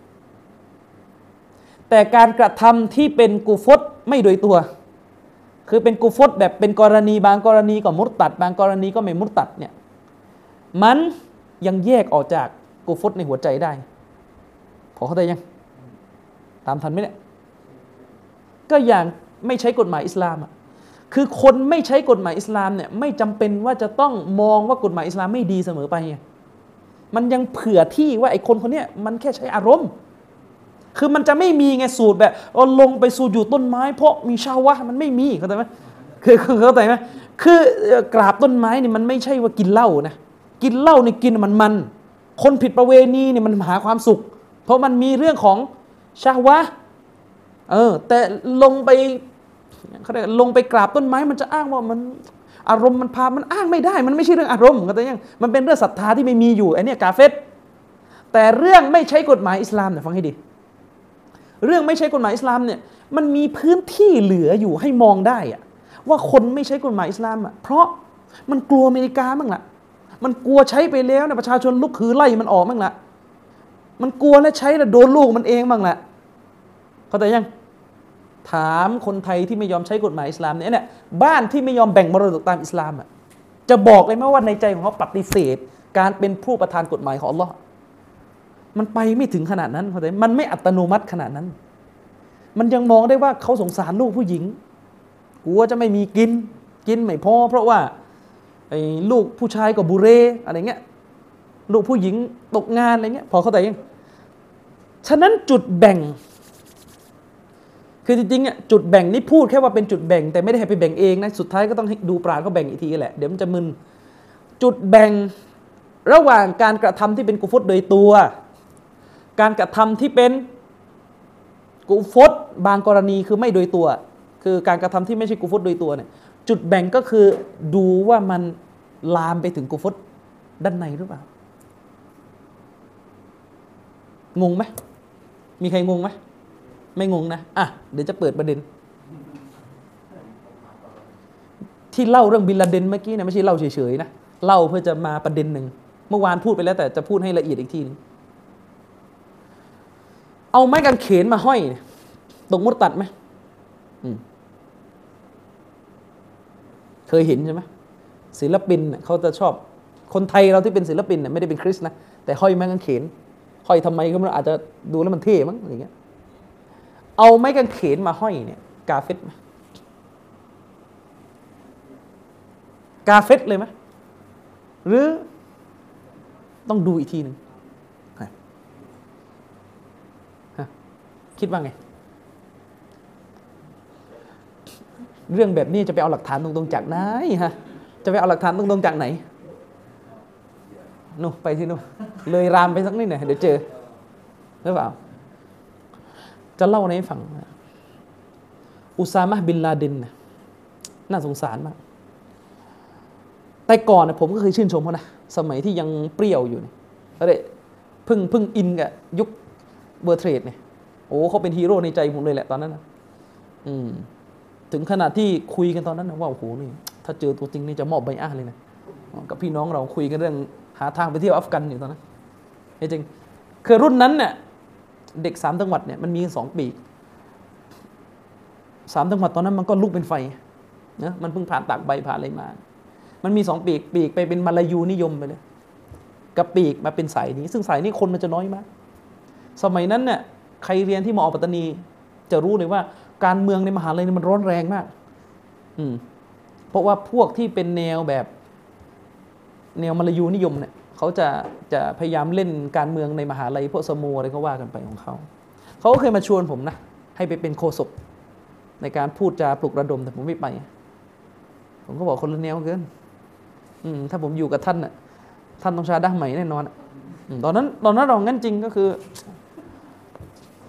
แต่การกระทำที่เป็นกูฟรไม่โดยตัวคือเป็นกูฟรแบบเป็นกรณีบางกรณีก็มุรตัดบางกรณีก็ไม่มุรตัดเนี่ยมันยังแยกออกจากกูฟรในหัวใจได้พอเข้าใจยังตามทันไหมเนี่ยก็อย่างไม่ใช้กฎหมายอิสลามอ่ะคือคนไม่ใช้กฎหมายอิสลามเนี่ยไม่จำเป็นว่าจะต้องมองว่ากฎหมายอิสลามไม่ดีเสมอไปไงมันยังเผื่อที่ว่าไอ้คนคนนี้มันแค่ใช้อารมณ์คือมันจะไม่มีไงสูตรแบบเอาลงไปสู่อยู่ต้นไม้เพราะมีชาวะมันไม่มีเข้าใจไหมคือเข้าใจไหมคือกราบต้นไม้นี่มันไม่ใช่ว่ากินเหล้านะกินเหล้านี่กินมันมันคนผิดประเวณีนี่มันหาความสุขเพราะมันมีเรื่องของชาวะเออแต่ลงไปเขาเรียกลงไปกราบต้นไม้มันจะอ้างว่ามันอารมณ์มันพามันอ้างไม่ได้มันไม่ใช่เรื่องอารมณ์เข้าใจยังมันเป็นเรื่องศรัทธาที่ไม่มีอยู่ไอ้นี่กาเฟรแต่เรื่องไม่ใช้กฎหมายอิสลามเนี่ยฟังให้ดีเรื่องไม่ใช้กฎหมายอิสลามเนี่ยมันมีพื้นที่เหลืออยู่ให้มองได้อะว่าคนไม่ใช้กฎหมายอิสลามอ่ะเพราะมันกลัวอเมริกาบ้างละมันกลัวใช้ไปแล้วเนี่ยประชาชนลุกคือไล่มันออกบ้างละมันกลัวและใช้แล้วโดนลูกมันเองบ้างละเข้าใจยังถามคนไทยที่ไม่ยอมใช้กฎหมายอิสลามเนี่ยเนี่ยบ้านที่ไม่ยอมแบ่งมรดกตามอิสลามอ่ะจะบอกเลยไหมว่าในใจของเขาปฏิเสธการเป็นผู้ประทานกฎหมายของอัลลอฮ์มันไปไม่ถึงขนาดนั้นเข้าใจมันไม่อัตโนมัติขนาดนั้นมันยังมองได้ว่าเขาสงสารลูกผู้หญิงกลัวจะไม่มีกินกินไม่พอเพราะว่าไอ้ลูกผู้ชายก็บุเรอะไรเงี้ยลูกผู้หญิงตกงานอะไรเงี้ยพอเข้าใจยังฉะนั้นจุดแบ่งคือจริงๆอ่ะจุดแบ่งนี่พูดแค่ว่าเป็นจุดแบ่งแต่ไม่ได้ให้ไปแบ่งเองนะสุดท้ายก็ต้องให้ดูปราชญ์เขาแบ่งอีกทีแหละเดี๋ยวมันจะมึนจุดแบ่งระหว่างการกระทำที่เป็นกุฟรโดยตัวการกระทำที่เป็นกุฟรบางกรณีคือไม่โดยตัวคือการกระทำที่ไม่ใช่กุฟรโดยตัวเนี่ยจุดแบ่งก็คือดูว่ามันลามไปถึงกุฟรด้านในหรือเปล่างงไหมมีใครงงไหมไม่งงนะอ่ะเดี๋ยวจะเปิดประเด็นที่เล่าเรื่องบินลาเดนเมื่อกี้เนี่ยไม่ใช่เล่าเฉยๆนะเล่าเพื่อจะมาประเด็นหนึ่งเมื่อวานพูดไปแล้วแต่จะพูดให้ละเอียดอีกทีนึงเอาไม้กางเขนมาห้อยตกมุตตัดไหมเคยเห็นใช่ไหมศิลปินเขาจะชอบคนไทยเราที่เป็นศิลปินเนี่ยไม่ได้เป็นคริสต์นะแต่ห้อยไม้กางเขนห้อยทำไมก็ไม่รู้อาจจะดูแล้วมันเท่มั้งอะไรเงี้ยเอาไม้กางเขนมาห้อยเนี่ยกาเฟตไหมกาเฟตเลยไหมหรือต้องดูอีกทีหนึ่งคิดว่าไงเรื่องแบบนี้จะไปเอาหลักฐานตรงๆจากไหนฮะจะไปเอาหลักฐานตรงๆจากไหนนู่นไปที่นู่นเลยรามไปสักนิดหน่อยเดี๋ยวเจอหรือเปล่าจะเล่าให้ฟังอุซามะห์บินลาเดนน่าสงสารมากแต่ก่อนผมก็เคยชื่นชมเขานะสมัยที่ยังเปรี้ยวอยู่เนี่ยอะไรเพิ่งเพิ่งอินกับยุคเบอร์เทรดเนี่ยโอ้เขาเป็นฮีโร่ในใจผมเลยแหละตอนนั้นนะอืมถึงขนาดที่คุยกันตอนนั้นนะว่าโอ้โหนี่ถ้าเจอตัวจริงนี่จะมอบใบอ้าเลยนะกับพี่น้องเราคุยกันเรื่องหาทางไปเที่ยวอัฟกันอยู่ตอนนั้นจริงคือรุ่นนั้นเนี่ยเด็กสามจังหวัดเนี่ยมันมีสองปีกสามจังหวัดตอนนั้นมันก็ลุกเป็นไฟนะมันเพิ่งผ่านตากใบผ่านอะไรมามันมีสองปีกปีกไปเป็นมาลายูนิยมไปเลยกับปีกมาเป็นสายนี้ซึ่งสายนี้คนมันจะน้อยมากสมัยนั้นเนี่ยใครเรียนที่มอปัตตานีจะรู้เลยว่าการเมืองในมหาลัยนี่มันร้อนแรงมากอืมเพราะว่าพวกที่เป็นแนวแบบแนวมาลายูนิยมเนี่ยเขาจะจะพยายามเล่นการเมืองในมหาลัยพวกสโมอะไรเขาว่ากันไปของเขาเขาก็เคยมาชวนผมนะให้ไปเป็นโฆษกในการพูดจาปลุกระดมแต่ผมไม่ไปผมก็บอกคนละแนวเกินอืมถ้าผมอยู่กับท่านน่ะท่านต้องชาดะห์ใหม่แน่นอนตอนนั้นตอนนั้นเรางั้นจริงก็คือ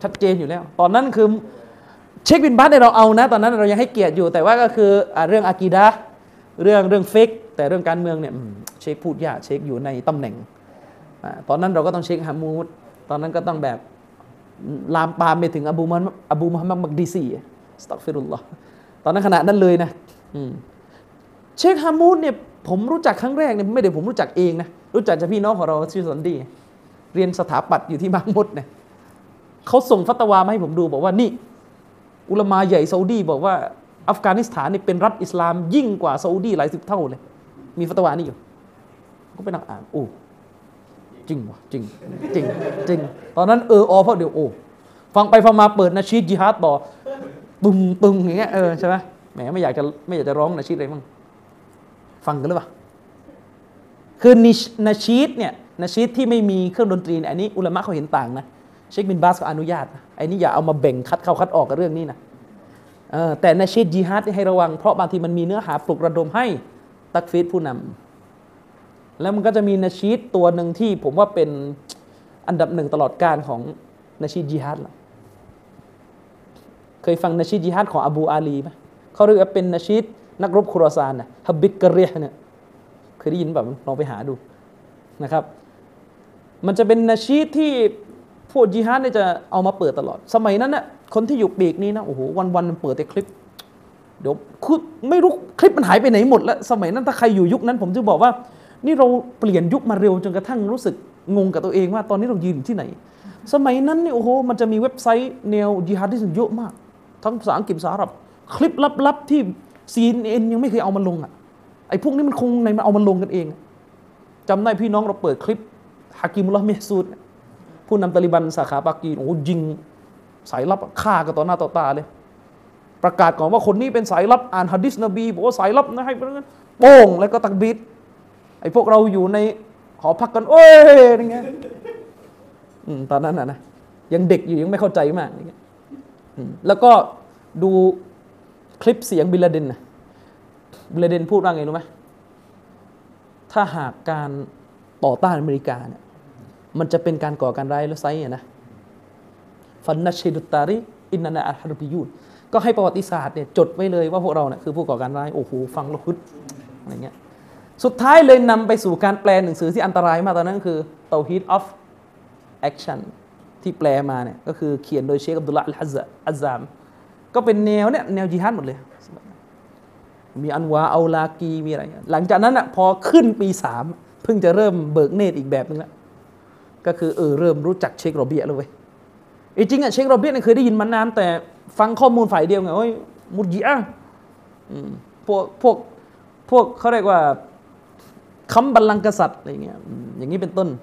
ชัดเจนอยู่แล้วตอนนั้นคือเชคบินบาสเนี่ยเราเอานะตอนนั้นเรายังให้เกียรติอยู่แต่ว่าก็คือเรื่องอากีดะห์เรื่องเรื่องเฟกแต่เรื่องการเมืองเนี่ยเชคพูดยากเชคอยู่ในตำแหน่งตอนนั้นเราก็ต้องเชคฮามูดตอนนั้นก็ต้องแบบลามปามไปถึงอบูมันอบูมุฮัมมัดมักดีซีอัสตัฆฟิรุลลอฮ์ตอนนั้นขณะนั้นเลยนะเชคฮามูดเนี่ยผมรู้จักครั้งแรกเนี่ยไม่ได้ผมรู้จักเองนะรู้จักจากพี่น้องของเราชื่อสันดีเรียนสถาปัตย์อยู่ที่บางมดเนี่ยเขาส่งฟัตวามาให้ผมดูบอกว่านี่อุลามะใหญ่ซาอุดีบอกว่าอัฟกานิสถานนี่เป็นรัฐอิสลามยิ่งกว่าซาอุดีหลายสิบเท่าเลยมีฟัตวานี่อยู่ก็ไปนั่งอ่านโอ้จริงวะจริงจริงจริงตอนนั้นเอออเพราะเดี๋ยวโอ้ฟังไปฟังมาเปิดนาชีดจิฮาดต่อปึ้งปึ้งอย่างเงี้ยเออใช่ไหมแหมไม่อยากจะไม่อยากจะร้องนาชีดอะไรบ้างฟังกันหรือเปล่าคือนาชีดเนี่ยนาชีดที่ไม่มีเครื่องดนตรีอันนี้อุลามะเขาเห็นต่างนะเชคบินบาสก็อนุญาตไอ้นี่อย่าเอามาแบ่งคัดเข้าคัดออกกับเรื่องนี้นะเออแต่นาชีดจิฮาดให้ระวังเพราะบางทีมันมีเนื้อหาปลุกระดมให้ตักฟีรผู้นำแล้วมันก็จะมีนาชีดตัวหนึ่งที่ผมว่าเป็นอันดับหนึ่งตลอดกาลของนาชีดจิฮาดละเคยฟังนาชีดจิฮาดของอบูอาลีไหมเขาเรียกว่าเป็นนาชีดนักรบคุรอซานนะฮับบิกกะเรียเนี่ยเคยได้ยินแบบลองไปหาดูนะครับมันจะเป็นนาชีดที่พวกจิฮาดเนี่ยจะเอามาเปิดตลอดสมัยนั้นน่ะคนที่อยู่ปีกนี้นะโอ้โหวันๆมันเปิดแต่คลิปเดี๋ยวคือไม่รู้คลิปมันหายไปไหนหมดแล้วสมัยนั้นถ้าใครอยู่ยุคนั้นผมจะบอกว่านี่เราเปลี่ยนยุคมาเร็วจนกระทั่งรู้สึกงงกับตัวเองว่าตอนนี้เรายืนอยู่ที่ไหนสมัยนั้นเนี่ยโอ้โหมันจะมีเว็บไซต์แนวจิฮาดิสเยอะมากทั้งภาษาอังกฤษภาษาอาหรับคลิปลับๆที่ ซี เอ็น เอ็น ยังไม่เคยเอามาลงอ่ะไอ้พวกนี้มันคงในมาเอามาลงกันเองจำได้พี่น้องเราเปิดคลิปฮากิมุลลอฮ์เมฮซูดผู้นำตาลิบันสาขาปากีสถานโอ้ยิงสายลับฆ่ากันต่อหน้าต่อตาเลยประกาศก่อนว่าคนนี้เป็นสายลับอ่านหะดีษนบีบอกว่าสายลับนะให้เป็นงั้นโป้งแล้วก็ตักบีรไอ้พวกเราอยู่ในหอพักกันโอ้ยอย่างเงี้ยตอนนั้นนะนะยังเด็กอยู่ยังไม่เข้าใจมากอย่างเงี้ยแล้วก็ดูคลิปเสียงบินลาเดนนะบินลาเดนพูดว่าไงรู้ไหมถ้าหากการต่อต้านอเมริกาเนี่ยมันจะเป็นการก่อการร้ายและไซน์นะฟันนัชชิดุตตาริอินนานะอัลฮารุบิยูนก็ให้ประวัติศาสตร์เนี่ยจดไว้เลยว่าพวกเราเนี่ยคือผู้ก่อการร้ายโอ้โหฟังแล้วฮึดอะไรเงี้ยสุดท้ายเลยนำไปสู่การแปลหนังสือที่อันตรายมากตอนนั้นคือเตาฮีดออฟแอคชั่นที่แปลมาเนี่ยก็คือเขียนโดยเชคอับดุลละอัลฮัซอัซซามก็เป็นแนวเนี่ยแนวจิฮาดหมดเลยมีอันวาอัลลากีมีอะไรหลังจากนั้นอ่ะพอขึ้นปีสามเพิ่งจะเริ่มเบิกเนตรอีกแบบนึงแล้วก็คือเออเริ่มรู้จักเชคโรเบียแล้วเว้ยจริงอ่ะเชคโรเบียเนี่ยเคยได้ยินมานานแต่ฟังข้อมูลฝ่ายเดียวไงโอ้ยมุดยิอะพวกพวกพวกเขาเรียกว่าค้ำบัลลังก์กษัตริย์อะไรเงี้ยอย่างนี้เป็นต้น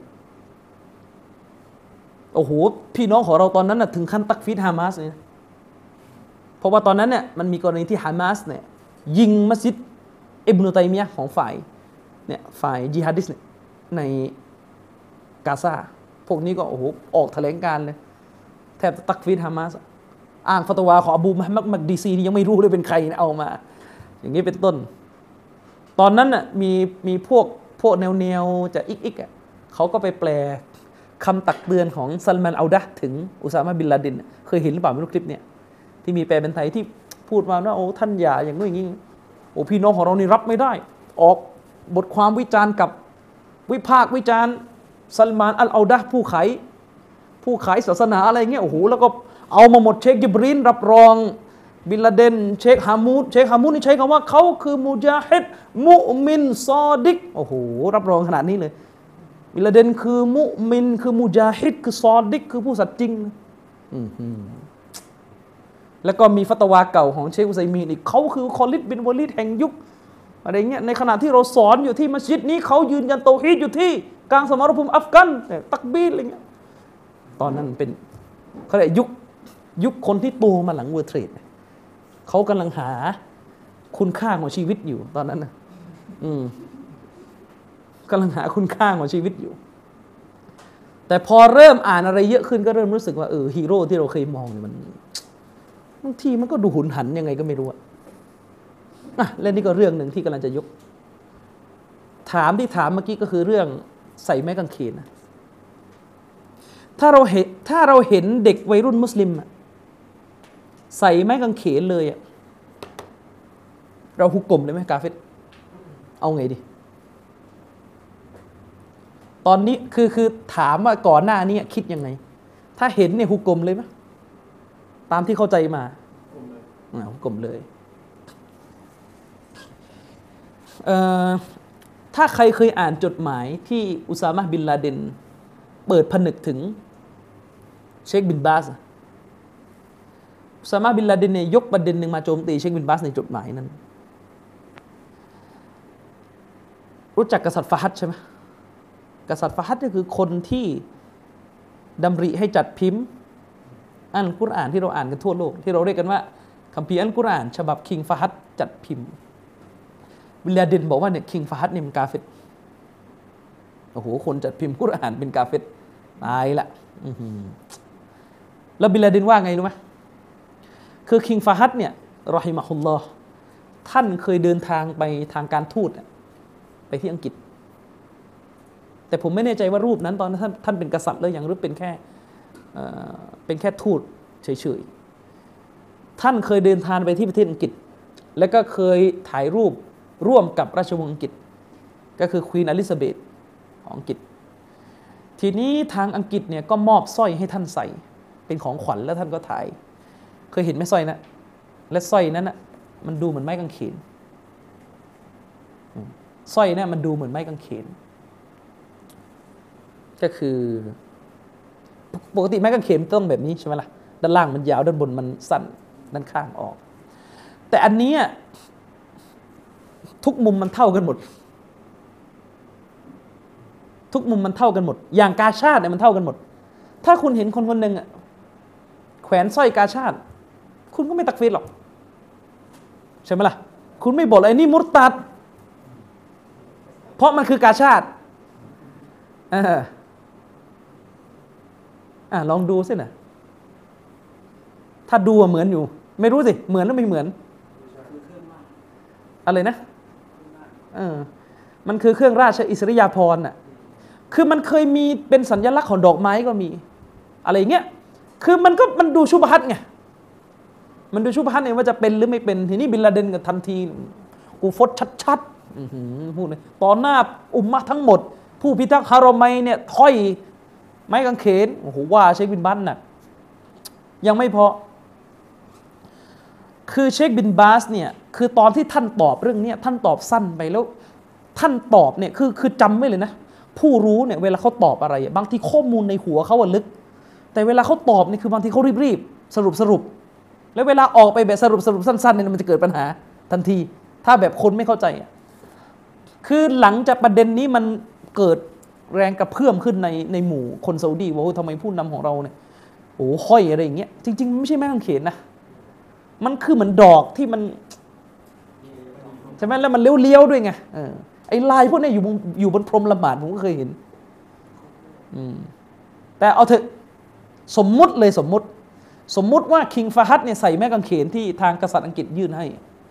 โอ้โหพี่น้องของเราตอนนั้นน่ะถึงขั้นตักฟีรฮามาสเลยเพราะว่าตอนนั้นเนี่ยมันมีกรณีที่ฮามาสเนี่ยยิงมัสยิดอิบนุตัยมียะห์ของฝ่ายเนี่ยฝ่ายจิฮาดิสเนี่ยในกาซาพวกนี้ก็โอ้โหออกแถลงการเลยแทบตักฟีรฮามาสอ้างฟัตวาของอบูมุฮัมมัดมักดีซีนี่ยังไม่รู้เลยเป็นใครเอามาอย่างนี้เป็นต้นตอนนั้นน่ะมีมีพวกพวกแนวแนวจะอิกอิกอ่ะเขาก็ไปแปลคำตักเตือนของซัลมานอัลดะห์ถึงอุซามะบินลาเดนเคยเห็นหรือเปล่าไม่รู้คลิปเนี่ยที่มีแปลเป็นไทยที่พูดมาว่าโอ้ท่านอย่าอย่างนู้นอย่างนี้โอ้พี่น้องของเรานี่รับไม่ได้ออกบทความวิจารณ์กับวิพากษ์วิจารณ์ซัลมานอัลอัลดะห์ผู้ขายผู้ขายศาสนาอะไรเงี้ยโอ้โหแล้วก็เอามาหมดเชคยิบรีนรับรองบินลาเดนเชคฮามูดเชคฮามูดนี่ใช้คำว่าเขาคือมุญาฮิดมุมินซอดิกโอ้โหรับรองขนาดนี้เลยบินลาเดนคือมุมินคือมุญาฮิดคือซอดิกคือผู้สัตย์จริงแล้วก็มีฟัตวาเก่าของเชคอุซัยมีนอีกเขาคือคอลิดบินวะลีดแห่งยุคอะไรเงี้ยในขณะที่เราสอนอยู่ที่มัสยิดนี้เขายืนยันเตาฮีดอยู่ที่กลางสมรภูมิอัฟกันตักบีรอะไรเงี้ยตอนนั้นเป็นเขาเรียกยุคยุคคนที่โตมาหลังเวอร์เทรดเขากำลังหาคุณค่าของชีวิตอยู่ตอนนั้นนะอืมกำลังหาคุณค่าของชีวิตอยู่แต่พอเริ่มอ่านอะไรเยอะขึ้นก็เริ่มรู้สึกว่าเออฮีโร่ที่เราเคยมองเนี่ยมันบางทีมันก็ดูหุนหันยังไงก็ไม่รู้อะอ่ะและนี่ก็เรื่องหนึ่งที่กำลังจะยกถามที่ถามเมื่อกี้ก็คือเรื่องใส่ไม้กางเขนนะถ้าเราเห็นถ้าเราเห็นเด็กวัยรุ่นมุสลิมใส่ไม้กางเขนเลยอะเราฮุกกลมเลยไหมกาเฟรเอาไงดีตอนนี้คือคือถามว่าก่อนหน้านี้คิดยังไงถ้าเห็นเนี่ยฮุกกลมเลยไหมตามที่เข้าใจมาอ่าฮุกกลมเลยเอ่อถ้าใครเคยอ่านจดหมายที่อุซามะห์บินลาเดนเปิดผนึกถึงเชคบินบาสอุซามะห์บินลาเดนเนี่ยยกประเด็นหนึ่งมาโจมตีเชคบินบาสในจดหมายนั้นรู้จักกษัตริย์ฟาฮัดใช่ไหมกษัตริย์ฟาฮัดก็คือคนที่ดำริให้จัดพิมพ์อัลกุรอานที่เราอ่านกันทั่วโลกที่เราเรียกกันว่าคัมภีร์อัลกุรอานฉบับคิงฟาฮัดจัดพิมพ์บินลาเดนบอกว่าเนี่ยคิงฟาฮัดเนี่ยมันกาเฟรโอ้โหคนจัดพิมพ์กุรอานเป็นกาเฟรตายละแล้วบินลาเดนว่าไงรู้ไหมคือคิงฟาฮัดเนี่ยรอฮิมะฮุลลอฮ์ท่านเคยเดินทางไปทางการทูตไปที่อังกฤษแต่ผมไม่แน่ใจว่ารูปนั้นตอนนั้นท่านท่านเป็นกษัตริย์หรือยังหรือเป็นแค่เป็นแค่ทูตเฉยๆท่านเคยเดินทางไปที่ประเทศอังกฤษแล้วก็เคยถ่ายรูปร่วมกับราชวงศ์อังกฤษก็คือควีนอลิซาเบธของอังกฤษทีนี้ทางอังกฤษเนี่ยก็มอบสร้อยให้ท่านใส่เป็นของขวัญแล้วท่านก็ถ่ายเคยเห็นไหมสร้อยนะและสร้อยนั้นนะมันดูเหมือนไม้กางเขนสร้อยเนี่ยมันดูเหมือนไม้กางเขนก็คือปกติไม้กางเขนต้องแบบนี้ใช่ไหมล่ะด้านล่างมันยาวด้านบนมันสั้นด้านข้างออกแต่อันนี้ทุกมุมมันเท่ากันหมดทุกมุมมันเท่ากันหมดอย่างกาชาดเนี่ยมันเท่ากันหมดถ้าคุณเห็นคนคนหนึ่งอ่ะแขวนสร้อยกาชาดคุณก็ไม่ตักฟีรหรอกใช่ไหมล่ะคุณไม่บอกไอ้นี่มุรตัดเพราะมันคือกาชาดอ่าอ่าลองดูสินะถ้าดูเหมือนอยู่ไม่รู้สิเหมือนหรือไม่เหมือนอะไรนะเออมันคือเครื่องราชอิสริยาภรณ์น่ะคือมันเคยมีเป็นสัญลักษณ์ของดอกไม้ก็มีอะไรเงี้ยคือมันก็มันดูชุบฮัตไงมันดูชุบฮัตเนี่ยว่าจะเป็นหรือไม่เป็นทีนี้บินลาเดนกับทันทีกูฟดชัดๆพูดเลยต่อหน้าอุมมะทั้งหมดผู้พิทักษ์ฮารอมัยเนี่ยถ้อยไม้กางเขนโอ้โหว่าเชคบินบาสน่ะยังไม่พอคือเชคบินบาสเนี่ยคือตอนที่ท่านตอบเรื่องนี้ท่านตอบสั้นไปแล้วท่านตอบเนี่ยคือคือจำไว้เลยนะผู้รู้เนี่ยเวลาเขาตอบอะไรบางทีข้อมูลในหัวเขาอะลึกแต่เวลาเขาตอบเนี่ยคือบางทีเขารีบๆสรุปสรุปแล้วเวลาออกไปแบบสรุปสรุปสั้นๆเนี่ยมันจะเกิดปัญหาทันทีถ้าแบบคนไม่เข้าใจคือหลังจากประเด็นนี้มันเกิดแรงกระเพื่อมขึ้นในในหมู่คนซาอุดีว่าทำไมผู้นำของเราเนี่ยโอ้ห้อยอะไรอย่างเงี้ยจริงๆมันไม่ใช่ไม้กางเขนนะมันคือเหมือนดอกที่มันใช่ไหมแล้วมันเลี้ยวๆด้วยไงเออไอ้ลายพวกนี้อยู่บนอยู่บนพรมละหมาดผมก็เคยเห็นอืมแต่เอาเถอะสมมุติเลยสมมุติสมมุติว่าคิงฟาฮัดเนี่ยใส่ไม้กางเขนที่ทางกษัตริย์อังกฤษยื่นให้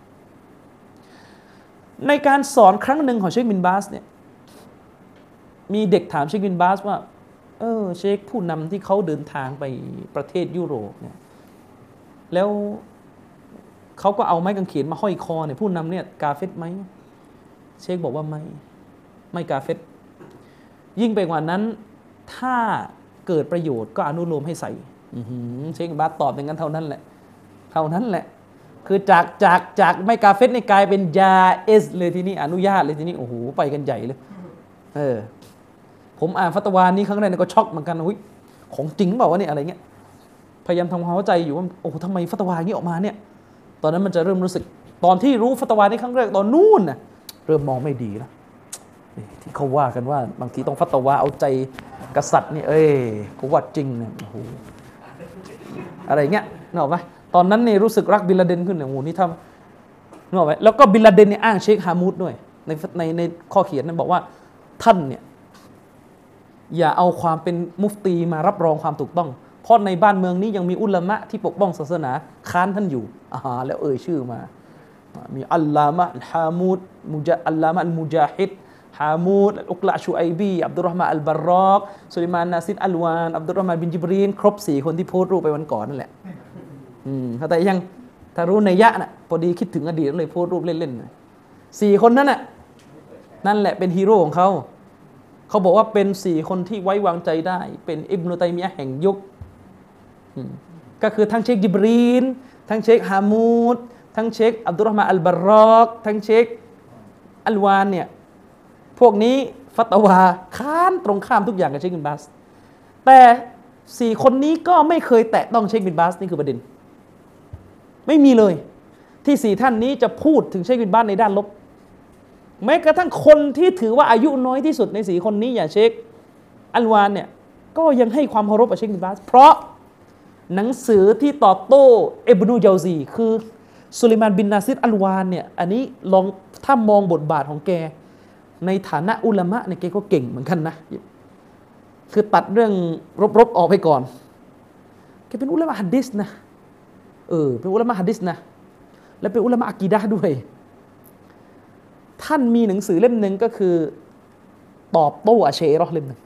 ในการสอนครั้งหนึ่งของเชคบินบาสเนี่ยมีเด็กถามเชคบินบาสว่าเออเชคผู้นำที่เขาเดินทางไปประเทศยุโรปเนี่ยแล้วเขาก็เอาไม้กางเขนมาห้อยคอเนี่ยผู้นำเนี่ยกาเฟตไหมเชคบอกว่าไม่ไม่กาเฟตยิ่งไปกว่านั้นถ้าเกิดประโยชน์ก็อนุโลมให้ใส่เชคบินบาสตอบอย่างนั้นเท่านั้นแหละเท่านั้นแหละคือจากจากจากไม่กาเฟตนี่กลายเป็นยาเอสเลยทีนี้อนุญาตเลยทีนี้โอ้โหไปกันใหญ่เลยเออผมอ่านฟัตวานี้ครั้งแรกก็ช็อกเหมือนกันหุ้ยของจริงเปล่าวะเนี่ยอะไรเงี้ยพยายามทำความเข้าใจอยู่ว่าโอ้ทำไมฟัตวานี้ออกมาเนี่ยตอนนั้นมันจะเริ่มรู้สึกตอนที่รู้ฟัตวานี้ครั้งแรกตอนนู้นน่ะเริ่มมองไม่ดีแล้วที่เขาว่ากันว่าบางทีต้องฟัตวาเอาใจกษัตริย์นี่เอ้ยกูว่าจริงเนี่ยโอ้โหอะไรเงี้ยนึกออกไหมตอนนั้นนี่รู้สึกรักบินลาเดนขึ้นเนี่ยโอ้โหนี่ทำนึกออกไหมแล้วก็บินลาเดนเนี่ยอ้างเชคฮามูดด้วยในในในข้อเขียนนั้นบอกว่าท่านเนี่ยอย่าเอาความเป็นมุฟตีมารับรองความถูกต้องเพราะในบ้านเมืองนี้ยังมีอุลามะที่ปกป้องศาสนาค้านท่านอยู่อ่าแล้วเอ่ยชื่อมามีอัลลามะฮามูดมุจาอัลลามะอัลมุจาฮิดฮามูดอุกละชูไอบีอับดุลรอฮ์มานอัลบารรอกสุลัยมานนาซิดอัลวานอับดุลรอฮ์มานบินจิบรีนครบสี่คนที่โพสต์รูปไปวันก่อนนั่นแหละอืมแต่ยังถ้ารู้ในยะน่ะพอดีคิดถึงอดีตเลยโพสต์รูปเล่นๆสี่คนนั้นน่ะนั่นแหละเป็นฮีโร่ของเขาเขาบอกว่าเป็นสี่คนที่ไว้วางใจได้เป็นอิบนุตัยมียะห์แห่งยุคก็คือทั้งเชคจิบรีนทั้งเชคฮามูดทั้งเชคอับดุลรอฮ์มานอัลบารรอกทั้งเชคอัลวานเนี่ยพวกนี้ฟัตวาค้านตรงข้ามทุกอย่างกับเชคบินบาสแต่สี่คนนี้ก็ไม่เคยแตะต้องเชคบินบาสนี่คือประเด็นไม่มีเลยที่สี่ท่านนี้จะพูดถึงเชคบินบาสในด้านลบแม้กระทั่งคนที่ถือว่าอายุน้อยที่สุดในสี่คนนี้อย่างเชคอัลวานเนี่ยก็ยังให้ความเคารพกับเชคบินบาสเพราะหนังสือที่ตอบโต้อิบนุเจาซีคือสุลัยมานบินนาซิรอัลวานเนี่ยอันนี้ลองถ้ามองบทบาทของแกในฐานะอุลามะเนี่ยแกก็เก่งเหมือนกันนะคือตัดเรื่องรบๆออกไปก่อนแกเป็นอุลามะหะดีษนะเออเป็นอุลามะหะดีษนะและเป็นอุลามะอะกีดะห์ด้วยท่านมีหนังสือเล่มหนึ่งก็คือตอบโต้อะเชอเราะห์เล่มหนึ่ง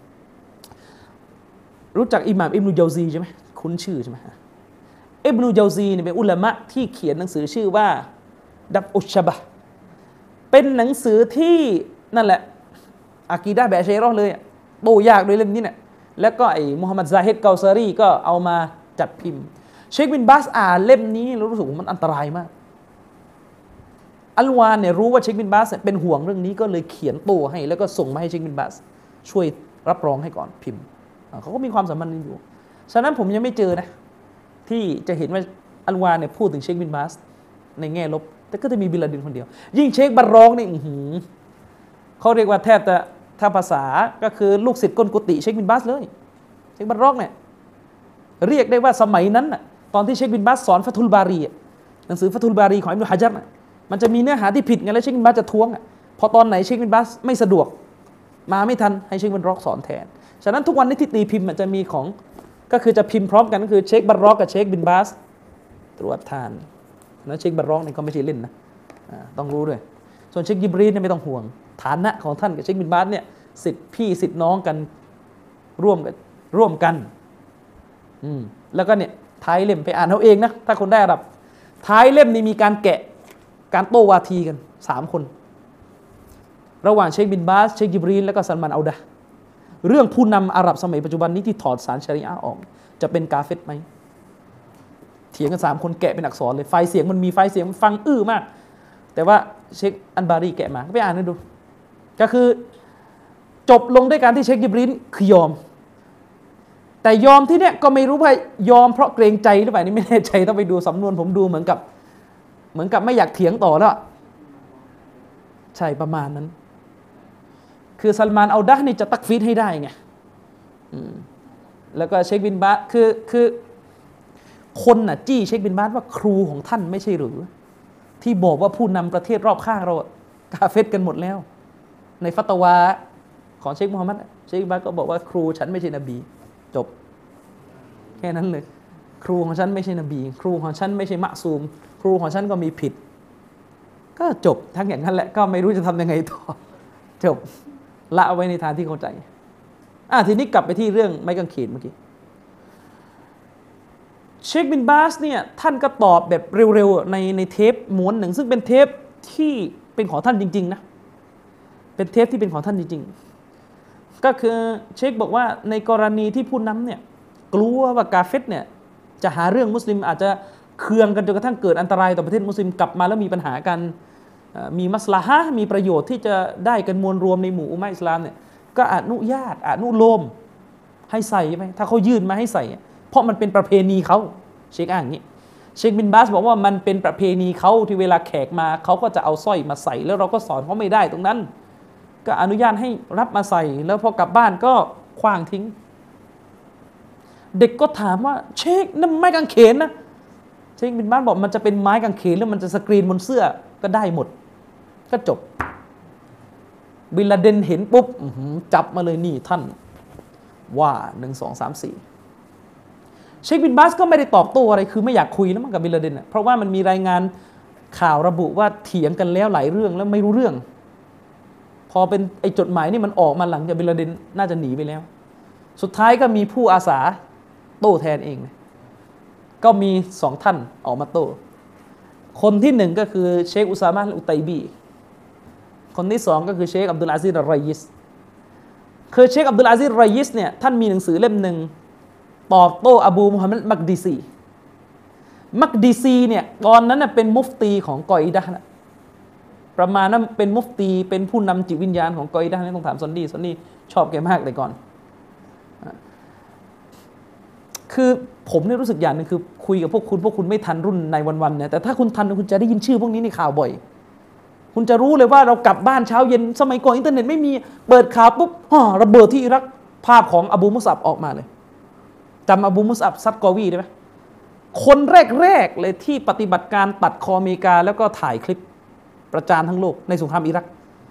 รู้จักอิหม่ามอิบนุเจาซีใช่ไหมคุ้นชื่อใช่ไหมอิบนุเจาซีเนี่ยเป็นอุลามะที่เขียนหนังสือชื่อว่าดับอุชชะบะห์เป็นหนังสือที่นั่นแหละอะกีดะห์แบบอะเชอเราะห์เลยโตยากด้วยเล่มนี้เนี่ยแล้วก็ไอ้มุฮัมมัดซาฮิดเกาซารีก็เอามาจัดพิมพ์เชคบินบาสอ่านเล่มนี้แล้วรู้สึกว่ามันอันตรายมากอัลวานเนี่ยรู้ว่าเชคบินบาสเป็นห่วงเรื่องนี้ก็เลยเขียนโต้ให้แล้วก็ส่งมาให้เชคบินบาสช่วยรับรองให้ก่อนพิมพ์เขาก็มีความสัมพันธ์อยู่ฉะนั้นผมยังไม่เจอนะที่จะเห็นว่าอัลวานเนี่ยพูดถึงเชคบินบาสในแง่ลบแต่ก็จะมีบินลาดินคนเดียวยิ่งเชคบารรอกนี่เขาเรียกว่าแทบจะถ้าภาษาก็คือลูกศิษย์ก้นกุฏิเชคบินบาสเลยเชคบารรอกเนี่ยเรียกได้ว่าสมัยนั้นน่ะตอนที่เชคบินบาสสอนฟัตุลบารีหนังสือฟัตุลบารีของอิบนุฮะญัรมันจะมีเนื้อหาที่ผิดไงแล้วเชคบินบาสจะท้วงอ่ะพอตอนไหนเชคบินบาสไม่สะดวกมาไม่ทันให้เชคบารรอกสอนแทนฉะนั้นทุกวันนี้ที่ตีพิมพ์มันจะมีของก็คือจะพิมพ์พร้อมกันก็คือเชคบารรอกกับเชคบินบาสตรวจทานนะเชคบารรอกนี่ก็ไม่ใช่เล่นนะต้องรู้ด้วยส่วนเชคจิบรีนเนี่ยไม่ต้องห่วงฐานะของท่านกับเชคบินบาสเนี่ยสิทธิพี่สิทธิน้องกันร่วมกันร่วมกันอืมแล้วก็เนี่ยท้ายเล่มไปอ่านเอาเองนะถ้าคนได้อาหรับท้ายเล่มนี้มีการแกะการโต้วาทีกันสามคนระหว่างเชคบินบาสเชคจิบรีนแล้วก็ซัลมานอัลดะห์เรื่องผู้นำอาหรับสมัยปัจจุบันนี้ที่ถอดสารชะรีอะห์ออกจะเป็นกาเฟรไหมเถียงกันสามคนแกะเป็นอักษรเลยไฟเสียงมันมีไฟเสียงมันฟังอื้อมากแต่ว่าเชคอันบารีแกะมาก็ไปอ่านดูก็คือจบลงด้วยการที่เชคจิบรีนคือยอมแต่ยอมที่เนี้ยก็ไม่รู้ว่ายอมเพราะเกรงใจหรือเปล่านี่ไม่แน่ใจต้องไปดูสำนวนผมดูเหมือนกับเหมือนกับไม่อยากเถียงต่อแล้วใช่ประมาณนั้นคือซัลมานอัลดะห์นี่จะตักฟีรให้ได้ไงแล้วก็เชคบินบาสคือคือคนน่ะจี้เชคบินบาสว่าครูของท่านไม่ใช่หรือที่บอกว่าผู้นำประเทศรอบข้างเรากาเฟรกันหมดแล้วในฟัตวาของเชคมูฮัมหมัดเชคบินบาสก็บอกว่าครูฉันไม่ใช่นบีจบแค่นั้นเลยครูของฉันไม่ใช่นบีครูของฉันไม่ใช่มะซูมครูของฉันก็มีผิดก็จบทั้งอย่างนั้นแหละก็ไม่รู้จะทำยังไงต่อจบละเอาไว้ในทางที่เข้าใจอ่ะทีนี้กลับไปที่เรื่องไม้กางเขนเมื่อกี้เชคบินบาสเนี่ยท่านก็ตอบแบบเร็วๆในในเทปม้วนหนึ่งซึ่งเป็นเทปที่เป็นของท่านจริงๆนะเป็นเทปที่เป็นของท่านจริงๆก็คือเชคบอกว่าในกรณีที่ผู้นำเนี่ยกลัวว่ากาเฟรเนี่ยจะหาเรื่องมุสลิมอาจจะเคืองกันจนกระทั่งเกิดอันตรายต่อประเทศมุสลิมกลับมาแล้วมีปัญหากันมีมัสลาฮะห์มีประโยชน์ที่จะได้กันมวลรวมในหมู่อุมมะฮ์อิสลามเนี่ยก็อนุญาตอนุโลมให้ใส่ไหมถ้าเขายื่นมาให้ใส่เพราะมันเป็นประเพณีเขาเชคอ้างอย่างนี้เชคบินบาสบอกว่ามันเป็นประเพณีเขาที่เวลาแขกมาเขาก็จะเอาสร้อยมาใส่แล้วเราก็สอนเขาไม่ได้ตรงนั้นก็อนุญาตให้รับมาใส่แล้วพอกลับบ้านก็ขว้างทิ้งเด็กก็ถามว่าเชคนั่นไม้กางเขนนะเชคบินบาสบอกมันจะเป็นไม้กางเขนหรือมันจะสกรีนบนเสื้อก็ได้หมดก็จบบินลาเดนเห็นปุ๊บจับมาเลยนี่ท่านว่าหนึ่งสองสามสี่เชคบินบาสก็ไม่ได้ตอบโต้อะไรคือไม่อยากคุยแล้วมันกับบินลาเดนเพราะว่ามันมีรายงานข่าวระบุว่าเถียงกันแล้วหลายเรื่องแล้วไม่รู้เรื่องพอเป็นไอ้จดหมายนี่มันออกมาหลังจากบินลาเดนน่าจะหนีไปแล้วสุดท้ายก็มีผู้อาสาโต้แทนเองก็มีสองท่านออกมาโต้คนที่หนึ่งก็คือเชคอุซามะห์ อุตัยบีคนที่สองก็คือเชคอับดุลอาซิซ อัลรอยยิสคือเชคอับดุลอาซิซ อัลรอยยิสเนี่ยท่านมีหนังสือเล่มหนึ่งตอบโต้อบูมุฮัมมัด มักดิซีมักดิซีเนี่ยตอนนั้นเป็นมุฟตีของกออิดะห์นะประมาณนั้นเป็นมุฟตีเป็นผู้นำจิตวิญญาณของกออิดะห์นี่ต้องถามซอนนีซอนนีชอบแกมากเลยก่อนคือผมเนี่ยรู้สึกอย่างนึงคือคุยกับพวกคุณพวกคุณไม่ทันรุ่นในวันๆเนี่ยแต่ถ้าคุณทันคุณจะได้ยินชื่อพวกนี้ในข่าวบ่อยคุณจะรู้เลยว่าเรากลับบ้านเช้าเย็นสมัยก่อนอินเทอร์เน็ตไม่มีเปิดข่าวปุ๊บฮ่อระเบิดที่อิรักภาพของอบูมุสอับออกมาเลยจำอบูมุสอับซัดกอวีได้ไหมคนแรกๆเลยที่ปฏิบัติการตัดคออเมริกาแล้วก็ถ่ายคลิปประจานทั้งโลกในสงครามอิรัก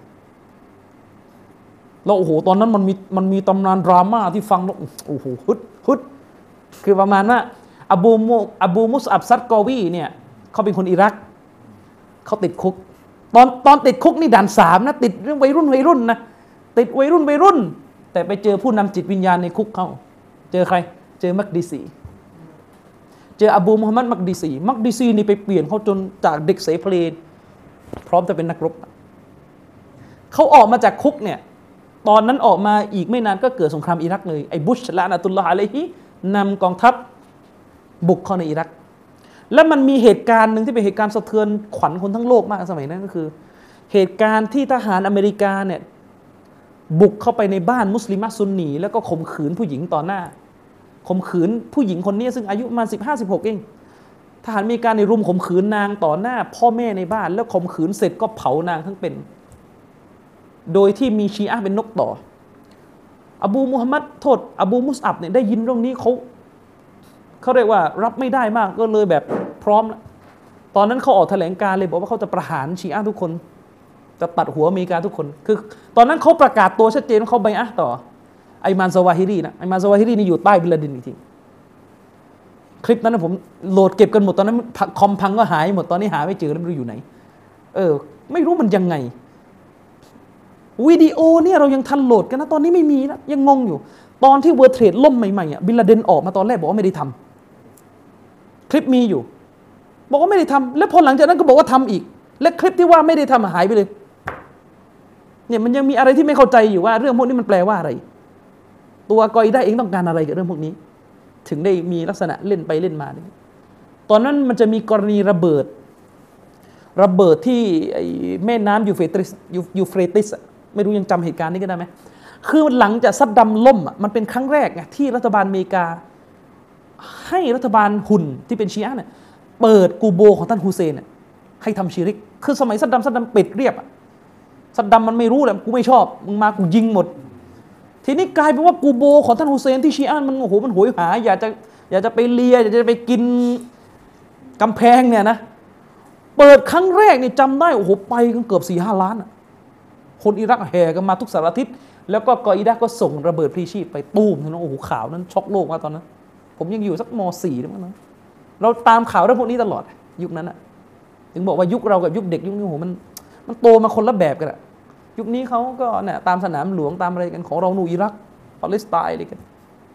แล้วโอ้โหตอนนั้นมันมีมันมีตำนานดราม่าที่ฟังแล้วโอ้โหฮึดฮึดคือประมาณว่าอบูมุอบูมุสอับซัดกอวีเนี่ยเขาเป็นคนอิรักเขาติดคุกตอนตอนติดคุกนี่ด่านสามนะติดเรื่องวัยรุ่นวัยรุ่นนะติดวัยรุ่นวัยรุ่นแต่ไปเจอผู้นำจิตวิญญาณในคุกเขาเจอใครเจอมักดิซีเจออบูมุฮัมมัดมักดิซีมักดิซีนี่ไปเปลี่ยนเขาจนจากเด็กเสเพลนพร้อมจะเป็นนักรบเขาออกมาจากคุกเนี่ยตอนนั้นออกมาอีกไม่นานก็เกิดสงครามอิรักเลยไอ้บุชละนะตุลลอฮ์อะลัยฮินำกองทัพบุกเข้าในอิรักแล้วมันมีเหตุการณ์หนึ่งที่เป็นเหตุการณ์สะเทือนขวัญคนทั้งโลกมากสมัยนั้นก็คือเหตุการณ์ที่ทหารอเมริกาเนี่ยบุกเข้าไปในบ้านมุสลิมะซุนนีแล้วก็ข่มขืนผู้หญิงต่อหน้าข่มขืนผู้หญิงคนนี้ซึ่งอายุประมาณสิบห้าสิบหกเองทหารอเมริกาในรุมข่มขืนนางต่อหน้าพ่อแม่ในบ้านแล้วข่มขืนเสร็จก็เผานางทั้งเป็นโดยที่มีชีอะห์เป็นนกต่ออบูมุฮัมมัดโทษอบูมุสอับเนี่ยได้ยินเรื่องนี้เขาเขาเรียกว่ารับไม่ได้มากก็เลยแบบพร้อมแล้วตอนนั้นเขาออกแถลงการเลยบอกว่าเขาจะประหารชีอะห์ทุกคนจะตัดหัวอเมริกาทุกคนคือตอนนั้นเขาประกาศตัวชัดเจนว่าเขาไบอะห์ต่อไอมานซาวาฮิรีนะไอมานซาวาฮิรีนี่อยู่ใต้บินลาเดนจริงคลิปนั้นผมโหลดเก็บกันหมดตอนนั้นคอมพังก็หายหมดตอนนี้หาไม่เจอแล้วไม่รู้อยู่ไหนเออไม่รู้มันยังไงวิดีโอเนี่ยเรายังทันโหลดกันนะตอนนี้ไม่มีนะยังงงอยู่ตอนที่เวอร์เทรดล่มใหม่ๆอ่ะบินลาเดนออกมาตอนแรกบอกว่าไม่ได้ทำคลิปมีอยู่บอกว่าไม่ได้ทำแล้วพอหลังจากนั้นก็บอกว่าทำอีกและคลิปที่ว่าไม่ได้ทำหายไปเลยเนี่ยมันยังมีอะไรที่ไม่เข้าใจอยู่ว่าเรื่องพวกนี้มันแปลว่าอะไรตัวกออิดะห์เองต้องการอะไรกับเรื่องพวกนี้ถึงได้มีลักษณะเล่นไปเล่นมาเนี่ยตอนนั้นมันจะมีกรณีระเบิดระเบิดที่แม่น้ำยูเฟรติสยูเฟรติสไม่รู้ยังจำเหตุการณ์นี้กันได้ไหมคือหลังจากซัดดัมล่มอ่ะมันเป็นครั้งแรกไงที่รัฐบาลอเมริกาให้รัฐบาลหุ่นที่เป็นชีอะห์เนี่ยเปิดกูโบของท่านฮุเซนให้ทำชิริกคือสมัยซัดดัมซัดดัมปิดเรียบอ่ะซัดดัมมันไม่รู้แหละกูไม่ชอบมึงมากูยิงหมดทีนี้กลายเป็นว่ากูโบของท่านฮุเซนที่ชีอะห์มันโอ้โหมันโหยหาอยากจะอยากจะไปเลียอยากจะไปกินกำแพงเนี่ยนะเปิดครั้งแรกนี่จำได้โอ้โหไปกันเกือบสี่ห้าล้านคนอิรักแห่กันมาทุกสารทิศแล้วก็กออิดะห์ก็ส่งระเบิดพลีชีพไปตูมนะโอ้โหข่าวนั้นช็อกโลกมากตอนนั้นผมยังอยู่สักม.สี่แล้วมั้งนะเราตามข่าวเรื่องพวกนี้ตลอดยุคนั้นอ่ะถึงบอกว่ายุคเรากับยุคเด็กยุคนี้โอ้โหมันมันโตมาคนละแบบกันอะยุคนี้เขาก็เนี่ยตามสนามหลวงตามอะไรกันของเราหนูอิรักปาเลสไตน์อะไรกัน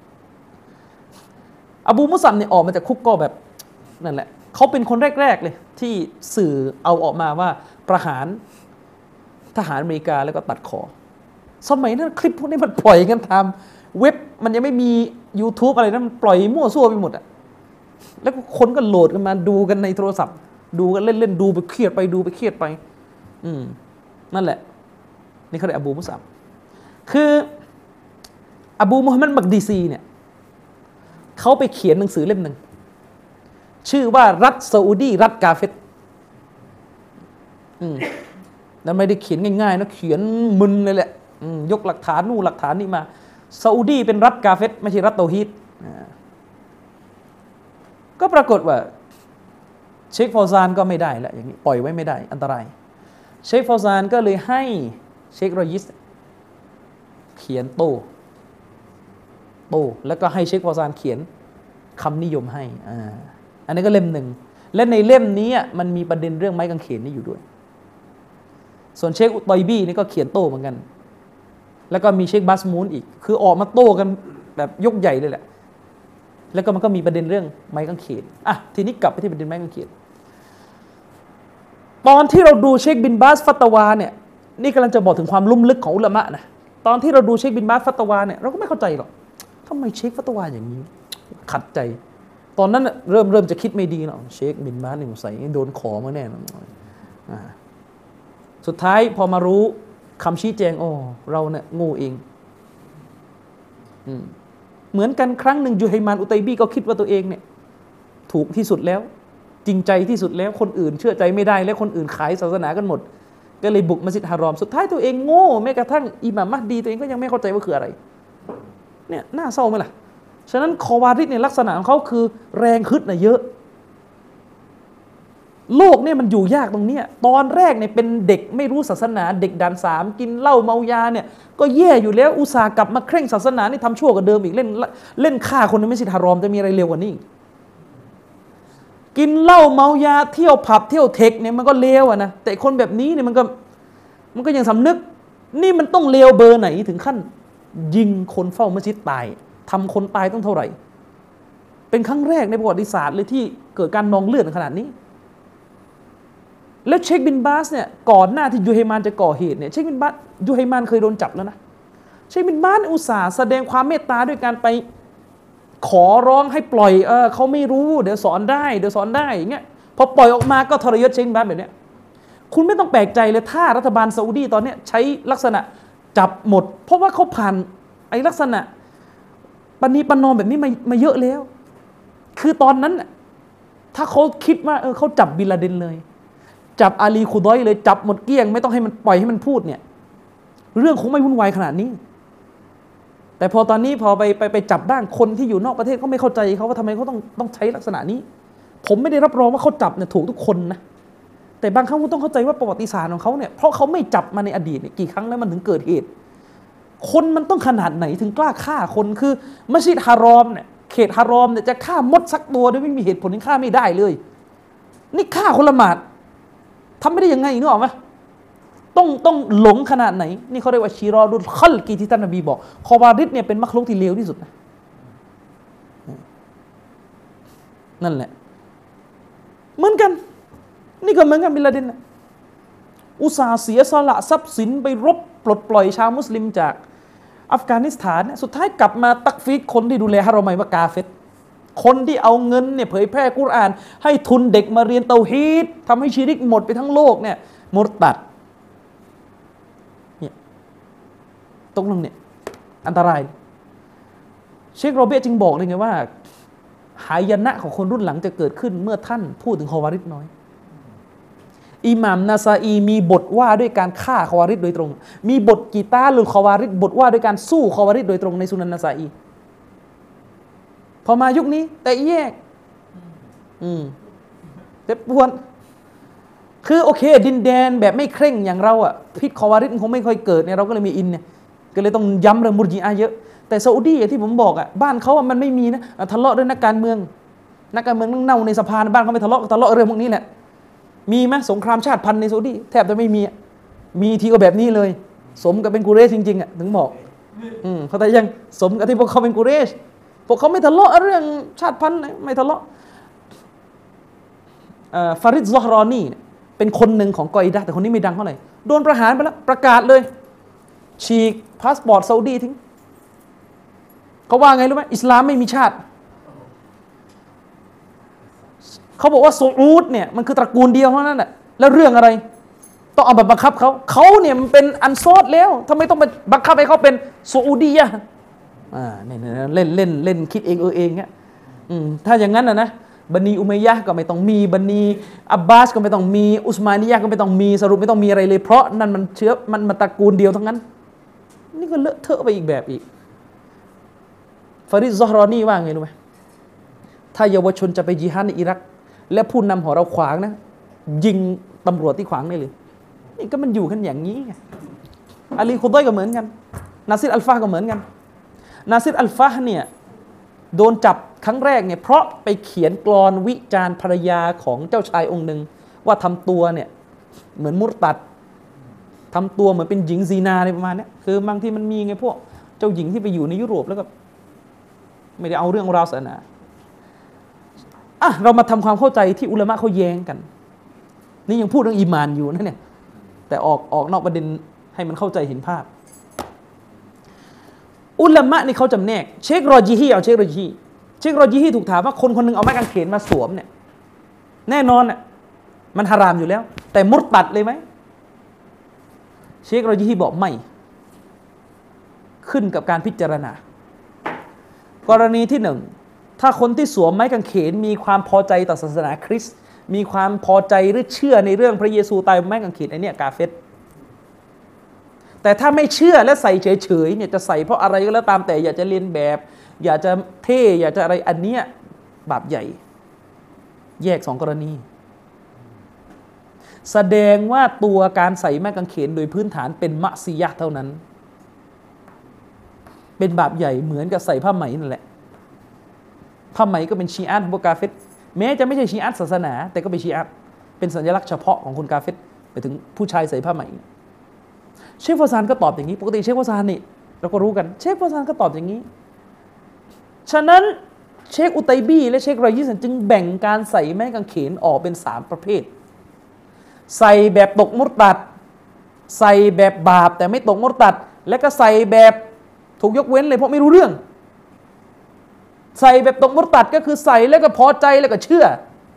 อบูมุซัมเนี่ยออกมาจากคุกก็แบบนั่นแหละเขาเป็นคนแรกๆเลยที่สื่อเอาออกมาว่าประหารทหารอเมริกาแล้วก็ตัดคอสมัยนั้นคลิปพวกนี้มันปล่อยกันตามเว็บมันยังไม่มี YouTube อะไรนะมันปล่อยมั่วซั่วไปหมดอ่ะแล้วคนก็โหลดกันมาดูกันในโทรศัพท์ดูกันเล่นๆดูไปเครียดไปดูไปเครียดไปอืมนั่นแหละนี่เขาเรียกอบูมุซัมคืออบูมุฮัมมัด มักดิซีเนี่ยเขาไปเขียนหนังสือเล่มหนึ่งชื่อว่ารัฐซาอุดีรัฐกาเฟตอืมแล้วไม่ได้เขียนง่ายๆนะเขียนมึนเลยแหละยกหลักฐานนู่นหลักฐานนี่มาซาอุดีเป็นรัฐกาเฟตไม่ใช่รัฐเตาฮีดก็ปรากฏว่าเชคฟาวซานก็ไม่ได้แล้วอย่างนี้ปล่อยไว้ไม่ได้อันตรายเชคฟาวซานก็เลยให้เชครอยิสเขียนโต้โต้แล้วก็ให้เชคฟาวซานเขียนคำนิยมให้อ่าอันนี้ก็เล่มหนึ่งและในเล่มนี้มันมีประเด็นเรื่องไม้กางเขนนี่อยู่ด้วยส่วนเชคอุตอยบีนี่ก็เขียนโต้เหมือนกันแล้วก็มีเชคบัสมูนอีกคือออกมาโต้กันแบบยกใหญ่เลยแหละแล้วก็มันก็มีประเด็นเรื่องไม้กางเขนอ่ะทีนี้กลับไปที่ประเด็นไม้กางเขนตอนที่เราดูเชคบินบาสฟัตวาเนี่ยนี่กำลังจะบอกถึงความลุ่มลึกของอุลามะนะตอนที่เราดูเชคบินบาสฟัตวาเนี่ยเราก็ไม่เข้าใจหรอกทำไมเชคฟัตวาอย่างนี้ขัดใจตอนนั้นเริ่มเริ่มจะคิดไม่ดีเนาะเชคบินบาสนี่ใส่โดนขอมาแน่นอนสุดท้ายพอมารู้คำชี้แจงอ๋อเราเนี่ยโง่เองเหมือนกันครั้งหนึ่งยูไฮมานอุตัยบีก็คิดว่าตัวเองเนี่ยถูกที่สุดแล้วจริงใจที่สุดแล้วคนอื่นเชื่อใจไม่ได้แล้วคนอื่นขายศาสนากันหมดก็เลยบุกมัสยิดฮารอมสุดท้ายตัวเองโง่แม้กระทั่งอิหม่ามมะฮดีตัวเองก็ยังไม่เข้าใจว่าคืออะไรเนี่ยน่าเศร้าไหมล่ะฉะนั้นคอวาริดเนี่ยลักษณะของเขาคือแรงฮึดน่ะเยอะโลกเนี่ยมันอยู่ยากตรงเนี้ยตอนแรกเนี่ยเป็นเด็กไม่รู้ศาสนาเด็กด่านสามกินเหล้าเมายาเนี่ยก็แย่อยู่แล้วอุตส่าห์กลับมาเคร่งศาสนานี่ทำชั่วกว่าเดิมอีกเล่นเล่นฆ่าคนในมัสยิดฮารอมจะมีอะไรเร็วกว่านี้กินเหล้าเมายาเที่ยวผับเที่ยวเทคเนี่ยมันก็เลวอ่ะนะแต่คนแบบนี้เนี่ยมันก็มันก็ยังสำนึกนี่มันต้องเลวเบอร์ไหนถึงขั้นยิงคนเฝ้ามัสยิดตายทำคนตายต้องเท่าไหร่เป็นครั้งแรกในประวัติศาสตร์เลยที่เกิดการนองเลือดขนาดนี้แล้วเชคบินบาสเนี่ยก่อนหน้าที่ยูไฮมานจะก่อเหตุเนี่ยเชคบินบาสยูไฮมานเคยโดนจับแล้วนะเชคบินบาสอุตส่าห์แสดงความเมตตาด้วยการไปขอร้องให้ปล่อยเออเขาไม่รู้เดี๋ยวสอนได้เดี๋ยวสอนได้อย่างเงี้ยพอปล่อยออกมาก็ทรยศเชคบินบาสแบบเนี้ยคุณไม่ต้องแปลกใจเลยถ้ารัฐบาลซาอุดีตอนนี้ใช้ลักษณะจับหมดเพราะว่าเขาผ่านไอ้ลักษณะปณีประนอมแบบนี้มามาเยอะแล้วคือตอนนั้นถ้าเขาคิดว่าเออเขาจับบินลาเดนเลยจับอาลีคูดอยเลยจับหมดเกลี้ยงไม่ต้องให้มันปล่อยให้มันพูดเนี่ยเรื่องคงไม่วุ่นวายขนาดนี้แต่พอตอนนี้พอไปไปไปจับบ้างคนที่อยู่นอกประเทศเขาไม่เข้าใจเขาว่าทำไมเขาต้องต้องใช้ลักษณะนี้ผมไม่ได้รับรองว่าเขาจับเนี่ยถูกทุกคนนะแต่บางครั้งคุณต้องเข้าใจว่าประวัติศาสตร์ของเขาเนี่ยเพราะเขาไม่จับมาในอดีตเนี่ยกี่ครั้งแล้วมันถึงเกิดเหตุคนมันต้องขนาดไหนถึงกล้าฆ่าคนคือมัสยิดฮารอมเนี่ยเขตฮารอมเนี่ยจะฆ่ามดสักตัวโดยไม่มีเหตุผลที่ฆ่าไม่ได้เลยนี่ฆ่าคนละหมาดทำไม่ได้ยังไงนึกออกไหมต้องต้องหลงขนาดไหนนี่เขาเรียกว่าชีรอดุลคัลกีที่ท่านนบีบอกคอวาริดเนี่ยเป็นมักลุกที่เลวที่สุดนะนั่นแหละเหมือนกันนี่ก็เหมือนกันบินลาเดนนะอุตส่าห์เสียสละทรัพย์สินไปรบปลดปล่อยชาวมุสลิมจากอัฟกานิสถานสุดท้ายกลับมาตักฟีดคนที่ดูแลฮารอมัยว่ากาเฟรคนที่เอาเงินเนี่ยเผยแพร่กุรอานให้ทุนเด็กมาเรียนเตาฮีดทำให้ชิริกหมดไปทั้งโลกเนี่ยมุรตัดเนี่ยตรงนึงเนี่ยอันตรายเชคโรเบตจึงบอกเลยไงว่าหายนะของคนรุ่นหลังจะเกิดขึ้นเมื่อท่านพูดถึงคอวาริดน้อยอิหม่ามนาซาอีมีบทว่าด้วยการฆ่าคอวาริดโดยตรงมีบทกีตาลุลคอวาริดบทว่าด้วยการสู้คอวาริดโดยตรงในสุนันนาซาอีพอมายุคนี้แต่แยกอืมเจ็บปวดคือโอเคดินแดนแบบไม่เคร่งอย่างเราอ่ะพิษคอวาริดคงไม่ค่อยเกิดเนี่ยเราก็เลยมีอินเนี่ยก็เลยต้องย้ำเรื่องมุรจิอะห์เยอะแต่ซาอุดีอย่างที่ผมบอกอ่ะบ้านเขาอ่ะมันไม่มีนะทะเลาะด้วยนักการเมืองนักการเมืองนั่งเน่าในสภาบ้านเขาไม่ทะเลาะทะเลาะเรื่องพวกนี้แหละมีไหมสงครามชาติพันธุ์ในซาอุดีแทบจะไม่มีมีทีก็แบบนี้เลยสมกับเป็นกุเรชจริงๆอ่ะถึงบอกอืมเขาแต่ยังสมกับที่พวกเขาเป็นกุเรชพวกเขาไม่ทะเลาะเรื่องชาติพันธุ์ไม่ทะเลาะฟาริดซอฮรอนีเป็นคนหนึ่งของกออิดะห์แต่คนนี้ไม่ดังเท่าไหร่โดนประหารไปแล้วประกาศเลยฉีกพาสปอร์ตซาอุดีทิ้งเขาว่าไงรู้ไหมอิสลามไม่มีชาติเขาบอกว่าซาอุดเนี่ยมันคือตระกูลเดียวเท่านั้นแหละแล้วเรื่องอะไรต้องเอาบังคับเขาเขาเนี่ยมันเป็นอันซอดแล้วทำไมต้องไปบังคับให้เขาเป็นซาอุดีอะอ่าเนี่ยเล่นเล่นเล่นคิดเองเออเองเงี้ยอืมถ้าอย่างนั้นนะนะบันีอุมัยยะห์ก็ไม่ต้องมีบันีอับบาสก็ไม่ต้องมีอุสมานียะห์ก็ไม่ต้องมีสรุปไม่ต้องมีอะไรเลยเพราะนั่นมันเชื้อมันมาตระกูลเดียวทั้งนั้นนี่ก็เลอะเทอะไปอีกแบบอีกฟาริดซอฮรอนีว่าไงรู้ไหมถ้าเยาวชนจะไปญิฮาดในอิรักและผู้นำของเราขวางนะยิงตำรวจที่ขวางได้เลยนี่ก็มันอยู่กันอย่างนี้ไงอาลีคุดอยก็เหมือนกันนาซิรอัลฟาก็เหมือนกันนาซิรอัลฟาเนี่ยโดนจับครั้งแรกเนี่ยเพราะไปเขียนกลอนวิจารณ์ภรรยาของเจ้าชายองค์หนึ่งว่าทำตัวเนี่ยเหมือนมุรตัดำตัวเหมือนเป็นหญิงซีนาอะไรประมาณนี้คือบางที่มันมีไงพวกเจ้าหญิงที่ไปอยู่ในยุโรปแล้วก็ไม่ได้เอาเรื่องราวศาสนาอ่ะเรามาทำความเข้าใจที่อุลามะเขาแย้งกันนี่ยังพูดเรื่องอีมานอยู่นะเนี่ยแต่ออกออกนอกประเด็นให้มันเข้าใจเห็นภาพอุลามะนี่เขาจำแนกเชครอจีฮีเอาเชครอจีฮีเชครอจีฮีถูกถามว่าคนคนนึงเอาไม้กางเขนมาสวมเนี่ยแน่นอนอ่ะมันฮารามอยู่แล้วแต่มุรตัดเลยไหมเชครอจีฮีบอกไม่ขึ้นกับการพิจารณากรณีที่หนึ่งถ้าคนที่สวมไม้กางเขนมีความพอใจต่อศาสนาคริสต์มีความพอใจหรือเชื่อในเรื่องพระเยซูตายบนไม้กางเขนไอ้นี่กาเฟรแต่ถ้าไม่เชื่อและใส่เฉยๆเนี่ยจะใส่เพราะอะไรก็แล้วตามแต่อยากจะเรียนแบบอยากจะเท่อยากจะอะไรอันเนี้ยบาปใหญ่แยกสองกรณีแสดงว่าตัวการใส่ไม้กางเขนโดยพื้นฐานเป็นมะซียะห์เท่านั้นเป็นบาปใหญ่เหมือนกับใส่ผ้าไหมนั่นแหละผ้าไหมก็เป็นชีอะห์ของพวกกาเฟรแม้จะไม่ใช่ชีอะห์ศาสนาแต่ก็เป็นชีอะห์เป็นสัญลักษณ์เฉพาะของคนกาเฟรไปถึงผู้ชายใส่ผ้าไหมเชคฟาซานก็ตอบอย่างนี้ปกติเชคฟาซานนี่เราก็รู้กันเชคฟาซานก็ตอบอย่างนี้ฉะนั้นเชคอุตัยบีและเชครอยิสันจึงแบ่งการใส่ไม้กางเขนออกเป็นสามประเภทใส่แบบตกมุรตัดใส่แบบบาปแต่ไม่ตกมุรตัดและก็ใส่แบบถูกยกเว้นเลยเพราะไม่รู้เรื่องใส่แบบตกมุรตัดก็คือใส่แล้วก็พอใจแล้วก็เชื่อ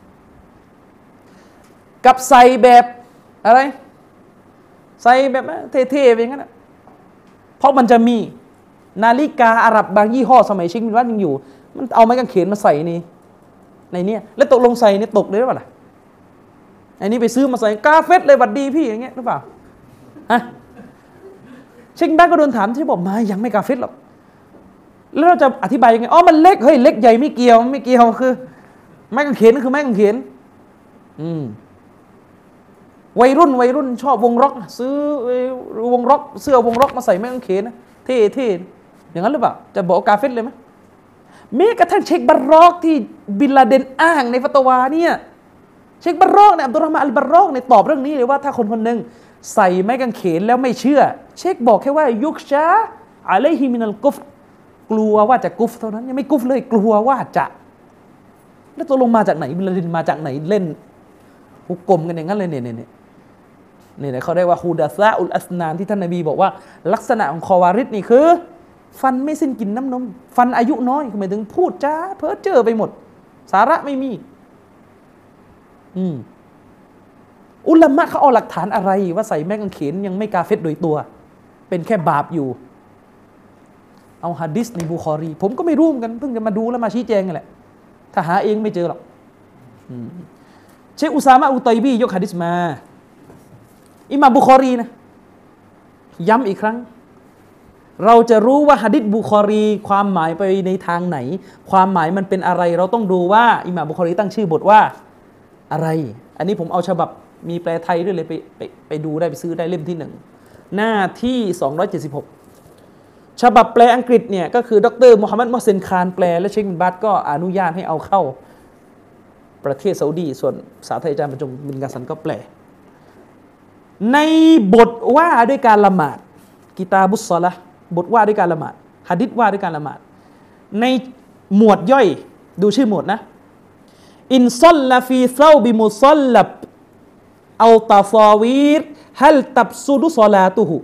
กับใส่แบบอะไรใส่แบบเท่ๆอย่างนั้นเพราะมันจะมีนาฬิกาอาหรับบางยี่ห้อสมัยเชคบินวัดยังอยู่มันเอาไม้กางเขนมาใส่ในในเนี้ยแล้วตกลงใส่เนี่ยตกเลยหรือเปล่าอันนี้ไปซื้อมาใส่กาเฟสเลยบัดดีพี่อย่างเงี้ยหรือเปล่าฮะเชคบินวัดก็โดนถามที่บอกมายังไม่กาเฟสหรอกแล้วเราจะอธิบายยังไงอ๋อมันเล็กเฮ้ยเล็กใหญ่ไม่เกี่ยวไม่เกี่ยวคือไม้กางเขนก็คือไม้กางเขนอืมวัยรุ่นวัยรุ่นชอบวงร็อกซื้อวงร็อกเสื้อวงร็อกมาใส่ไม้กางเขนนะเท่เท่อย่างนั้นหรือเปล่าจะบอกกาเฟสเลยไหมแม้กระทั่งเชคบารอกที่บินลาเดนอ้างในฟัตวาเนี่ยเชคบารอกเนี่ยอับดุลรอฮ์มานอัลบารอกเนี่ยตอบเรื่องนี้เลยว่าถ้าคนคนหนึ่งใส่ไม้กางเขนแล้วไม่เชื่อเชคบอกแค่ว่ายุกชาอะลัยฮิมินัลกุฟรกลัวว่าจะกุฟเท่านั้นยังไม่กุฟเลยกลัวว่าจะแล้วตัวลงมาจากไหนบินลาเดนมาจากไหนเล่นหุกกลมกันอย่างนั้นเลยเนี่ยเนี่ยนี่เขาเรียกว่าฮูดาซาอุลอัสนานที่ท่านนบีบอกว่าลักษณะของคอวาริดนี่คือฟันไม่สิ้นกินน้ำนมฟันอายุน้อยหมายถึงพูดจ้าเพ้อเจ้อไปหมดสาระไม่มีอืมอุลามะเขาเอาหลักฐานอะไรว่าใส่แม่กางเขนยังไม่กาเฟรโดยตัวเป็นแค่บาปอยู่เอาหะดีษในบุคอรีผมก็ไม่รู้เหมือนกันเพิ่งจะมาดูแล้วมาชี้แจงกันแหละถ้าหาเองไม่เจอหรอกเชคอุซามะอุตัยบียกหะดีษมาอิหม่ามบุคอรีนะย้ำอีกครั้งเราจะรู้ว่าหะดีษบุคอรีความหมายไปในทางไหนความหมายมันเป็นอะไรเราต้องดูว่าอิหม่ามบุคอรีตั้งชื่อบทว่าอะไรอันนี้ผมเอาฉบับมีแปลไทยด้วยเลยไปไปไปดูได้ไปซื้อได้เล่มที่หนึ่งหน้าที่สองร้อยเจ็ดสิบหกฉบับแปลอังกฤษเนี่ยก็คือดรมุฮัมมัดมอห์เซนคานแปลและเชคบินบาซก็อนุญาตให้เอาเข้าประเทศซาอุดีส่วนภาษาไทยอาจารย์บรรจงบินกาสันก็แปลในบทว่าด้วยการละหมาดกิตาบุสซอละห์บทว่าด้วยการละหมาดหะดีษว่าด้วยการละหมาดในหมวดย่อยดูชื่อหมวดนะอินซัลลาฟีซาบิมุซัลลับเอาตาซาวีรฮัลตับซุดุศอลาตุฮุ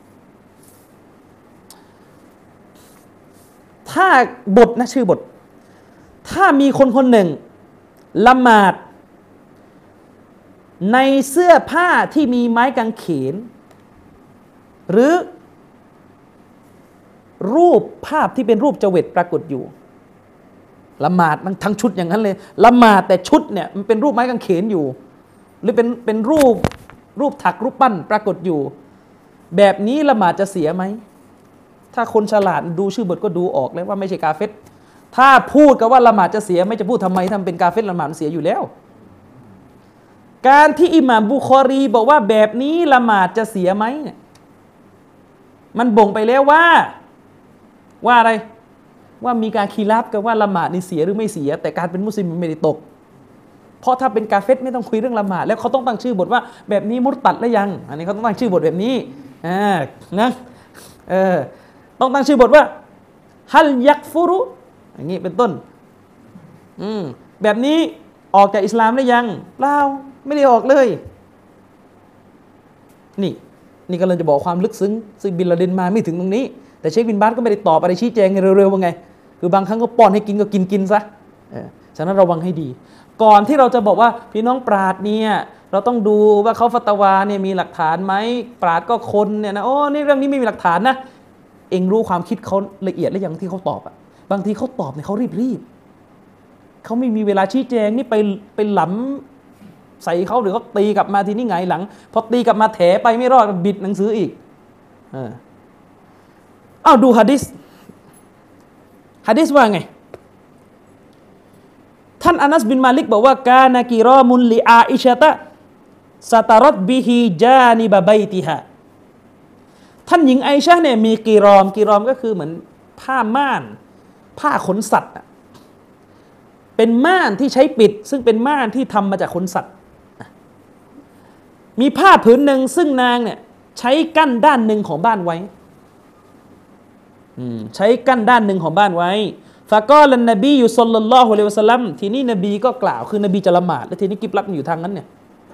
ถ้าบทนะชื่อบทถ้ามีคนคนหนึ่งละหมาดในเสื้อผ้าที่มีไม้กางเขนหรือรูปภาพที่เป็นรูปเจวิตปรากฏอยู่ละหมาดมันทั้งชุดอย่างนั้นเลยละหมาดแต่ชุดเนี่ยมันเป็นรูปไม้กางเขนอยู่หรือเป็นเป็นรูปรูปถักรูปปั้นปรากฏอยู่แบบนี้ละหมาดจะเสียไหมถ้าคนฉลาดดูชื่อบทก็ดูออกเลยว่าไม่ใช่กาเฟรถ้าพูดกันว่าละหมาดจะเสียไม่จะพูดทำไมทำเป็นกาเฟรละหมาดมันเสียอยู่แล้วการที่อิหม่ามบุคอรีบอกว่าแบบนี้ละหมาดจะเสียไหมเนี่ยมันบ่งไปแล้วว่าว่าอะไรว่ามีการคีรับกันว่าละหมาดนี่เสียหรือไม่เสียแต่การเป็นมุสลิมไม่ได้ตกเพราะถ้าเป็นกาเฟรไม่ต้องคุยเรื่องละหมาดแล้วเขาต้องตั้งชื่อบทว่าแบบนี้มุรตัดแล้วยังอันนี้เขาต้องตั้งชื่อบทแบบนี้อ่านะเออต้องตั้งชื่อบทว่าฮัลยักฟุรุอย่างนี้เป็นต้นอืมแบบนี้ออกจากอิสลามได้ยังเปล่าไม่ได้ออกเลยนี่นี่ก็เลยจะบอกความลึกซึ้งซึ่งบินลาเดนมาไม่ถึงตรงนี้แต่เชคบินบาสก็ไม่ได้ตอบอะไรชี้แจงเร็วๆว่าไงคือบางครั้งก็ป้อนให้กินก็กินกินซะเออฉะนั้นระวังให้ดีก่อนที่เราจะบอกว่าพี่น้องปราชญ์เนี่ยเราต้องดูว่าเขาฟัตวาเนี่ยมีหลักฐานไหมปราชญ์ก็คนเนี่ยนะโอ้นี่เรื่องนี้ไม่มีหลักฐานนะเองรู้ความคิดเขาละเอียดและอย่างที่เขาตอบอ่ะบางทีเขาตอบเนี่ยเขารีบๆเขาไม่มีเวลาชี้แจงนี่ไปไปหล้ำใส่เขาหรือเขาตีกลับมาทีนี้ไงหลังพอตีกลับมาแถไปไม่รอดบิดหนังสืออีกเอออ้าวดูหะดีษหะดีษว่าไงท่านอานัสบินมาลิกบอกว่ากานะกิรอมุนลิอาอิชะตะสตารัตบิฮิจานิบะบัยติฮะท่านหญิงไอชะเนี่ยมีกีรอมกีรอมก็คือเหมือนผ้าม่านผ้าขนสัตว์เป็นม่านที่ใช้ปิดซึ่งเป็นม่านที่ทำมาจากขนสัตว์มีผ้าผืนหนึ่งซึ่งนางเนี่ยใช้กั้นด้านหนึ่งของบ้านไว้ใช้กั้นด้านหนึ่งของบ้านไว้ฟะกอลันนบีอยู่ศ็อลลัลลอฮุอะลัยฮิวะซัลลัมทีนี้นบีก็กล่าวคือนบีจะละหมาดแล้วทีนี้กิบลัตมันอยู่ทางนั้นเนี่ย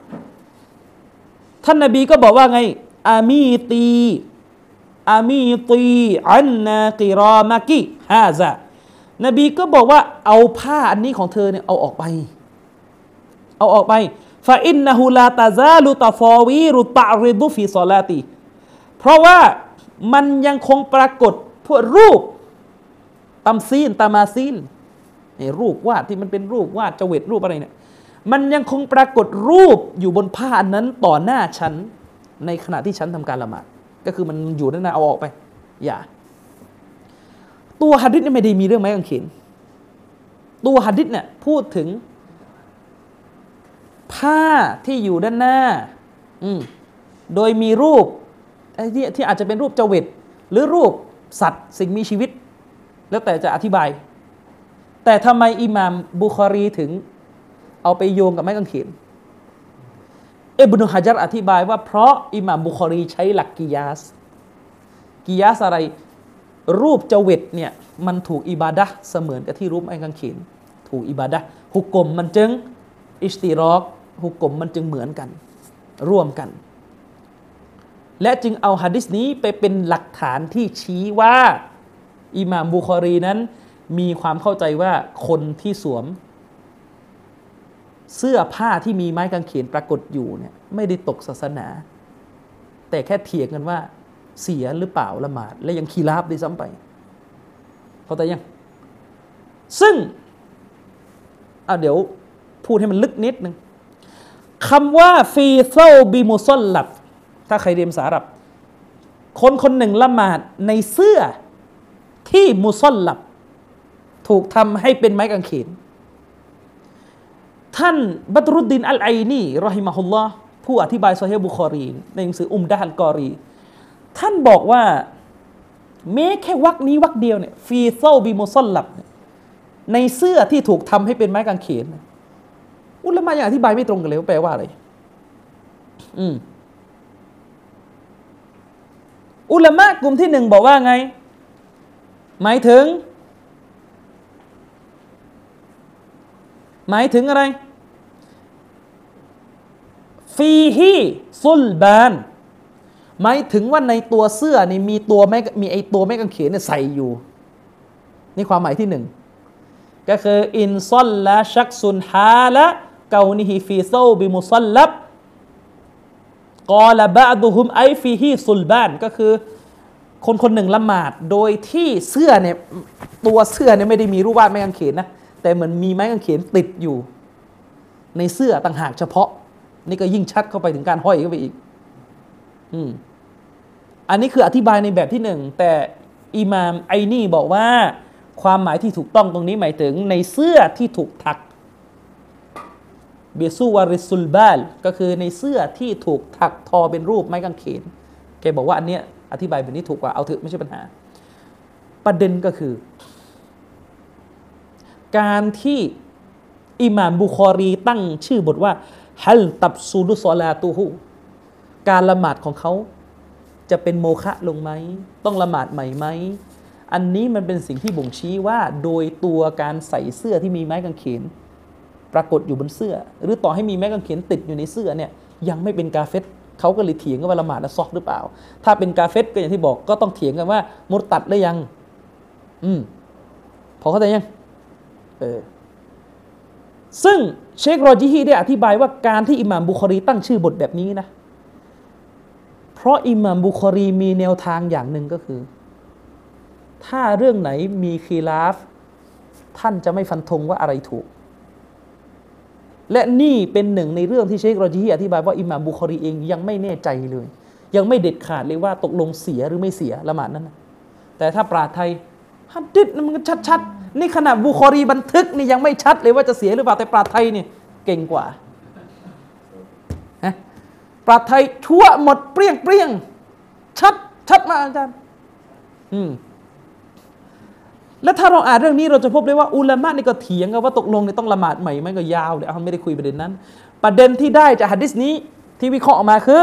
ท่านนบีก็บอกว่าไงอามีตีอามีตีอันนากิรอมะกิฮาซานบีก็บอกว่าเอาผ้าอันนี้ของเธอเนี่ยเอาออกไปเอาออกไปฟาอินนะฮูลาตาซาลุตะฟอวีรุตะริดุฟีศอลาติเพราะว่ามันยังคงปรากฏพวกรูปตัมซีนตามาซีนไอ้รูปวาดที่มันเป็นรูปวาดจเวตรูปอะไรเนี่ยมันยังคงปรากฏรูปอยู่บนผ้าอันนั้นต่อหน้าฉันในขณะที่ฉันทำการละหมาดก็คือมันอยู่นั่นนะเอาออกไปอย่าตัวหะดีษเนี่ยไม่ได้มีเรื่องไม้กางเขนตัวหะดีษเนี่ยพูดถึงผ้าที่อยู่ด้านหน้าอืมโดยมีรูปไอ้ที่ที่อาจจะเป็นรูปจเวตหรือรูปสัตว์สิ่งมีชีวิตแล้วแต่จะอธิบายแต่ทำไมอิหม่ามบุคอรีถึงเอาไปโยงกับไม้กางเขนอิบนุฮะญัรอธิบายว่าเพราะอิหม่ามบุคอรีใช้หลักกิยาสกิยาสอะไรรูปจเวตเนี่ยมันถูกอิบาดะห์เสมือนกับที่รูปไม้กางเขนถูกอิบาดะห์ฮุกกลมมันจึงอิสติรอกฮุกกลมมันจึงเหมือนกันร่วมกันและจึงเอาหะดีษนี้ไปเป็นหลักฐานที่ชี้ว่าอิหม่ามบุคอรีนั้นมีความเข้าใจว่าคนที่สวมเสื้อผ้าที่มีไม้กางเขนปรากฏอยู่เนี่ยไม่ได้ตกศาสนาแต่แค่เถียงกันว่าเสียหรือเปล่าละหมาดและยังคีราฟด้วยซ้ำไปเข้าใจยังซึ่งอ่ะเดี๋ยวพูดให้มันลึกนิดนึงคำว่าฟีโซบิมุซอลลับถ้าใครเรียนภาษาอาหรับคนคนหนึ่งละหมาดในเสื้อที่มุซอลลับถูกทำให้เป็นไม้กางเขนท่านบัตรุดดินอัลไอนีรอฮิมะฮุลลอฮ์ผู้อธิบายซอฮีฮ์บุคอรีในหนังสืออุมดะฮ์อัลกอรีท่านบอกว่าแม้แค่วรรคนี้วรรคเดียวเนี่ยฟีโซบิมุซอลลับในเสื้อที่ถูกทำให้เป็นไม้กางเขนอุลามะยังอธิบายไม่ตรงกันเลยว่าแปลว่าอะไรอืมอุลามะกลุ่มที่หนึ่งบอกว่าไงหมายถึงหมายถึงอะไรฟีฮีซุลบานหมายถึงว่าในตัวเสื้อนี่มีตัวแม่มีไอตัวแม่กางเขนเนี่ยใส่อยู่นี่ความหมายที่หนึ่งก็คืออินซอลละชักซุนฮาละเกานิฮิฟีโซบิมุซัลลับกอละบะดุฮุมไอฟีฮีซุลบานก็คือคนคนหนึ่งละหมาดโดยที่เสื้อเนี่ยตัวเสื้อเนี่ยไม่ได้มีรูปวาดไม้กางเขนนะแต่เหมือนมีไม้กางเขนติดอยู่ในเสื้อต่างหากเฉพาะนี่ก็ยิ่งชัดเข้าไปถึงการห้อยเข้าไปอีกอืมอันนี้คืออธิบายในแบบที่หนึ่งแต่อิหม่ามไอนี่บอกว่าความหมายที่ถูกต้องตรงนี้หมายถึงในเสื้อที่ถูกถักเบซูวาริซุลบาลก็คือในเสื้อที่ถูกถักทอเป็นรูปไม้กางเขนแกบอกว่าอันเนี้ยอธิบายแบบนี้ถูกกว่าเอาเถอะไม่ใช่ปัญหาประเด็นก็คือการที่อิหม่ามบุคอรีตั้งชื่อบทว่าฮัลตับซูดุศอลาตูฮูการละหมาดของเขาจะเป็นโมฆะลงไหมต้องละหมาดใหม่ไหมอันนี้มันเป็นสิ่งที่บ่งชี้ว่าโดยตัวการใส่เสื้อที่มีไม้กางเขนปรากฏอยู่บนเสื้อหรือต่อให้มีไม้กางเขนติดอยู่ในเสื้อเนี่ยยังไม่เป็นกาเฟรเขาก็เลยเถียงกันว่าละหมาดแล้วซอกหรือเปล่าถ้าเป็นกาเฟรก็อย่างที่บอกก็ต้องเถียงกันว่ามุรตัดหรือยังอืมพอเข้าใจยังเออซึ่งเชครอจิฮีได้อธิบายว่าการที่อิหม่ามบุคอรีตั้งชื่อบทแบบนี้นะเพราะอิหม่ามบุคอรีมีแนวทางอย่างหนึ่งก็คือถ้าเรื่องไหนมีคีลาฟท่านจะไม่ฟันธงว่าอะไรถูกและนี่เป็นหนึ่งในเรื่องที่เชครอจิฮีอธิบายว่าอิหม่ามบุคอรีเองยังไม่แน่ใจเลยยังไม่เด็ดขาดเลยว่าตกลงเสียหรือไม่เสียละหมาดนั้นนะแต่ถ้าปราชญ์ไทยฮัดดิษมันก็ชัดๆนี่ขนาดบุคอรีบันทึกนี่ยังไม่ชัดเลยว่าจะเสียหรือเปล่าแต่ปราชญ์ไทยเนี่ยเก่งกว่าฮะปราชญ์ไทยชั่วหมดเปรี้ยงเปรี้ยงชัดชัดมากอาจารย์อืมแล้วถ้าเราอ่านเรื่องนี้เราจะพบเลยว่าอุลามะนี่ก็เถียงกันว่าตกลงเนี่ยต้องละหมาดใหม่ไหมก็ยาวเลยเอาไม่ได้คุยประเด็นนั้นประเด็นที่ได้จากหะดีษนี้ที่วิเคราะห์ออกมาคือ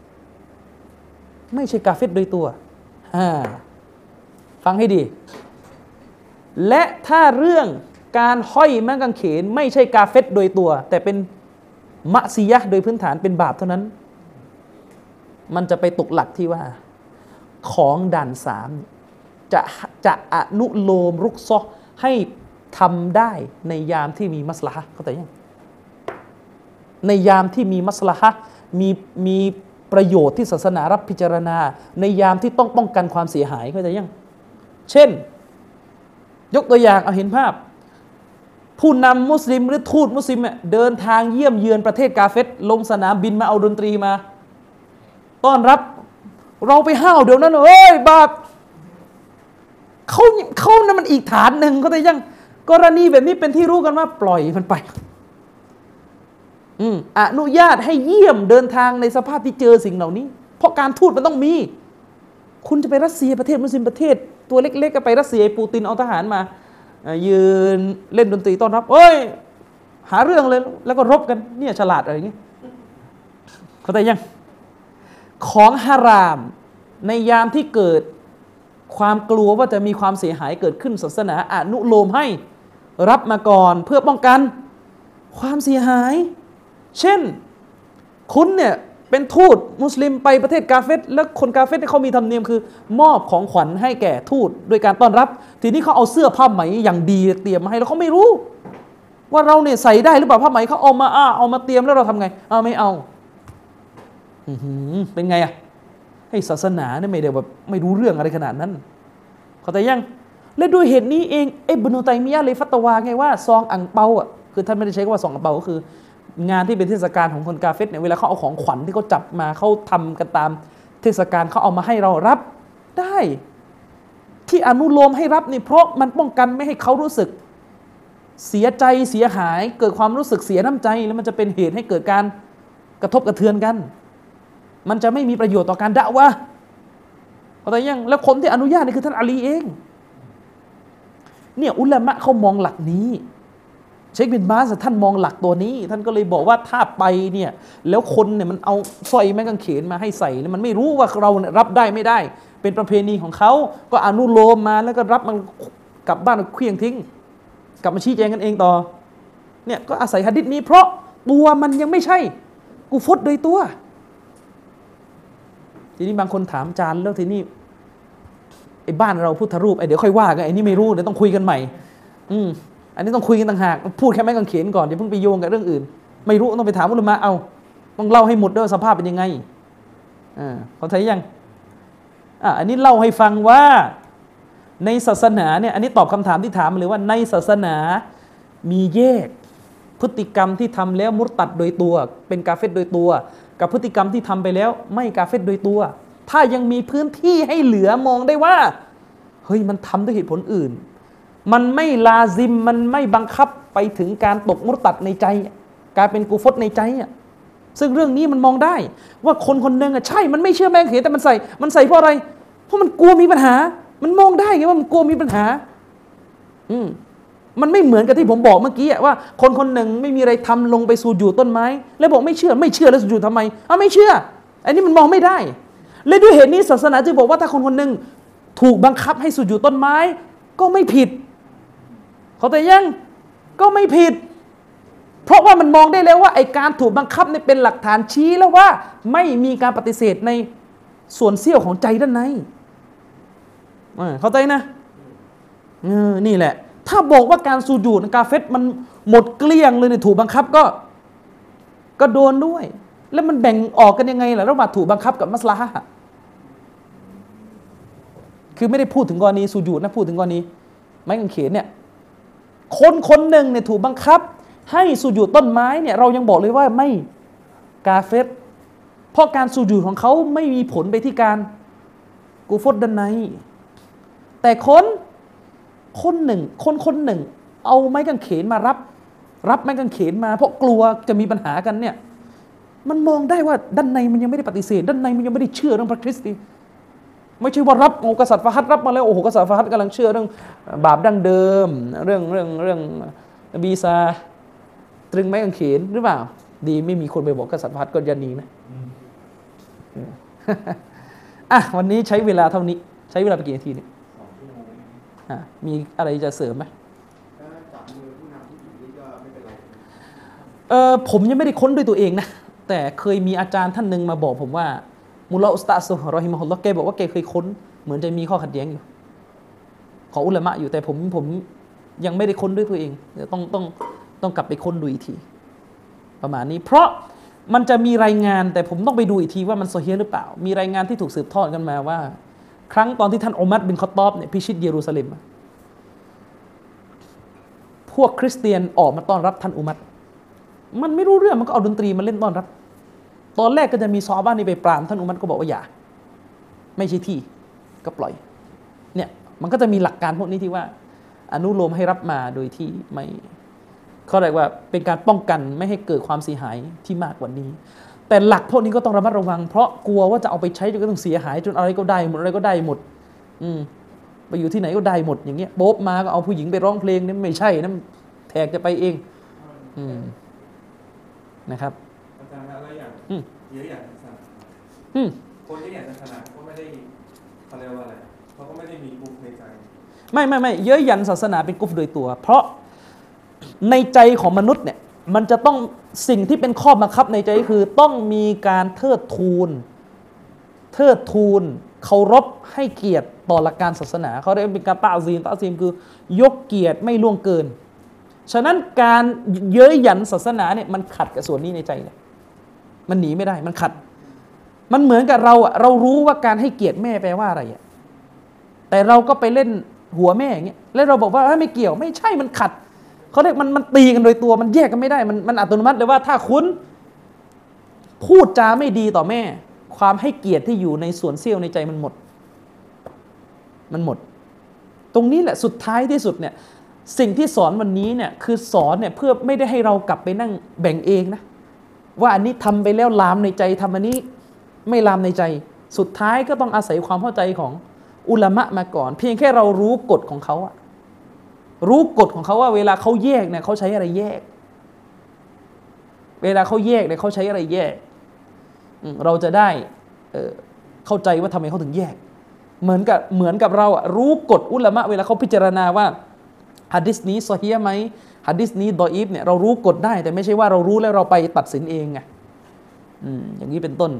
ไม่ใช่กาเฟรโดยตัวอ่าฟังให้ดีและถ้าเรื่องการห้อยไม้กางเขนไม่ใช่กาเฟรโดยตัวแต่เป็นมะซียะห์โดยพื้นฐานเป็นบาปเท่านั้นมันจะไปตกหลักที่ว่าของด่านสามจะจะอนุโลมรุกซอให้ทำได้ในยามที่มีมัสละฮะห์เข้าใจยังในยามที่มีมัสละฮะห์มีมีประโยชน์ที่ศาสนารับพิจารณาในยามที่ต้องป้องกันความเสียหายเข้าใจยังเช่นยกตัวอย่างเอาเห็นภาพผู้นำมุสลิมหรือทูตมุสลิมเดินทางเยี่ยมเยือนประเทศกาเฟรลงสนามบินมาเอาดนตรีมาต้อนรับเราไปห้าวเดี๋ยวนั้นเอ้ยบาปเขาเขานั่นมันอีกฐานหนึ่งเขาแต่ยังกรณีแบบนี้เป็นที่รู้กันว่าปล่อยมันไปอืมอนุญาตให้เยี่ยมเดินทางในสภาพที่เจอสิ่งเหล่านี้เพราะการทูตมันต้องมีคุณจะไปรัสเซียประเทศมุสลิมประเทศตัวเล็กๆก็ไปรัสเซียปูตินเอาทหารมายืนเล่นดนตรีต้อนรับเอ้ยหาเรื่องเลยแล้วก็รบกันเนี่ยฉลาดอะไรอย่างงี้เขาแต่ยังของฮารามในยามที่เกิดความกลัวว่าจะมีความเสียหายเกิดขึ้นศาสนาอนุโลมให้รับมาก่อนเพื่อป้องกันความเสียหายเช่นคุณเนี่ยเป็นทูตมุสลิมไปประเทศกาเฟรแล้วคนกาเฟรเขามีธรรมเนียมคือมอบของขวัญให้แก่ทูตโดยการต้อนรับทีนี้เขาเอาเสื้อผ้าไหมอย่างดีเตรียมมาให้แล้วเขาไม่รู้ว่าเราเนี่ยใส่ได้หรือเปล่าผ้าไหมเขาเอามาอ้าเอามาเตรียมแล้วเราทำไงเอาไม่เอาเป็นไงอะให้ศาสนาเนี่ยไม่ได้แบบไม่รู้เรื่องอะไรขนาดนั้นเข้าใจยังและด้วยเหตุนี้เองอิบนุตัยมียะห์เลยฟัตวาไงว่าซองอั่งเปาอ่ะคือท่านไม่ได้ใช้คำว่าซองอั่งเปาก็คืองานที่เป็นเทศกาลของคนกาเฟรเนี่ยเวลาเขาเอาของขวัญที่เขาจับมาเขาทำกันตามเทศกาลเขาเอามาให้เรารับได้ที่อนุโลมให้รับนี่เพราะมันป้องกันไม่ให้เขารู้สึกเสียใจเสียหายเกิดความรู้สึกเสียน้ำใจแล้วมันจะเป็นเหตุให้เกิดการกระทบกระเทือนกันมันจะไม่มีประโยชน์ต่อการดะวะห์เข้าใจยังแล้วคนที่อนุญาตนี่คือท่านอาลีเองเนี่ยอุลามะเขามองหลักนี้เชคบินบาสท่านมองหลักตัวนี้ท่านก็เลยบอกว่าถ้าไปเนี่ยแล้วคนเนี่ยมันเอาสร้อยไม้กางเขนมาให้ใส่แล้วมันไม่รู้ว่าเราเนี่ยรับได้ไม่ได้เป็นประเพณีของเขาก็อนุโลมมาแล้วก็รับมันกลับบ้านเคลี้ยงทิ้งกลับมาชี้แจงกันเองต่อเนี่ยก็อาศัยหะดีษนี้เพราะตัวมันยังไม่ใช่กูฟดโดยตัวทีนี้บางคนถามอาจารย์แล้วทีนี้ไอ้บ้านเราพุทธรูปไอ้เดี๋ยวค่อยว่ากันไอ้นี่ไม่รู้เดี๋ยวต้องคุยกันใหม่อืมอันนี้ต้องคุยกันต่างหากพูดแค่ไม้กางเขนก่อนอย่าเพิ่งไปโยงกับเรื่องอื่นไม่รู้ต้องไปถามอุลามะเอาต้องเล่าให้หมดด้วยสภาพเป็นยังไงอ่าเข้าใจยังอ่ะอันนี้เล่าให้ฟังว่าในศาสนาเนี่ยอันนี้ตอบคำถามที่ถามมาเลยว่าในศาสนามีแยกพฤติกรรมที่ทำแล้วมุรตัดโดยตัวเป็นกาเฟรโดยตัวกับพฤติกรรมที่ทำไปแล้วไม่กาเฟรโดยตัวถ้ายังมีพื้นที่ให้เหลือมองได้ว่าเฮ้ยมันทำด้วยเหตุผลอื่นมันไม่ลาซิมมันไม่บังคับไปถึงการตกมุรตัดในใจกลายเป็นกูฟดในใจอ่ะซึ่งเรื่องนี้มันมองได้ว่าคนคนหนึ่งอ่ะใช่มันไม่เชื่อแม่งเห็นแต่มันใส่มันใส่เพราะอะไรเพราะมันกลัวมีปัญหามันมองได้ไงว่ามันกลัวมีปัญหาอืมมันไม่เหมือนกับที่ผมบอกเมื่อกี้ว่าคนคนหนึ่งไม่มีอะไรทำลงไปสูญูต้นไม้แล้วบอกไม่เชื่อไม่เชื่อแล้วสูญูทำไมเอาไม่เชื่ออันนี้มันมองไม่ได้และด้วยเหตุนี้ศาสนาจึงบอกว่าถ้าคนคนหนึ่งถูกบังคับให้สูญูต้นไม้ก็ไม่ผิดเขาแต่ยังก็ไม่ผิดเพราะว่ามันมองได้แล้วว่าไอการถูกบังคับเนี่ยเป็นหลักฐานชี้แล้วว่าไม่มีการปฏิเสธในส่วนเสี้ยวของใจด้านในเข้าใจนะเออนี่แหละถ้าบอกว่าการสูญูดกาเฟตมันหมดเกลี้ยงเลยเนี่ยถูกบังคับก็ก็โดนด้วยแล้วมันแบ่งออกกันยังไงล่ะระหว่างถูกบังคับกับมัสลาฮะห์คือไม่ได้พูดถึงกรณีสูญูดนะพูดถึงกรณีไม้กางเขนเนี่ยคนคนหนึ่งเนี่ยถูกบังคับให้สูญูดต้นไม้เนี่ยเรายังบอกเลยว่าไม่กาเฟตเพราะการสูญูดของเขาไม่มีผลไปที่การกูฟรด้านในแต่คนคนหนึ่งคนคนหนึ่งเอาไม้กางเขนมารับรับไม้กางเขนมาเพราะกลัวจะมีปัญหากันเนี่ยมันมองได้ว่าด้านในมันยังไม่ได้ปฏิเสธด้านในมันยังไม่ได้เชื่อเรื่องพระคริสต์ไม่ใช่ว่ารับโอ้กษัตริย์ฟาฮัดรับมาแล้วโอ้โหกษัตริย์ฟาฮัดกำลังเชื่อเรื่องบาปดั้งเดิมเรื่องเรื่องเรื่องบีซาตรึงไม้กางเขนหรือเปล่าดีไม่มีคนไปบอกกษัตริย์ฟาฮัดก็ยันนีนะอ่ะวันนี้ใช้เวลาเท่านี้ใช้เวลาไปกี่นาทีเนี่ยมีอะไรจะเสริมไหมเออผมยังไม่ได้ค้นด้วยตัวเองนะแต่เคยมีอาจารย์ท่านหนึ่งมาบอกผมว่ามุลลาอุสตาซรอฮิมะฮุลลอฮ์แกบอกว่าแกเคยค้นเหมือนจะมีข้อขัดแย้งอยู่ของอุลามะอยู่แต่ผมผมยังไม่ได้ค้นด้วยตัวเองเดี๋ยวต้องต้องต้องกลับไปค้นดูอีกทีประมาณนี้เพราะมันจะมีรายงานแต่ผมต้องไปดูอีกทีว่ามันซอฮีฮ์หรือเปล่ามีรายงานที่ถูกสืบทอดกันมาว่าครั้งตอนที่ท่านอุมัรบินคอฏฏอบเนี่ยพิชิตเยรูซาเล็มพวกคริสเตียนออกมาต้อนรับท่านอุมัรมันไม่รู้เรื่องมันก็เอาดนตรีมาเล่นต้อนรับตอนแรกก็จะมีซอฮาบะห์นี่ไปปรามท่านอุมัรก็บอกว่าอย่าไม่ใช่ที่ก็ปล่อยเนี่ยมันก็จะมีหลักการพวกนี้ที่ว่าอนุโลมให้รับมาโดยที่ไม่เขาเรียกว่าเป็นการป้องกันไม่ให้เกิดความเสียหายที่มากกว่านี้แต่หลักพวกนี้ก็ต้องระมัดระวังเพราะกลัวว่าจะเอาไปใช้จนกระทั่งเสียหายจนอะไรก็ได้หมดอะไรก็ได้หมดอืมไปอยู่ที่ไหนก็ได้หมดอย่างเงี้ยโป๊บมาก็เอาผู้หญิงไปร้องเพลงนี่ไม่ใช่นะแทกจะไปเองอืมนะครับอาจารย์อะไรอย่างเยอะอย่างศาสนาคนที่อยากศาสนาเขาไม่ได้เขาเรียกว่าอะไรเขาก็ไม่ได้มีกุฟในใจไม่ไม่ไม่เยอะยันศาสนาเป็นกุฟโดยตัวเพราะในใจของมนุษย์เนี่ยมันจะต้องสิ่งที่เป็นข้อบังคับในใจคือต้องมีการเทิดทูนเทิดทูนเคารพให้เกียรติต่อหลักการศาสนาเขาเรียกเป็นการตะซีมตะซีมคือยกเกียรติไม่ล่วงเกินฉะนั้นการเย้ยหยันศาสนาเนี่ยมันขัดกับส่วนนี้ในใจเลยมันหนีไม่ได้มันขัดมันเหมือนกับเราอะเรารู้ว่าการให้เกียรติแม่แปลว่าอะไรอะแต่เราก็ไปเล่นหัวแม่อย่างเงี้ยแล้วเราบอกว่าไม่เกี่ยวไม่ใช่มันขัดเขาเรียกมันมันตีกันโดยตัวมันแยกกันไม่ได้มันมันอัตโนมัติเลยว่าถ้าคุณพูดจาไม่ดีต่อแม่ความให้เกียรติที่อยู่ในส่วนเสี้ยวในใจมันหมดมันหมดตรงนี้แหละสุดท้ายที่สุดเนี่ยสิ่งที่สอนวันนี้เนี่ยคือสอนเนี่ยเพื่อไม่ได้ให้เรากลับไปนั่งแบ่งเองนะว่าอันนี้ทำไปแล้วลามในใจทำอันนี้ไม่ลามในใจสุดท้ายก็ต้องอาศัยความเข้าใจของอุลามะมาก่อนเพียงแค่เรารู้กฎของเขาอะรู้กฎของเขาว่าเวลาเขาแยกเนี่ยเขาใช้อะไรแยกเวลาเขาแยกเนี่ยเขาใช้อะไรแยกเราจะได้เอ่อเข้าใจว่าทำไมเขาถึงแยกเหมือนกับเหมือนกับเราอะรู้กฎอุลามะเวลาเขาพิจารณาว่าหะดีษนี้ซอฮีฮ์ไหมหะดีษนี้ดออีฟเนี่ยเรารู้กฎได้แต่ไม่ใช่ว่าเรารู้แล้วเราไปตัดสินเองไงอืมอย่างนี้เป็นต้น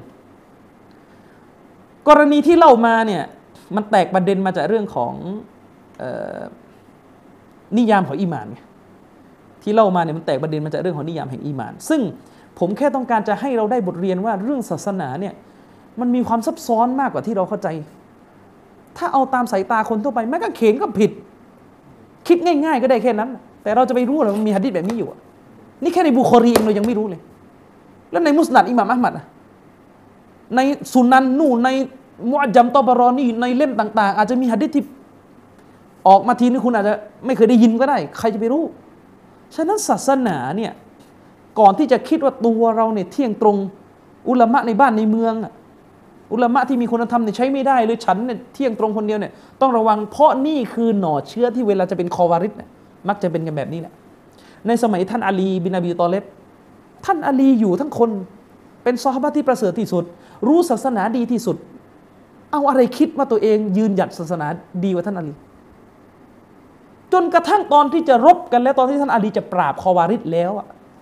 กรณีที่เล่ามาเนี่ยมันแตกประเด็นมาจากเรื่องของเอ่อนิยามของอีหม่านไงที่เล่ามาเนี่ยมันแตกประเด็นมาจากเรื่องของนิยามแห่งอีหม่านซึ่งผมแค่ต้องการจะให้เราได้บทเรียนว่าเรื่องศาสนาเนี่ยมันมีความซับซ้อนมากกว่าที่เราเข้าใจถ้าเอาตามสายตาคนทั่วไปแม้กางเขนก็ผิดคิดง่ายๆก็ได้แค่นั้นแต่เราจะไปรู้เหรอมันมีหะดีษแบบนี้อยู่นี่แค่ในบุคอรีเองเรายังไม่รู้เลยแล้วในมุสนัดอิหม่ามอะห์มัดในสุนันนู่นในมุอ์ญัมตอบารอนีในเล่มต่างๆอาจจะมีหะดีษที่ออกมาทีนึงคุณอาจจะไม่เคยได้ยินก็ได้ใครจะไปรู้ฉะนั้นศาสนาเนี่ยก่อนที่จะคิดว่าตัวเราเนี่ยเที่ยงตรงอุลามะในบ้านในเมืองอุลามะที่มีคุณธรรมเนี่ยใช้ไม่ได้หรือฉันเนี่ยเที่ยงตรงคนเดียวเนี่ยต้องระวังเพราะนี่คือหน่อเชื้อที่เวลาจะเป็นคอวาริดเนี่ยมักจะเป็นกันแบบนี้แหละในสมัยท่านอาลีบินอบีตอเลบท่านอาลีอยู่ทั้งคนเป็นซอฮาบะห์ที่ประเสริฐที่สุดรู้ศาสนาดีที่สุดเอาอะไรคิดว่าตัวเองยืนหยัดศาสนาดีกว่าท่านอาลีจนกระทั่งตอนที่จะรบกันแล้วตอนที่ท่านอาลีจะปราบคอวาริดแล้ว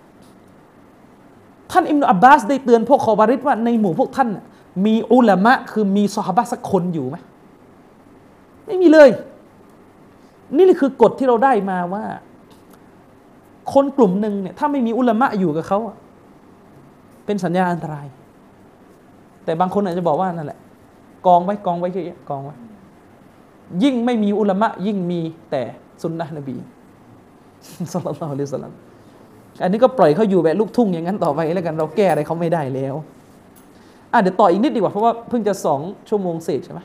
ท่านอิบนุอับบาสได้เตือนพวกคอวาริดว่าในหมู่พวกท่านมีอุลามะคือมีซอฮาบะห์สักคนอยู่ไหมไม่มีเลยนี่คือกฎที่เราได้มาว่าคนกลุ่มหนึ่งเนี่ยถ้าไม่มีอุลามะอยู่กับเขาเป็นสัญญาณอันตรายแต่บางคนอาจจะบอกว่านั่นแหละกองไว้กองไว้เยอะๆกองไว้ยิ่งไม่มีอุลามะยิ่งมีแต่สุนนะนบีศ็อลลัลลอฮุอะลัยฮิวะซัลลัมอันนี้ก็ปล่อยเขาอยู่แบบลูกทุ่งอย่างนั้นต่อไปแล้วกันเราแก้อะไรเขาไม่ได้แล้วอ่ะเดี๋ยวต่ออีกนิดดีกว่าเพราะว่าเพิ่งจะสองชั่วโมงเศษใช่ไหม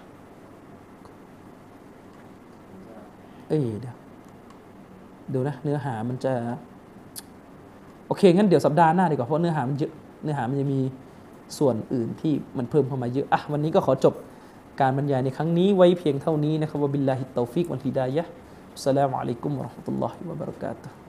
เอ้ยเดี๋ยวดูนะเนื้อหามันจะโอเคงั้นเดี๋ยวสัปดาห์หน้าดีกว่าเพราะเนื้อหามันเยอะเนื้อหามันจะมีส่วนอื่นที่มันเพิ่มเข้ามาเยอะอ่ะวันนี้ก็ขอจบการบรรยายในครั้งนี้ไว้เพียงเท่านี้นะครับวะบิลลาฮิตตอฟิกวัลฮิดายะฮ์อัสสลามุอะลัยกุมวะเราะห์มะตุลลอฮิวะบะเราะกาตุฮ์